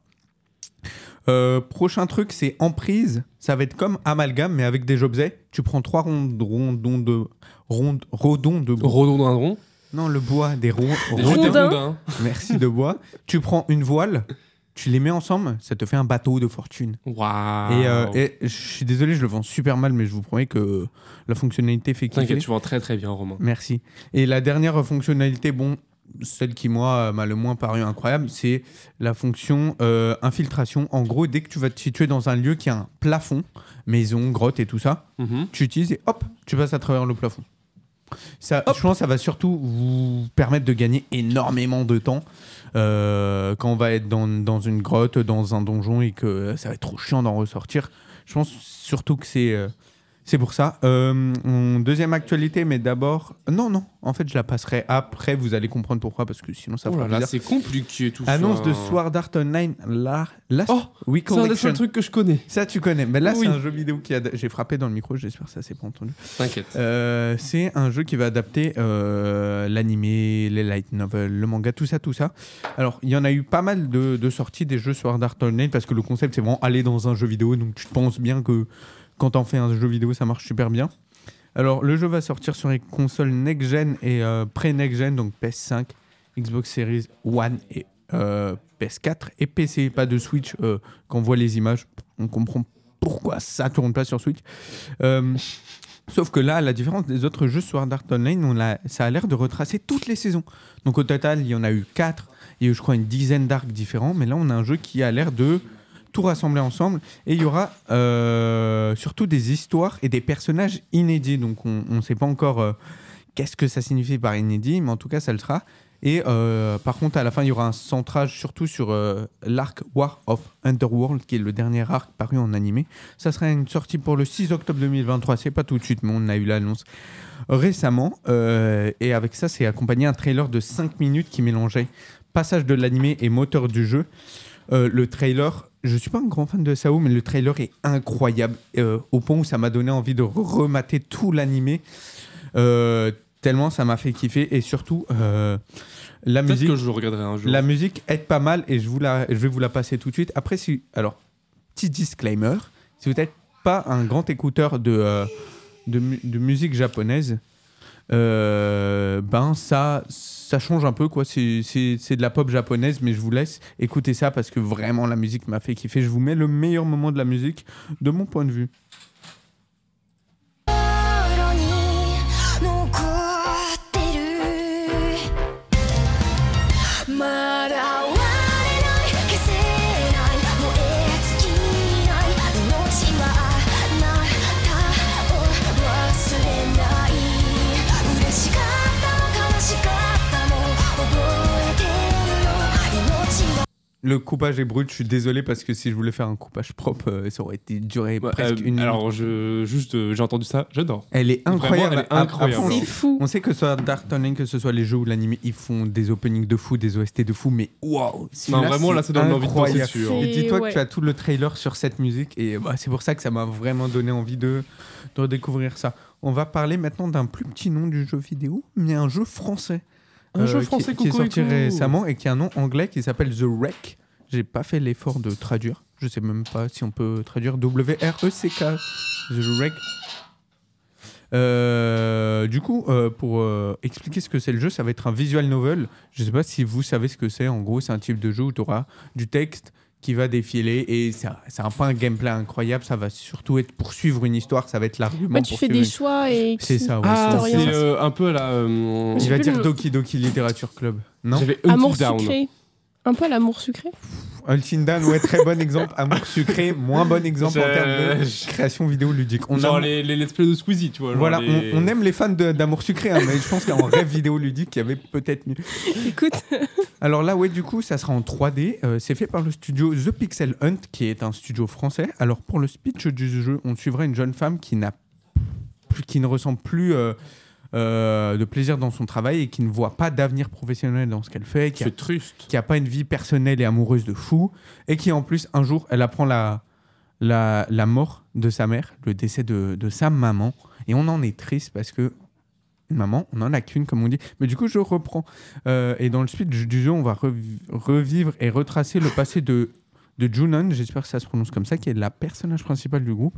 [SPEAKER 3] Euh, prochain truc, c'est emprise. Ça va être comme amalgame, mais avec des objets. Tu prends trois rondes, rondons de, rondes, rodons de bois.
[SPEAKER 4] Rhododendron.
[SPEAKER 3] Non, le bois, des ronds.
[SPEAKER 4] Des
[SPEAKER 5] Rondins.
[SPEAKER 4] rondins.
[SPEAKER 3] Merci de bois. Tu prends une voile, tu les mets ensemble, ça te fait un bateau de fortune.
[SPEAKER 4] Waouh.
[SPEAKER 3] Et, euh, et je suis désolé, je le vends super mal, mais je vous promets que la fonctionnalité fait kiffer.
[SPEAKER 4] T'inquiète, tu vends très très bien, Romain.
[SPEAKER 3] Merci. Et la dernière fonctionnalité, bon, celle qui moi m'a le moins paru incroyable, c'est la fonction euh, infiltration. En gros, dès que tu vas te situer dans un lieu qui a un plafond, maison, grotte et tout ça,
[SPEAKER 4] Mhm.
[SPEAKER 3] tu utilises et hop, tu passes à travers le plafond. Ça, je pense que ça va surtout vous permettre de gagner énormément de temps euh, quand on va être dans, dans une grotte, dans un donjon et que ça va être trop chiant d'en ressortir. Je pense surtout que c'est euh, c'est pour ça. Euh, mon deuxième actualité, mais d'abord... Non, non, en fait, je la passerai après. Vous allez comprendre pourquoi, parce que sinon, ça
[SPEAKER 4] Oh
[SPEAKER 3] fera
[SPEAKER 4] là là,
[SPEAKER 3] bizarre.
[SPEAKER 4] c'est compliqué tout
[SPEAKER 3] Annonce
[SPEAKER 4] ça.
[SPEAKER 3] de Sword Art Online la, Last
[SPEAKER 4] Oh,
[SPEAKER 3] Week
[SPEAKER 4] C'est un des
[SPEAKER 3] Collection.
[SPEAKER 4] seuls trucs que je connais.
[SPEAKER 3] Ça, tu connais. Mais là,
[SPEAKER 4] Oui.
[SPEAKER 3] c'est un jeu vidéo qui a... J'ai frappé dans le micro, j'espère que ça s'est pas entendu.
[SPEAKER 4] T'inquiète.
[SPEAKER 3] Euh, c'est un jeu qui va adapter euh, l'animé, les light novels, le manga, tout ça, tout ça. Alors, il y en a eu pas mal de, de sorties des jeux Sword Art Online parce que le concept, c'est vraiment aller dans un jeu vidéo. Donc, tu penses bien que quand t'en fais un jeu vidéo, ça marche super bien. Alors, le jeu va sortir sur les consoles next-gen et euh, pré-next-gen, donc P S cinq, Xbox Series One et euh, P S quatre et P C. Pas de Switch. Euh, quand on voit les images, on comprend pourquoi ça tourne pas sur Switch. Euh, Sauf que là, à la différence des autres jeux Sword Art Online, on a, ça a l'air de retracer toutes les saisons. Donc au total, il y en a eu quatre. Il y a eu, je crois, une dizaine d'arcs différents. Mais là, on a un jeu qui a l'air de tout rassembler ensemble. Et il y aura euh, surtout des histoires et des personnages inédits. Donc on ne sait pas encore euh, qu'est-ce que ça signifie par inédit, mais en tout cas, ça le sera. Et euh, par contre, à la fin, il y aura un centrage surtout sur euh, l'arc War of Underworld, qui est le dernier arc paru en animé. Ça sera une sortie pour le six octobre deux mille vingt-trois. C'est pas tout de suite, mais on a eu l'annonce récemment. Euh, et avec ça, c'est accompagné un trailer de cinq minutes qui mélangeait passage de l'animé et moteur du jeu. Euh, le trailer, je suis pas un grand fan de S A O, mais le trailer est incroyable, euh, au point où ça m'a donné envie de remater tout l'animé. Euh, tellement ça m'a fait kiffer. Et surtout, euh, la
[SPEAKER 4] Peut-être
[SPEAKER 3] musique...
[SPEAKER 4] que je le regarderai un jour.
[SPEAKER 3] La musique aide pas mal et je, vous la, je vais vous la passer tout de suite. Après, si, alors, petit disclaimer, si vous n'êtes pas un grand écouteur de, euh, de, mu- de musique japonaise, euh, ben ça, ça change un peu, quoi. C'est, c'est, c'est de la pop japonaise, mais je vous laisse écouter ça parce que vraiment la musique m'a fait kiffer. Je vous mets le meilleur moment de la musique de mon point de vue.
[SPEAKER 10] 残ってるまだ終われない消せない燃え尽きない命はなたを忘れない嬉しかったも悲しかったも覚えてるよ命は
[SPEAKER 3] Le coupage est brut, je suis désolé parce que si je voulais faire un coupage propre, euh, ça aurait été duré
[SPEAKER 4] Ouais,
[SPEAKER 3] presque
[SPEAKER 4] euh,
[SPEAKER 3] une minute.
[SPEAKER 4] Alors, je, juste, euh, j'ai entendu ça, j'adore.
[SPEAKER 3] Elle est incroyable.
[SPEAKER 4] Vraiment, elle est incroyable.
[SPEAKER 3] Après, on-
[SPEAKER 5] C'est fou.
[SPEAKER 3] On sait que soit Dark Online, que ce soit les jeux ou l'anime, ils font des openings de fou, des O S T de fou, mais waouh!
[SPEAKER 4] Non, vraiment, là, ça donne envie de danser
[SPEAKER 3] incroyable.
[SPEAKER 4] dessus.
[SPEAKER 5] hein.
[SPEAKER 3] Et dis-toi
[SPEAKER 5] Ouais.
[SPEAKER 3] que tu as tout le trailer sur cette musique, et bah, c'est pour ça que ça m'a vraiment donné envie de, de redécouvrir ça. On va parler maintenant d'un plus petit nom du jeu vidéo, mais un jeu français.
[SPEAKER 4] Un jeu
[SPEAKER 3] qui-
[SPEAKER 4] français,
[SPEAKER 3] qui, est sorti
[SPEAKER 4] cocorico.
[SPEAKER 3] récemment et qui a un nom anglais qui s'appelle The Wreck. J'ai pas fait l'effort de traduire. Je sais même pas si on peut traduire W R E C K. The Wreck. Euh, du coup, euh, pour euh, expliquer ce que c'est le jeu, ça va être un visual novel. Je sais pas si vous savez ce que c'est. En gros, c'est un type de jeu où tu auras du texte qui va défiler et c'est un, c'est un peu un gameplay incroyable. Ça va surtout être pour suivre une histoire. Ça va être l'argument.
[SPEAKER 5] Ouais, tu
[SPEAKER 3] pour
[SPEAKER 5] fais
[SPEAKER 3] suivre
[SPEAKER 5] des
[SPEAKER 3] une-
[SPEAKER 5] choix et
[SPEAKER 3] C'est
[SPEAKER 5] qui-
[SPEAKER 3] ça, ouais.
[SPEAKER 4] Ah,
[SPEAKER 3] c'est
[SPEAKER 4] c'est
[SPEAKER 3] ça.
[SPEAKER 4] euh, un peu la. euh,
[SPEAKER 3] Il
[SPEAKER 5] J'ai
[SPEAKER 3] va
[SPEAKER 5] plus
[SPEAKER 3] dire
[SPEAKER 5] le-
[SPEAKER 3] Doki Doki Literature Club. Non.
[SPEAKER 4] J'avais
[SPEAKER 5] Amour
[SPEAKER 4] Until Dawn.
[SPEAKER 5] sucré. Un peu à l'amour sucré.
[SPEAKER 3] Ultindan, ouais, très bon exemple. Amour sucré, moins bon exemple en
[SPEAKER 4] Je-
[SPEAKER 3] termes de
[SPEAKER 4] je-
[SPEAKER 3] création vidéoludique. On
[SPEAKER 4] Genre
[SPEAKER 3] a-
[SPEAKER 4] les, les let's play de Squeezie, tu vois. genre
[SPEAKER 3] Voilà,
[SPEAKER 4] les-
[SPEAKER 3] on, on aime les fans de- d'amour sucré, hein, mais je pense qu'en rêve vidéoludique, il y avait peut-être mieux.
[SPEAKER 5] Écoute,
[SPEAKER 3] Alors là, ouais, du coup, ça sera en trois D. Euh, c'est fait par le studio The Pixel Hunt, qui est un studio français. Alors pour le speech du jeu, on suivra une jeune femme qui n'a plus, qui ne ressent plus euh, euh, de plaisir dans son travail et qui ne voit pas d'avenir professionnel dans ce qu'elle fait, qui a,
[SPEAKER 4] C'est triste.
[SPEAKER 3] qui a pas une vie personnelle et amoureuse de fou, et qui en plus un jour, elle apprend la la, la mort de sa mère, le décès de, de sa maman, et on en est triste parce que une maman, on en a qu'une, comme on dit. Mais du coup, je reprends. Euh, et dans le speech du jeu, on va revi- revivre et retracer le passé de, de Junon, j'espère que ça se prononce comme ça, qui est la personnage principale du groupe.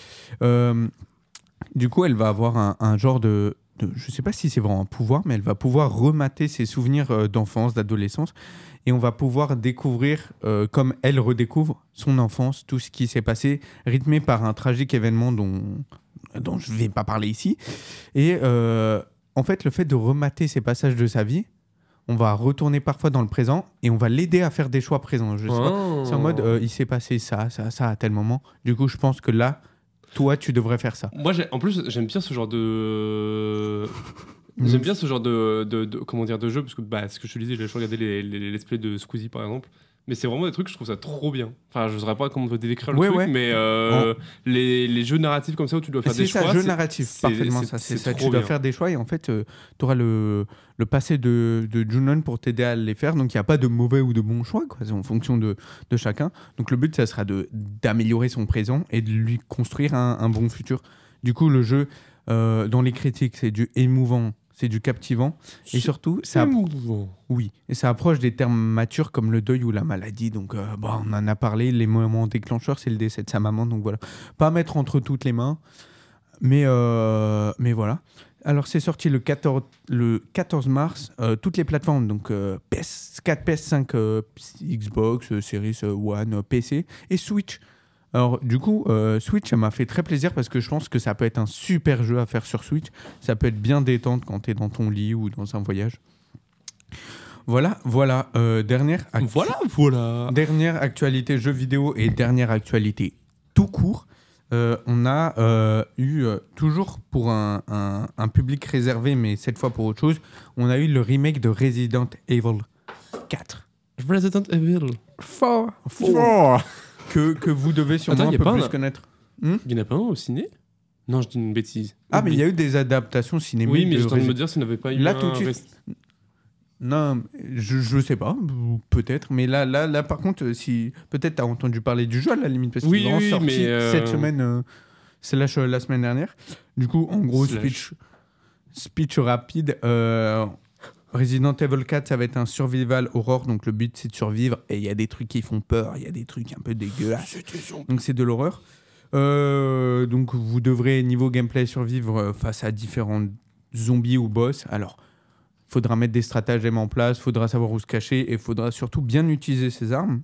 [SPEAKER 3] Euh, du coup, elle va avoir un, un genre de, de... Je sais pas si c'est vraiment un pouvoir, mais elle va pouvoir remater ses souvenirs euh, d'enfance, d'adolescence. Et on va pouvoir découvrir, euh, comme elle redécouvre son enfance, tout ce qui s'est passé, rythmé par un tragique événement dont... dont je ne vais pas parler ici. Et euh, en fait, le fait de remater ces passages de sa vie, on va retourner parfois dans le présent et on va l'aider à faire des choix présents. Je sais pas.
[SPEAKER 4] Oh.
[SPEAKER 3] C'est en mode, euh, il s'est passé ça, ça, ça à tel moment. Du coup, je pense que là, toi, tu devrais faire ça.
[SPEAKER 4] Moi, j'ai- en plus, j'aime bien ce genre de. J'aime bien ce genre de, de, de- comment dire, de jeu, parce que bah, ce que je te disais, j'ai regardé les, les, les let's play de Squeezie par exemple. Mais c'est vraiment des trucs, je trouve ça trop bien. Enfin, je ne saurais pas comment te décrire le
[SPEAKER 3] Ouais,
[SPEAKER 4] truc,
[SPEAKER 3] ouais.
[SPEAKER 4] mais euh, les, les jeux narratifs comme ça où tu dois faire
[SPEAKER 3] C'est
[SPEAKER 4] des
[SPEAKER 3] ça,
[SPEAKER 4] choix.
[SPEAKER 3] jeu
[SPEAKER 4] c'est-
[SPEAKER 3] narratif,
[SPEAKER 4] c'est-
[SPEAKER 3] parfaitement
[SPEAKER 4] c'est-
[SPEAKER 3] ça. C'est
[SPEAKER 4] c'est
[SPEAKER 3] ça,
[SPEAKER 4] trop
[SPEAKER 3] tu dois
[SPEAKER 4] bien.
[SPEAKER 3] faire des choix et en fait, tu auras le, le passé de, de Junon pour t'aider à les faire. Donc, il n'y a pas de mauvais ou de bons choix, quoi. C'est en fonction de, de chacun. Donc, le but, ça sera de, d'améliorer son présent et de lui construire un, un bon futur. Du coup, le jeu, euh, dans les critiques, c'est du émouvant, c'est du captivant. Et surtout, ça,
[SPEAKER 4] émouvant.
[SPEAKER 3] oui, et ça approche des termes matures comme le deuil ou la maladie. Donc, euh, bon, on en a parlé. Les moments déclencheurs, c'est le décès de sa maman. Donc, voilà. Pas mettre entre toutes les mains. Mais, euh, mais voilà. Alors, c'est sorti le quatorze, le quatorze mars. Euh, toutes les plateformes. Donc, euh, P S quatre, P S cinq, euh, Xbox, euh, Series euh, One, euh, P C et Switch. Alors, du coup, euh, Switch, ça m'a fait très plaisir parce que je pense que ça peut être un super jeu à faire sur Switch. Ça peut être bien détente quand tu es dans ton lit ou dans un voyage. Voilà, voilà. Euh, dernière, actu-
[SPEAKER 4] Voilà, voilà.
[SPEAKER 3] dernière actualité jeux vidéo et dernière actualité tout court. Euh, on a euh, eu, euh, toujours pour un, un, un public réservé, mais cette fois pour autre chose, on a eu le remake de Resident Evil quatre.
[SPEAKER 4] Resident Evil.
[SPEAKER 5] fort.
[SPEAKER 3] Fort. Que, que vous devez sûrement
[SPEAKER 4] Attends, y
[SPEAKER 3] un
[SPEAKER 4] a
[SPEAKER 3] peu
[SPEAKER 4] pas
[SPEAKER 3] plus
[SPEAKER 4] un-
[SPEAKER 3] connaître.
[SPEAKER 4] Il n'y en a pas un au ciné? Non, je dis une bêtise.
[SPEAKER 3] Ah, mais il y
[SPEAKER 4] a
[SPEAKER 3] a eu des adaptations cinéma.
[SPEAKER 4] Oui, mais
[SPEAKER 3] de
[SPEAKER 4] je train de me
[SPEAKER 3] Resi-
[SPEAKER 4] dire s'il n'y avait pas eu
[SPEAKER 3] Là,
[SPEAKER 4] un
[SPEAKER 3] tout de suite.
[SPEAKER 4] rest-
[SPEAKER 3] Non, je, je sais pas, ou peut-être, mais là, là, là, par contre, si peut-être t'as entendu parler du jeu à la limite, parce qu'il
[SPEAKER 4] Oui,
[SPEAKER 3] est vraiment
[SPEAKER 4] oui,
[SPEAKER 3] sorti
[SPEAKER 4] mais, euh,
[SPEAKER 3] cette semaine, euh, slash euh, la semaine dernière. Du coup, en gros,
[SPEAKER 4] Slash.
[SPEAKER 3] speech, speech rapide. euh, Resident Evil quatre, ça va être un survival horror, donc le but c'est de survivre, et il y a des trucs qui font peur, il y a des trucs un peu dégueulasses, donc c'est de l'horreur. Euh, donc vous devrez, niveau gameplay, survivre euh, face à différents zombies ou boss. Alors, il faudra mettre des stratagèmes en place, il faudra savoir où se cacher, et il faudra surtout bien utiliser ses armes.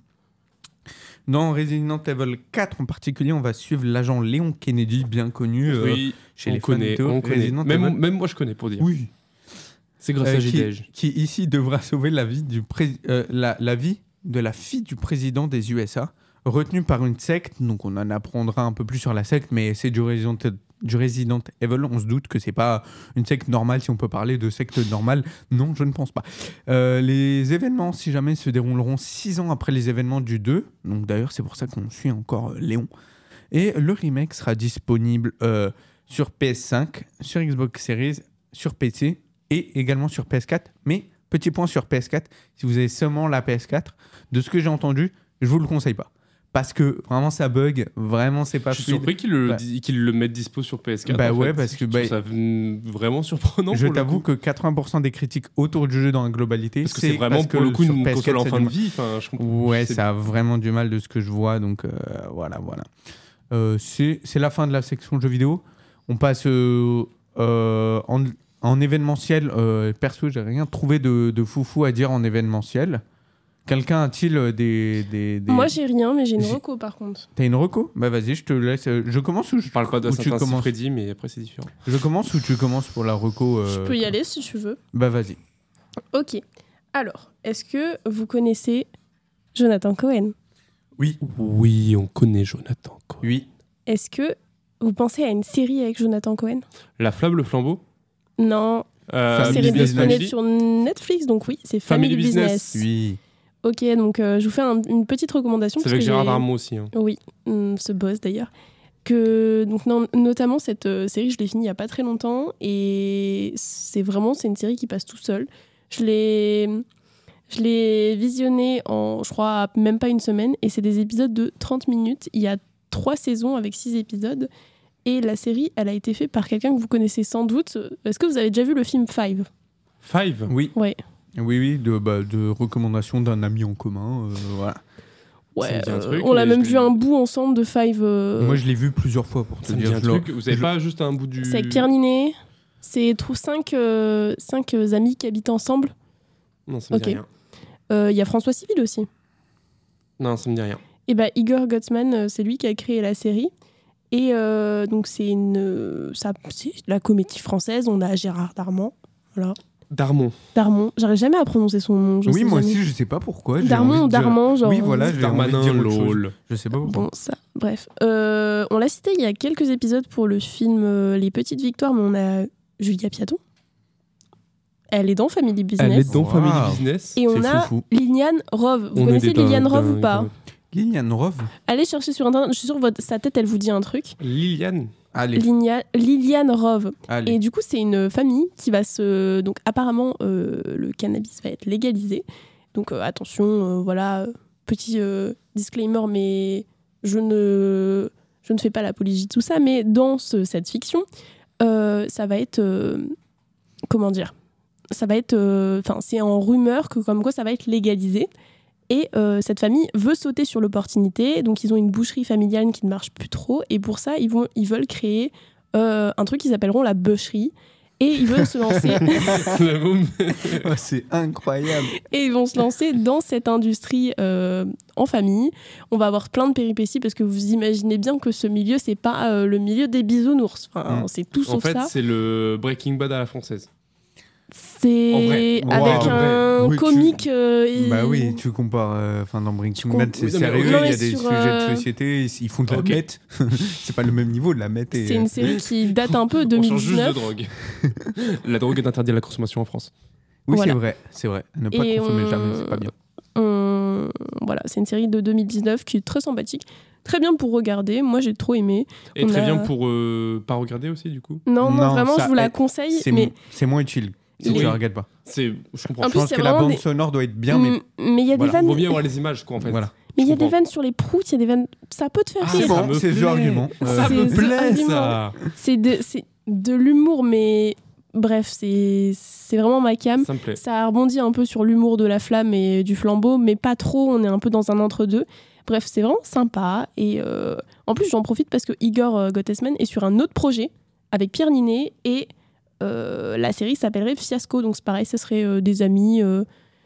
[SPEAKER 3] Dans Resident Evil quatre en particulier, on va suivre l'agent Léon Kennedy, bien connu euh,
[SPEAKER 4] Oui,
[SPEAKER 3] chez
[SPEAKER 4] on
[SPEAKER 3] les
[SPEAKER 4] connaît,
[SPEAKER 3] fans de
[SPEAKER 4] on connaît.
[SPEAKER 3] Resident
[SPEAKER 4] Même,
[SPEAKER 3] Evil.
[SPEAKER 4] même moi, je connais pour dire.
[SPEAKER 3] Oui.
[SPEAKER 4] C'est grâce
[SPEAKER 3] Euh,
[SPEAKER 4] à
[SPEAKER 3] qui,
[SPEAKER 4] J-Dej.
[SPEAKER 3] qui ici devra sauver la vie, du pré- euh, la, la vie de la fille du président des U S A, retenue par une secte. Donc on en apprendra un peu plus sur la secte, mais c'est du Resident, du Resident Evil. On se doute que c'est pas une secte normale, si on peut parler de secte normale. Non, je ne pense pas. Euh, les événements, si jamais, se dérouleront six ans après les événements du deux. Donc d'ailleurs, c'est pour ça qu'on suit encore euh, Léon. Et le remake sera disponible euh, sur P S cinq, sur Xbox Series, sur P C et également sur P S quatre. Mais petit point sur P S quatre, si vous avez seulement la P S quatre, de ce que j'ai entendu, je vous le conseille pas. Parce que vraiment ça bug, vraiment c'est pas
[SPEAKER 4] Je suis
[SPEAKER 3] fluide.
[SPEAKER 4] surpris qu'ils le,
[SPEAKER 3] Ouais.
[SPEAKER 4] di- qu'ils le mettent dispo sur P S quatre.
[SPEAKER 3] Bah
[SPEAKER 4] en
[SPEAKER 3] ouais,
[SPEAKER 4] fait.
[SPEAKER 3] parce que,
[SPEAKER 4] Je
[SPEAKER 3] bah,
[SPEAKER 4] trouve ça mm, vraiment surprenant.
[SPEAKER 3] Je
[SPEAKER 4] pour le
[SPEAKER 3] t'avoue
[SPEAKER 4] coup.
[SPEAKER 3] que quatre-vingts pour cent des critiques autour du jeu dans la globalité,
[SPEAKER 4] Parce que c'est vraiment
[SPEAKER 3] parce
[SPEAKER 4] pour
[SPEAKER 3] que
[SPEAKER 4] le coup
[SPEAKER 3] sur
[SPEAKER 4] une
[SPEAKER 3] P S quatre,
[SPEAKER 4] console en
[SPEAKER 3] ça
[SPEAKER 4] fin
[SPEAKER 3] a du
[SPEAKER 4] de
[SPEAKER 3] mal.
[SPEAKER 4] vie. Enfin, je comprends.
[SPEAKER 3] Ouais,
[SPEAKER 4] C'est-
[SPEAKER 3] ça a vraiment du mal de ce que je vois, donc euh, voilà, voilà. Euh, c'est c'est la fin de la section jeux vidéo. On passe euh, euh, en, en événementiel. Euh, perso, j'ai rien trouvé de, de foufou à dire en événementiel. Quelqu'un a-t-il euh, des, des, des...
[SPEAKER 5] Moi, j'ai rien, mais j'ai une
[SPEAKER 3] J'ai-
[SPEAKER 5] reco par contre.
[SPEAKER 3] T'as une reco? Bah vas-y, je te laisse. Euh, Je commence ou je,
[SPEAKER 4] Je parle pas
[SPEAKER 3] ou tu
[SPEAKER 4] d'Assassin's
[SPEAKER 3] commences
[SPEAKER 4] Freddy, mais après c'est différent.
[SPEAKER 3] Je commence ou tu commences pour la reco euh,
[SPEAKER 5] Je peux y aller si tu veux.
[SPEAKER 3] Bah vas-y.
[SPEAKER 5] Ok. Alors, est-ce que vous connaissez Jonathan Cohen.
[SPEAKER 3] Oui.
[SPEAKER 4] Oui, on connaît Jonathan Cohen.
[SPEAKER 3] Oui.
[SPEAKER 5] Est-ce que vous pensez à une série avec Jonathan Cohen?
[SPEAKER 4] La Flamme, le flambeau.
[SPEAKER 5] Non.
[SPEAKER 4] Euh,
[SPEAKER 5] Une série
[SPEAKER 3] Business
[SPEAKER 5] disponible
[SPEAKER 4] Family.
[SPEAKER 5] sur Netflix, donc oui, c'est Family,
[SPEAKER 4] Family
[SPEAKER 5] Business.
[SPEAKER 4] Business.
[SPEAKER 3] Oui.
[SPEAKER 5] Ok, donc euh, je vous fais un- une petite recommandation.
[SPEAKER 4] C'est
[SPEAKER 5] parce
[SPEAKER 4] avec
[SPEAKER 5] que
[SPEAKER 4] Gérard
[SPEAKER 5] j'ai-
[SPEAKER 4] Darmon aussi. hein.
[SPEAKER 5] Oui, hum, ce boss d'ailleurs. Que, donc, non, notamment, cette euh, série, je l'ai finie il n'y a pas très longtemps. Et c'est vraiment, c'est une série qui passe tout seul. Je l'ai, je l'ai visionnée en, je crois, même pas une semaine. Et c'est des épisodes de trente minutes. Il y a trois saisons avec six épisodes. Et la série, elle a été faite par quelqu'un que vous connaissez sans doute. Est-ce que vous avez déjà vu le film Five?
[SPEAKER 4] Five.
[SPEAKER 3] Oui.
[SPEAKER 5] Ouais.
[SPEAKER 3] Oui, oui, de, bah, de recommandation d'un ami en commun. euh, voilà.
[SPEAKER 4] Ça me
[SPEAKER 5] Ouais,
[SPEAKER 4] dit un
[SPEAKER 5] euh,
[SPEAKER 4] truc,
[SPEAKER 5] on l'a
[SPEAKER 4] mais
[SPEAKER 5] même
[SPEAKER 4] je
[SPEAKER 5] vu
[SPEAKER 4] l'ai-
[SPEAKER 5] un bout ensemble de Five. euh,
[SPEAKER 3] Moi, je l'ai vu plusieurs fois pour te
[SPEAKER 4] Ça me dit
[SPEAKER 3] dire.
[SPEAKER 4] un
[SPEAKER 3] je le-
[SPEAKER 4] truc. Vous avez
[SPEAKER 3] je-
[SPEAKER 4] pas juste un bout du.
[SPEAKER 5] C'est avec Pierre Ninet. C'est trop cinq, euh, cinq euh, amis qui habitent ensemble.
[SPEAKER 4] Non, ça me dit
[SPEAKER 5] Ok.
[SPEAKER 4] rien.
[SPEAKER 5] Euh, Il y a François Civil aussi.
[SPEAKER 4] Non, ça me dit rien.
[SPEAKER 5] Et bah, Igor Gottsman, euh, c'est lui qui a créé la série. Et euh, donc, c'est une, euh, ça, c'est la comédie française. On a Gérard Darmon. Voilà.
[SPEAKER 4] Darmon.
[SPEAKER 5] Darmon. J'arrive jamais à prononcer son nom. je
[SPEAKER 3] Oui,
[SPEAKER 5] sais
[SPEAKER 3] moi
[SPEAKER 5] jamais.
[SPEAKER 3] aussi, je sais pas pourquoi. j'ai
[SPEAKER 5] Darmon
[SPEAKER 3] envie
[SPEAKER 5] ou
[SPEAKER 3] de dire-
[SPEAKER 5] Darman, genre.
[SPEAKER 3] Oui, voilà, j'ai envie de
[SPEAKER 4] Darmanin,
[SPEAKER 3] dire autre chose.
[SPEAKER 4] lol.
[SPEAKER 3] Je sais pas pourquoi.
[SPEAKER 5] Bon, ça, bref. Euh, on l'a cité il y a quelques épisodes pour le film euh, Les Petites Victoires, mais on a Julia Piaton. Elle est dans Family Business.
[SPEAKER 4] Elle est dans
[SPEAKER 3] Wow.
[SPEAKER 4] Family Business.
[SPEAKER 5] Et on
[SPEAKER 3] C'est
[SPEAKER 5] a
[SPEAKER 3] foufou.
[SPEAKER 5] Liliane Rove. Vous
[SPEAKER 4] On est
[SPEAKER 5] connaissez
[SPEAKER 4] des
[SPEAKER 5] Liliane
[SPEAKER 4] dingues,
[SPEAKER 5] Rove ou
[SPEAKER 4] dingues,
[SPEAKER 5] pas
[SPEAKER 4] dingues.
[SPEAKER 3] Liliane Rove.
[SPEAKER 5] Allez chercher sur internet, je suis sûre que votre, sa tête elle vous dit un truc.
[SPEAKER 4] Liliane.
[SPEAKER 3] Allez,
[SPEAKER 5] Linia- Liliane Rove.
[SPEAKER 3] allez.
[SPEAKER 5] Et du coup, c'est une famille qui va se. Donc, apparemment, euh, le cannabis va être légalisé. Donc, euh, attention, euh, voilà, euh, petit euh, disclaimer, mais je ne, je ne fais pas l'apologie de tout ça. Mais dans ce- cette fiction, euh, ça va être. euh, comment dire Ça va être. Enfin, c'est en rumeur que, comme quoi, ça va être légalisé. Et euh, cette famille veut sauter sur l'opportunité, donc ils ont une boucherie familiale qui ne marche plus trop, et pour ça, ils, vont, ils veulent créer euh, un truc qu'ils appelleront la bûcherie, et ils veulent se lancer,
[SPEAKER 3] Oh, c'est incroyable.
[SPEAKER 5] et ils vont se lancer dans cette industrie euh, en famille. On va avoir plein de péripéties, parce que vous imaginez bien que ce milieu, c'est pas euh, le milieu des bisounours, enfin,
[SPEAKER 3] Mm.
[SPEAKER 5] c'est tout
[SPEAKER 4] En
[SPEAKER 5] sauf
[SPEAKER 4] fait,
[SPEAKER 5] ça.
[SPEAKER 4] c'est le Breaking Bad à la française.
[SPEAKER 5] C'est
[SPEAKER 4] en vrai.
[SPEAKER 5] avec
[SPEAKER 3] Wow.
[SPEAKER 5] un
[SPEAKER 3] Oui, tu-
[SPEAKER 5] comique... euh, et-
[SPEAKER 3] Bah oui, tu compares. euh, Enfin, dans Breaking
[SPEAKER 5] com-
[SPEAKER 3] Bad, c'est
[SPEAKER 4] Oui, non, mais-
[SPEAKER 3] sérieux.
[SPEAKER 5] non,
[SPEAKER 3] Il y
[SPEAKER 5] mais
[SPEAKER 3] a des
[SPEAKER 5] sur,
[SPEAKER 3] sujets
[SPEAKER 5] euh,
[SPEAKER 3] de société. Ils font de la
[SPEAKER 4] Ok.
[SPEAKER 3] meth. C'est pas le même niveau de la meth. Et...
[SPEAKER 5] C'est une série qui date un peu de
[SPEAKER 4] On change juste de
[SPEAKER 5] deux mille dix-neuf.
[SPEAKER 4] drogue. La drogue est interdite à la consommation en France.
[SPEAKER 3] Oui,
[SPEAKER 5] Voilà.
[SPEAKER 3] c'est vrai. C'est vrai. Ne pas
[SPEAKER 5] Et
[SPEAKER 3] consommer
[SPEAKER 5] on-
[SPEAKER 3] jamais, c'est pas bien.
[SPEAKER 5] On- Voilà, c'est une série de deux mille dix-neuf qui est très sympathique. Très bien pour regarder. Moi, j'ai trop aimé.
[SPEAKER 4] Et
[SPEAKER 5] On
[SPEAKER 4] très
[SPEAKER 5] a-
[SPEAKER 4] bien pour euh, pas regarder aussi, du coup.
[SPEAKER 5] Non, non,
[SPEAKER 3] Non,
[SPEAKER 5] vraiment,
[SPEAKER 3] ça
[SPEAKER 5] je vous la
[SPEAKER 3] aide.
[SPEAKER 5] conseille.
[SPEAKER 3] C'est
[SPEAKER 5] Mais,
[SPEAKER 3] mo- c'est moins utile si
[SPEAKER 5] Les-
[SPEAKER 3] tu la regardes pas.
[SPEAKER 4] C'est, je comprends.
[SPEAKER 5] En
[SPEAKER 3] Je
[SPEAKER 5] plus,
[SPEAKER 3] pense
[SPEAKER 5] c'est
[SPEAKER 3] que la
[SPEAKER 5] vraiment
[SPEAKER 3] bande
[SPEAKER 5] des-
[SPEAKER 3] sonore doit être bien, mais
[SPEAKER 5] Mm, mais il y a
[SPEAKER 3] Voilà.
[SPEAKER 5] des vannes.
[SPEAKER 4] Vaut mieux avoir les images, quoi, en fait.
[SPEAKER 3] voilà.
[SPEAKER 5] Mais il y a
[SPEAKER 4] Je
[SPEAKER 5] des
[SPEAKER 4] comprends.
[SPEAKER 5] vannes sur les proutes, il y a des vannes. Ça peut te faire
[SPEAKER 4] Ah,
[SPEAKER 3] C'est
[SPEAKER 5] rire.
[SPEAKER 4] ça
[SPEAKER 3] bon,
[SPEAKER 4] me
[SPEAKER 3] c'est
[SPEAKER 4] plaît.
[SPEAKER 3] ce argument.
[SPEAKER 4] Ça
[SPEAKER 3] Euh,
[SPEAKER 5] C'est-
[SPEAKER 4] me
[SPEAKER 5] c'est
[SPEAKER 4] plaît,
[SPEAKER 5] argument.
[SPEAKER 4] ça.
[SPEAKER 5] C'est de, c'est de l'humour, mais bref, c'est c'est vraiment ma cam.
[SPEAKER 4] Ça me plaît.
[SPEAKER 5] Ça rebondit un peu sur l'humour de la flamme et du flambeau, mais pas trop. On est un peu dans un entre-deux. Bref, c'est vraiment sympa. Et euh, en plus, j'en profite parce que Igor euh, Gottsman est sur un autre projet avec Pierre Ninet et euh, la série s'appellerait Fiasco. Donc c'est pareil, ce serait euh, des amis. euh,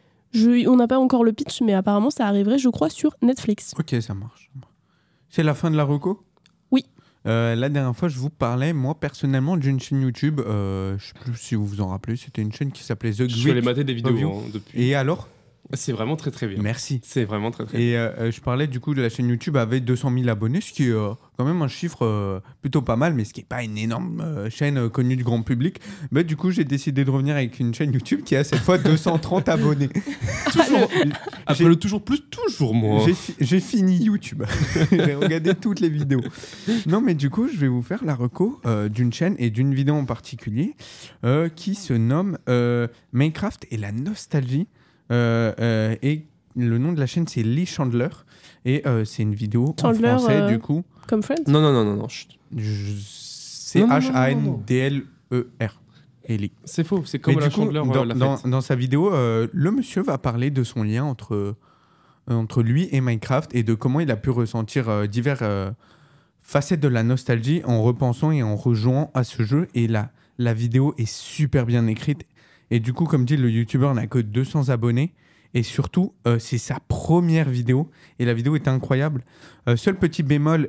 [SPEAKER 5] je, on n'a pas encore le pitch, mais apparemment ça arriverait, je crois, sur Netflix.
[SPEAKER 3] Ok, ça marche. C'est la fin de la reco.
[SPEAKER 5] Oui.
[SPEAKER 3] Euh, la dernière fois, je vous parlais, moi, personnellement, d'une chaîne YouTube. Euh, je sais plus si vous vous en rappelez. C'était une chaîne qui s'appelait The
[SPEAKER 4] Je suis allé
[SPEAKER 3] Greek.
[SPEAKER 4] mater des vidéos
[SPEAKER 3] Review.
[SPEAKER 4] hein, depuis.
[SPEAKER 3] Et alors
[SPEAKER 4] C'est vraiment très très bien.
[SPEAKER 3] Merci.
[SPEAKER 4] C'est vraiment très très bien.
[SPEAKER 3] Et euh, je parlais du coup de la chaîne YouTube avec deux cent mille abonnés, ce qui est euh, quand même un chiffre euh, plutôt pas mal, mais ce qui n'est pas une énorme euh, chaîne euh, connue du grand public. Mais du coup, j'ai décidé de revenir avec une chaîne YouTube qui a cette fois deux cent trente abonnés.
[SPEAKER 4] Toujours.
[SPEAKER 3] J'ai-
[SPEAKER 4] Après le toujours plus, toujours moins.
[SPEAKER 3] J'ai, fi- j'ai fini YouTube. J'ai regardé toutes les vidéos. Non, mais du coup, je vais vous faire la reco euh, d'une chaîne et d'une vidéo en particulier euh, qui se nomme euh, Minecraft et la nostalgie. Euh, euh, et le nom de la chaîne, c'est Lee Chandler. Et euh, c'est une vidéo
[SPEAKER 5] Chandler,
[SPEAKER 3] en français,
[SPEAKER 5] euh,
[SPEAKER 3] du coup.
[SPEAKER 5] Comme Friends.
[SPEAKER 4] Non, non, non, non, non. chut.
[SPEAKER 3] Je- C'est
[SPEAKER 4] Non, non, non,
[SPEAKER 3] H A N D L E R. Et Lee.
[SPEAKER 4] C'est faux. C'est comme
[SPEAKER 3] Mais
[SPEAKER 4] la
[SPEAKER 3] du coup,
[SPEAKER 4] chandeleur
[SPEAKER 3] dans,
[SPEAKER 4] euh, la
[SPEAKER 3] dans-
[SPEAKER 4] fête.
[SPEAKER 3] dans sa vidéo, euh, le monsieur va parler de son lien entre, euh, entre lui et Minecraft et de comment il a pu ressentir euh, divers euh, facettes de la nostalgie en repensant et en rejouant à ce jeu. Et la, la vidéo est super bien écrite. Et du coup, comme dit, le youtubeur n'a que deux cents abonnés. Et surtout, euh, c'est sa première vidéo. Et la vidéo est incroyable. Euh, seul petit bémol,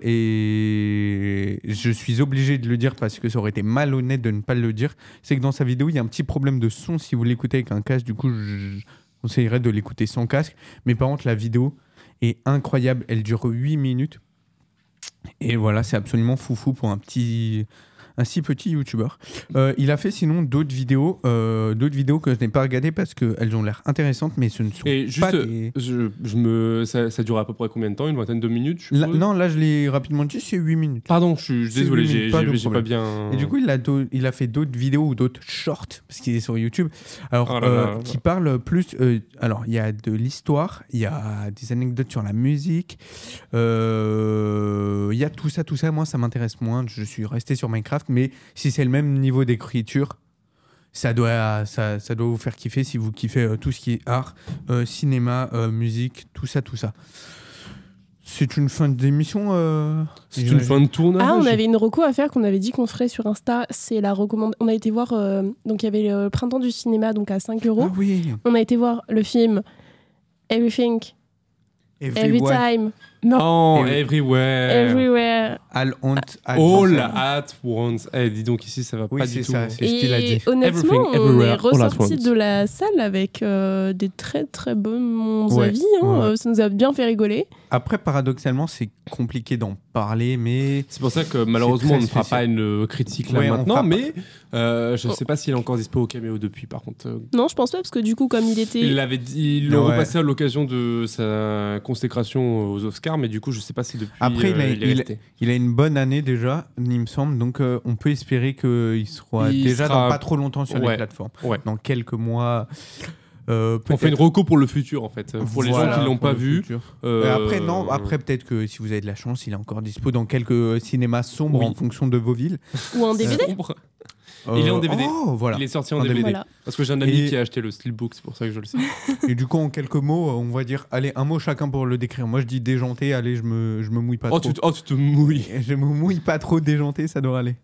[SPEAKER 3] et je suis obligé de le dire parce que ça aurait été malhonnête de ne pas le dire, c'est que dans sa vidéo, il y a un petit problème de son si vous l'écoutez avec un casque. Du coup, je je conseillerais de l'écouter sans casque. Mais par contre, la vidéo, est incroyable. Elle dure huit minutes. Et voilà, c'est absolument foufou pour un petit... un si petit youtubeur. Euh, il a fait sinon d'autres vidéos, euh, d'autres vidéos que je n'ai pas regardées parce qu'elles ont l'air intéressantes, mais ce ne sont
[SPEAKER 4] Et juste,
[SPEAKER 3] pas des...
[SPEAKER 4] je, je me, ça, ça dure à peu près combien de temps? Une vingtaine de minutes je
[SPEAKER 3] Là,
[SPEAKER 4] suppose
[SPEAKER 3] non, là je l'ai rapidement dit, c'est huit minutes.
[SPEAKER 4] Pardon, je suis
[SPEAKER 3] C'est
[SPEAKER 4] désolé,
[SPEAKER 3] huit
[SPEAKER 4] j'ai,
[SPEAKER 3] minutes, pas de
[SPEAKER 4] j'ai, j'ai pas
[SPEAKER 3] problème.
[SPEAKER 4] bien...
[SPEAKER 3] Et du coup, il a, do- il a fait d'autres vidéos ou d'autres shorts, parce qu'il est sur YouTube, alors,
[SPEAKER 4] Oh là
[SPEAKER 3] euh,
[SPEAKER 4] là là.
[SPEAKER 3] qui parlent plus... euh, alors, il y a de l'histoire, il y a des anecdotes sur la musique, euh, il y a tout ça, tout ça. Moi, ça m'intéresse moins. Je suis resté sur Minecraft, mais si c'est le même niveau d'écriture, ça doit, ça, ça doit vous faire kiffer si vous kiffez euh, tout ce qui est art, euh, cinéma, euh, musique, tout ça, tout ça. C'est une fin d'émission. Euh,
[SPEAKER 4] C'est une fin de tournage.
[SPEAKER 5] Ah, on avait une reco à faire qu'on avait dit qu'on ferait sur Insta. C'est la recommande. On a été voir. euh, donc, il y avait le Printemps du cinéma, donc à cinq euros.
[SPEAKER 3] Ah oui.
[SPEAKER 5] On a été voir le film Everything, Every
[SPEAKER 3] Everywhere.
[SPEAKER 5] Time,
[SPEAKER 4] Non,
[SPEAKER 3] Et-
[SPEAKER 4] everywhere.
[SPEAKER 5] Everywhere.
[SPEAKER 3] All on, all
[SPEAKER 4] All
[SPEAKER 3] on-
[SPEAKER 4] at once. Eh, dis donc ici, ça va
[SPEAKER 3] Oui,
[SPEAKER 4] pas
[SPEAKER 3] c'est
[SPEAKER 4] du tout.
[SPEAKER 3] ça,
[SPEAKER 4] hein.
[SPEAKER 3] c'est ce qu'il a
[SPEAKER 5] Et
[SPEAKER 3] dit.
[SPEAKER 5] honnêtement,
[SPEAKER 4] Everything,
[SPEAKER 5] on est
[SPEAKER 4] everywhere, all at
[SPEAKER 5] ressorti
[SPEAKER 4] once.
[SPEAKER 5] de la salle avec euh, des très très bons
[SPEAKER 3] Ouais,
[SPEAKER 5] avis. hein.
[SPEAKER 3] ouais.
[SPEAKER 5] Euh, Ça nous a bien fait rigoler.
[SPEAKER 3] Après, paradoxalement, c'est compliqué d'en parler, mais
[SPEAKER 4] C'est pour ça que malheureusement, on
[SPEAKER 3] très
[SPEAKER 4] ne fera
[SPEAKER 3] spécial.
[SPEAKER 4] pas une euh, critique là
[SPEAKER 3] Ouais, on
[SPEAKER 4] maintenant,
[SPEAKER 3] fera pas.
[SPEAKER 4] mais euh, je ne sais pas s'il est encore dispo au caméo depuis, par contre. Euh,
[SPEAKER 5] Non, je pense pas, parce que du coup, comme il était.
[SPEAKER 4] Il l'avait dit, il l'a
[SPEAKER 3] Ouais.
[SPEAKER 4] repassé à l'occasion de sa consécration aux Oscars, mais du coup, je sais pas si depuis.
[SPEAKER 3] Après, il a-
[SPEAKER 4] euh, il est
[SPEAKER 3] il-
[SPEAKER 4] resté.
[SPEAKER 3] il a une bonne année déjà, il me semble, donc euh, on peut espérer qu'il sera
[SPEAKER 4] Il
[SPEAKER 3] déjà
[SPEAKER 4] sera-
[SPEAKER 3] dans pas trop longtemps sur
[SPEAKER 4] Ouais.
[SPEAKER 3] les plateformes.
[SPEAKER 4] Ouais.
[SPEAKER 3] Dans quelques mois. euh,
[SPEAKER 4] On fait une
[SPEAKER 3] peut-être.
[SPEAKER 4] reco pour le futur, en fait, pour les
[SPEAKER 3] Voilà,
[SPEAKER 4] gens qui l'ont
[SPEAKER 3] pour
[SPEAKER 4] pas
[SPEAKER 3] le
[SPEAKER 4] vu.
[SPEAKER 3] futur.
[SPEAKER 4] euh,
[SPEAKER 3] Euh, Après, non, après peut-être que si vous avez de la chance, il est encore dispo dans quelques cinémas sombres
[SPEAKER 4] Oui.
[SPEAKER 3] en fonction de vos villes.
[SPEAKER 5] Ou en D V D.
[SPEAKER 4] sombre. Il est en D V D.
[SPEAKER 3] Oh, voilà.
[SPEAKER 4] Il est sorti en,
[SPEAKER 3] En
[SPEAKER 4] D V D.
[SPEAKER 5] Voilà.
[SPEAKER 4] Parce que j'ai un ami
[SPEAKER 3] Et-
[SPEAKER 4] qui a acheté le Steelbook, c'est pour ça que je le sais.
[SPEAKER 3] Et du coup, en quelques mots, on va dire, allez, un mot chacun pour le décrire. Moi, je dis déjanté, allez, je me, je me mouille pas
[SPEAKER 4] Oh
[SPEAKER 3] trop.
[SPEAKER 4] tu, te- oh, tu te mouilles.
[SPEAKER 3] Je me mouille pas trop, déjanté, ça devrait aller.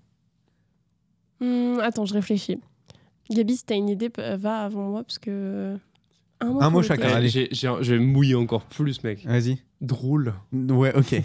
[SPEAKER 5] Hmm, attends, je réfléchis. Gabi, si t'as une idée, p- va avant moi, parce que. Un mot,
[SPEAKER 3] Un
[SPEAKER 5] pour
[SPEAKER 3] mot
[SPEAKER 5] le
[SPEAKER 3] chacun,
[SPEAKER 5] décrire.
[SPEAKER 3] allez.
[SPEAKER 4] J'ai- j'ai- Je vais me mouiller encore plus, mec.
[SPEAKER 3] Vas-y.
[SPEAKER 4] Drôle.
[SPEAKER 3] Ouais, ok.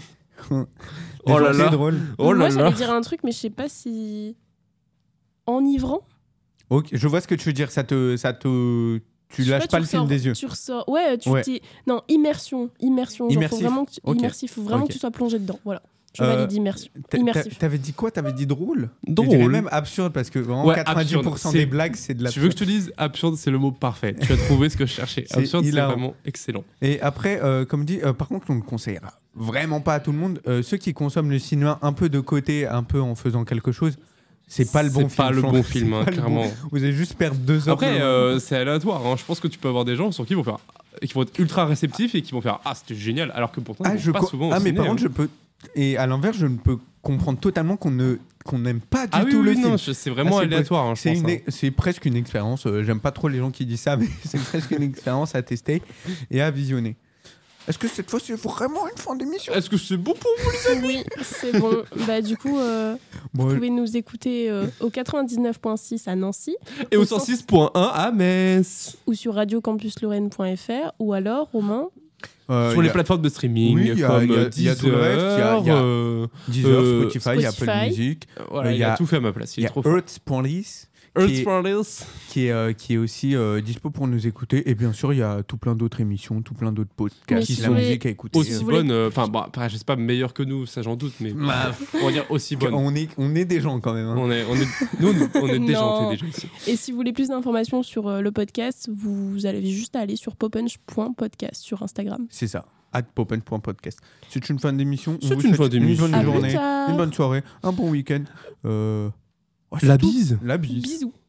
[SPEAKER 4] Oh là
[SPEAKER 3] Déjanté,
[SPEAKER 4] là.
[SPEAKER 3] drôle.
[SPEAKER 4] Oh
[SPEAKER 5] Moi,
[SPEAKER 4] là
[SPEAKER 5] j'allais
[SPEAKER 4] là.
[SPEAKER 5] dire un truc, mais je sais pas si. Enivrant.
[SPEAKER 3] Ok, je vois ce que tu veux dire. Ça te, ça te, tu
[SPEAKER 5] Je sais
[SPEAKER 3] lâches pas, le film
[SPEAKER 5] ressors-
[SPEAKER 3] des yeux.
[SPEAKER 5] Tu ressors. Ouais, tu
[SPEAKER 3] Ouais.
[SPEAKER 5] t'es. Non, immersion. Immersion. Genre,
[SPEAKER 3] Immersif.
[SPEAKER 5] faut vraiment que tu...
[SPEAKER 3] Ok.
[SPEAKER 5] Immersif. Faut vraiment
[SPEAKER 3] Ok.
[SPEAKER 5] que tu sois plongé dedans. Voilà. Je
[SPEAKER 3] Euh,
[SPEAKER 5] valide immersion.
[SPEAKER 3] T'a-
[SPEAKER 5] Immersif.
[SPEAKER 3] t'a- T'avais dit quoi? T'avais dit drôle?
[SPEAKER 4] Drôle.
[SPEAKER 3] Je dirais même absurde parce que vraiment
[SPEAKER 4] Ouais,
[SPEAKER 3] quatre-vingt-dix pour cent
[SPEAKER 4] absurde.
[SPEAKER 3] des
[SPEAKER 4] C'est-
[SPEAKER 3] blagues c'est de
[SPEAKER 4] Tu veux
[SPEAKER 3] l'absurde.
[SPEAKER 4] que je te dise absurde, c'est le mot parfait. Tu as trouvé ce que je cherchais.
[SPEAKER 3] C'est
[SPEAKER 4] Absurde, c'est
[SPEAKER 3] hilarant.
[SPEAKER 4] vraiment excellent.
[SPEAKER 3] Et après, euh, comme dit, euh, par contre, on ne conseillera vraiment pas à tout le monde. Euh, ceux qui consomment le cinéma un peu de côté, un peu en faisant quelque chose, c'est pas le bon film.
[SPEAKER 4] C'est pas le
[SPEAKER 3] franchement.
[SPEAKER 4] bon film,
[SPEAKER 3] C'est
[SPEAKER 4] hein,
[SPEAKER 3] pas le bon.
[SPEAKER 4] clairement.
[SPEAKER 3] Vous allez juste perdre deux heures.
[SPEAKER 4] Après,
[SPEAKER 3] de-
[SPEAKER 4] euh, c'est aléatoire. hein. Je pense que tu peux avoir des gens sur qui ils vont faire, qui vont être ultra réceptifs et qui vont faire ah c'était génial, alors que pourtant
[SPEAKER 3] ah,
[SPEAKER 4] ils
[SPEAKER 3] je
[SPEAKER 4] vont pas
[SPEAKER 3] co-
[SPEAKER 4] souvent au
[SPEAKER 3] ah mais
[SPEAKER 4] ciné,
[SPEAKER 3] par
[SPEAKER 4] hein.
[SPEAKER 3] contre, je peux. Et à l'inverse, je ne peux comprendre totalement qu'on ne qu'on n'aime pas du
[SPEAKER 4] Ah oui,
[SPEAKER 3] tout
[SPEAKER 4] oui,
[SPEAKER 3] le
[SPEAKER 4] oui,
[SPEAKER 3] film.
[SPEAKER 4] non, je- c'est vraiment
[SPEAKER 3] Ah, c'est
[SPEAKER 4] aléatoire. hein, je
[SPEAKER 3] C'est
[SPEAKER 4] pense,
[SPEAKER 3] une
[SPEAKER 4] hein.
[SPEAKER 3] e- c'est presque une expérience. euh, J'aime pas trop les gens qui disent ça, mais c'est presque une expérience à tester et à visionner. Est-ce que cette fois c'est vraiment une fin d'émission?
[SPEAKER 4] Est-ce que c'est bon pour vous les amis?
[SPEAKER 5] Oui, c'est bon. Bah, du coup, euh,
[SPEAKER 3] Bon,
[SPEAKER 5] vous pouvez nous écouter euh, au quatre-vingt-dix-neuf virgule six à Nancy
[SPEAKER 4] Et au
[SPEAKER 5] Au
[SPEAKER 4] cent six point un à Metz.
[SPEAKER 5] ou sur radio campus lorraine point f r ou alors, Romain.
[SPEAKER 3] euh,
[SPEAKER 4] Sur
[SPEAKER 3] il
[SPEAKER 4] les
[SPEAKER 3] y a
[SPEAKER 4] plateformes de streaming
[SPEAKER 3] Oui, il y a-
[SPEAKER 4] comme
[SPEAKER 3] il y a-
[SPEAKER 4] euh,
[SPEAKER 3] il y a tout le reste, il y a- il y a
[SPEAKER 4] Deezer, euh,
[SPEAKER 3] Deezer,
[SPEAKER 4] euh,
[SPEAKER 3] Spotify, Apple
[SPEAKER 5] Spotify.
[SPEAKER 3] Music.
[SPEAKER 4] voilà,
[SPEAKER 3] Euh,
[SPEAKER 4] il
[SPEAKER 3] il y
[SPEAKER 4] a
[SPEAKER 3] a-
[SPEAKER 4] tout fait à ma place. Il
[SPEAKER 3] Il y
[SPEAKER 4] est
[SPEAKER 3] a
[SPEAKER 4] trop fort.
[SPEAKER 3] Earth Police
[SPEAKER 4] Earth
[SPEAKER 3] qui est-
[SPEAKER 4] Police.
[SPEAKER 3] qui est, euh, qui est aussi euh, dispo pour nous écouter. Et bien sûr, il y a tout plein d'autres émissions, tout plein d'autres
[SPEAKER 5] Mais
[SPEAKER 3] podcasts,
[SPEAKER 5] si
[SPEAKER 3] la
[SPEAKER 5] vous voulez-
[SPEAKER 3] musique à écouter.
[SPEAKER 4] Aussi
[SPEAKER 5] vous voulez-
[SPEAKER 4] bonne, euh, enfin, bah, après, je sais pas meilleure que nous, ça j'en doute, mais
[SPEAKER 3] Bah,
[SPEAKER 4] on va dire aussi bonne.
[SPEAKER 3] on, est, on est des gens quand même. hein.
[SPEAKER 4] On est, on est, nous, on est
[SPEAKER 5] Non.
[SPEAKER 4] déjantés déjà ici.
[SPEAKER 5] Et si vous voulez plus d'informations sur euh, le podcast, vous avez juste à aller sur popunch point podcast sur Instagram.
[SPEAKER 3] C'est ça, at popen point podcast. C'est une fin d'émission. On
[SPEAKER 4] C'est
[SPEAKER 3] vous
[SPEAKER 4] une
[SPEAKER 3] souhaite
[SPEAKER 4] fin d'émission.
[SPEAKER 3] Une
[SPEAKER 5] À
[SPEAKER 3] bonne
[SPEAKER 5] plus
[SPEAKER 3] journée,
[SPEAKER 5] tard.
[SPEAKER 3] une bonne soirée, un bon week-end. Euh... ouais, c'est
[SPEAKER 4] La
[SPEAKER 3] tout.
[SPEAKER 4] bise.
[SPEAKER 3] La bise.
[SPEAKER 5] Bisous.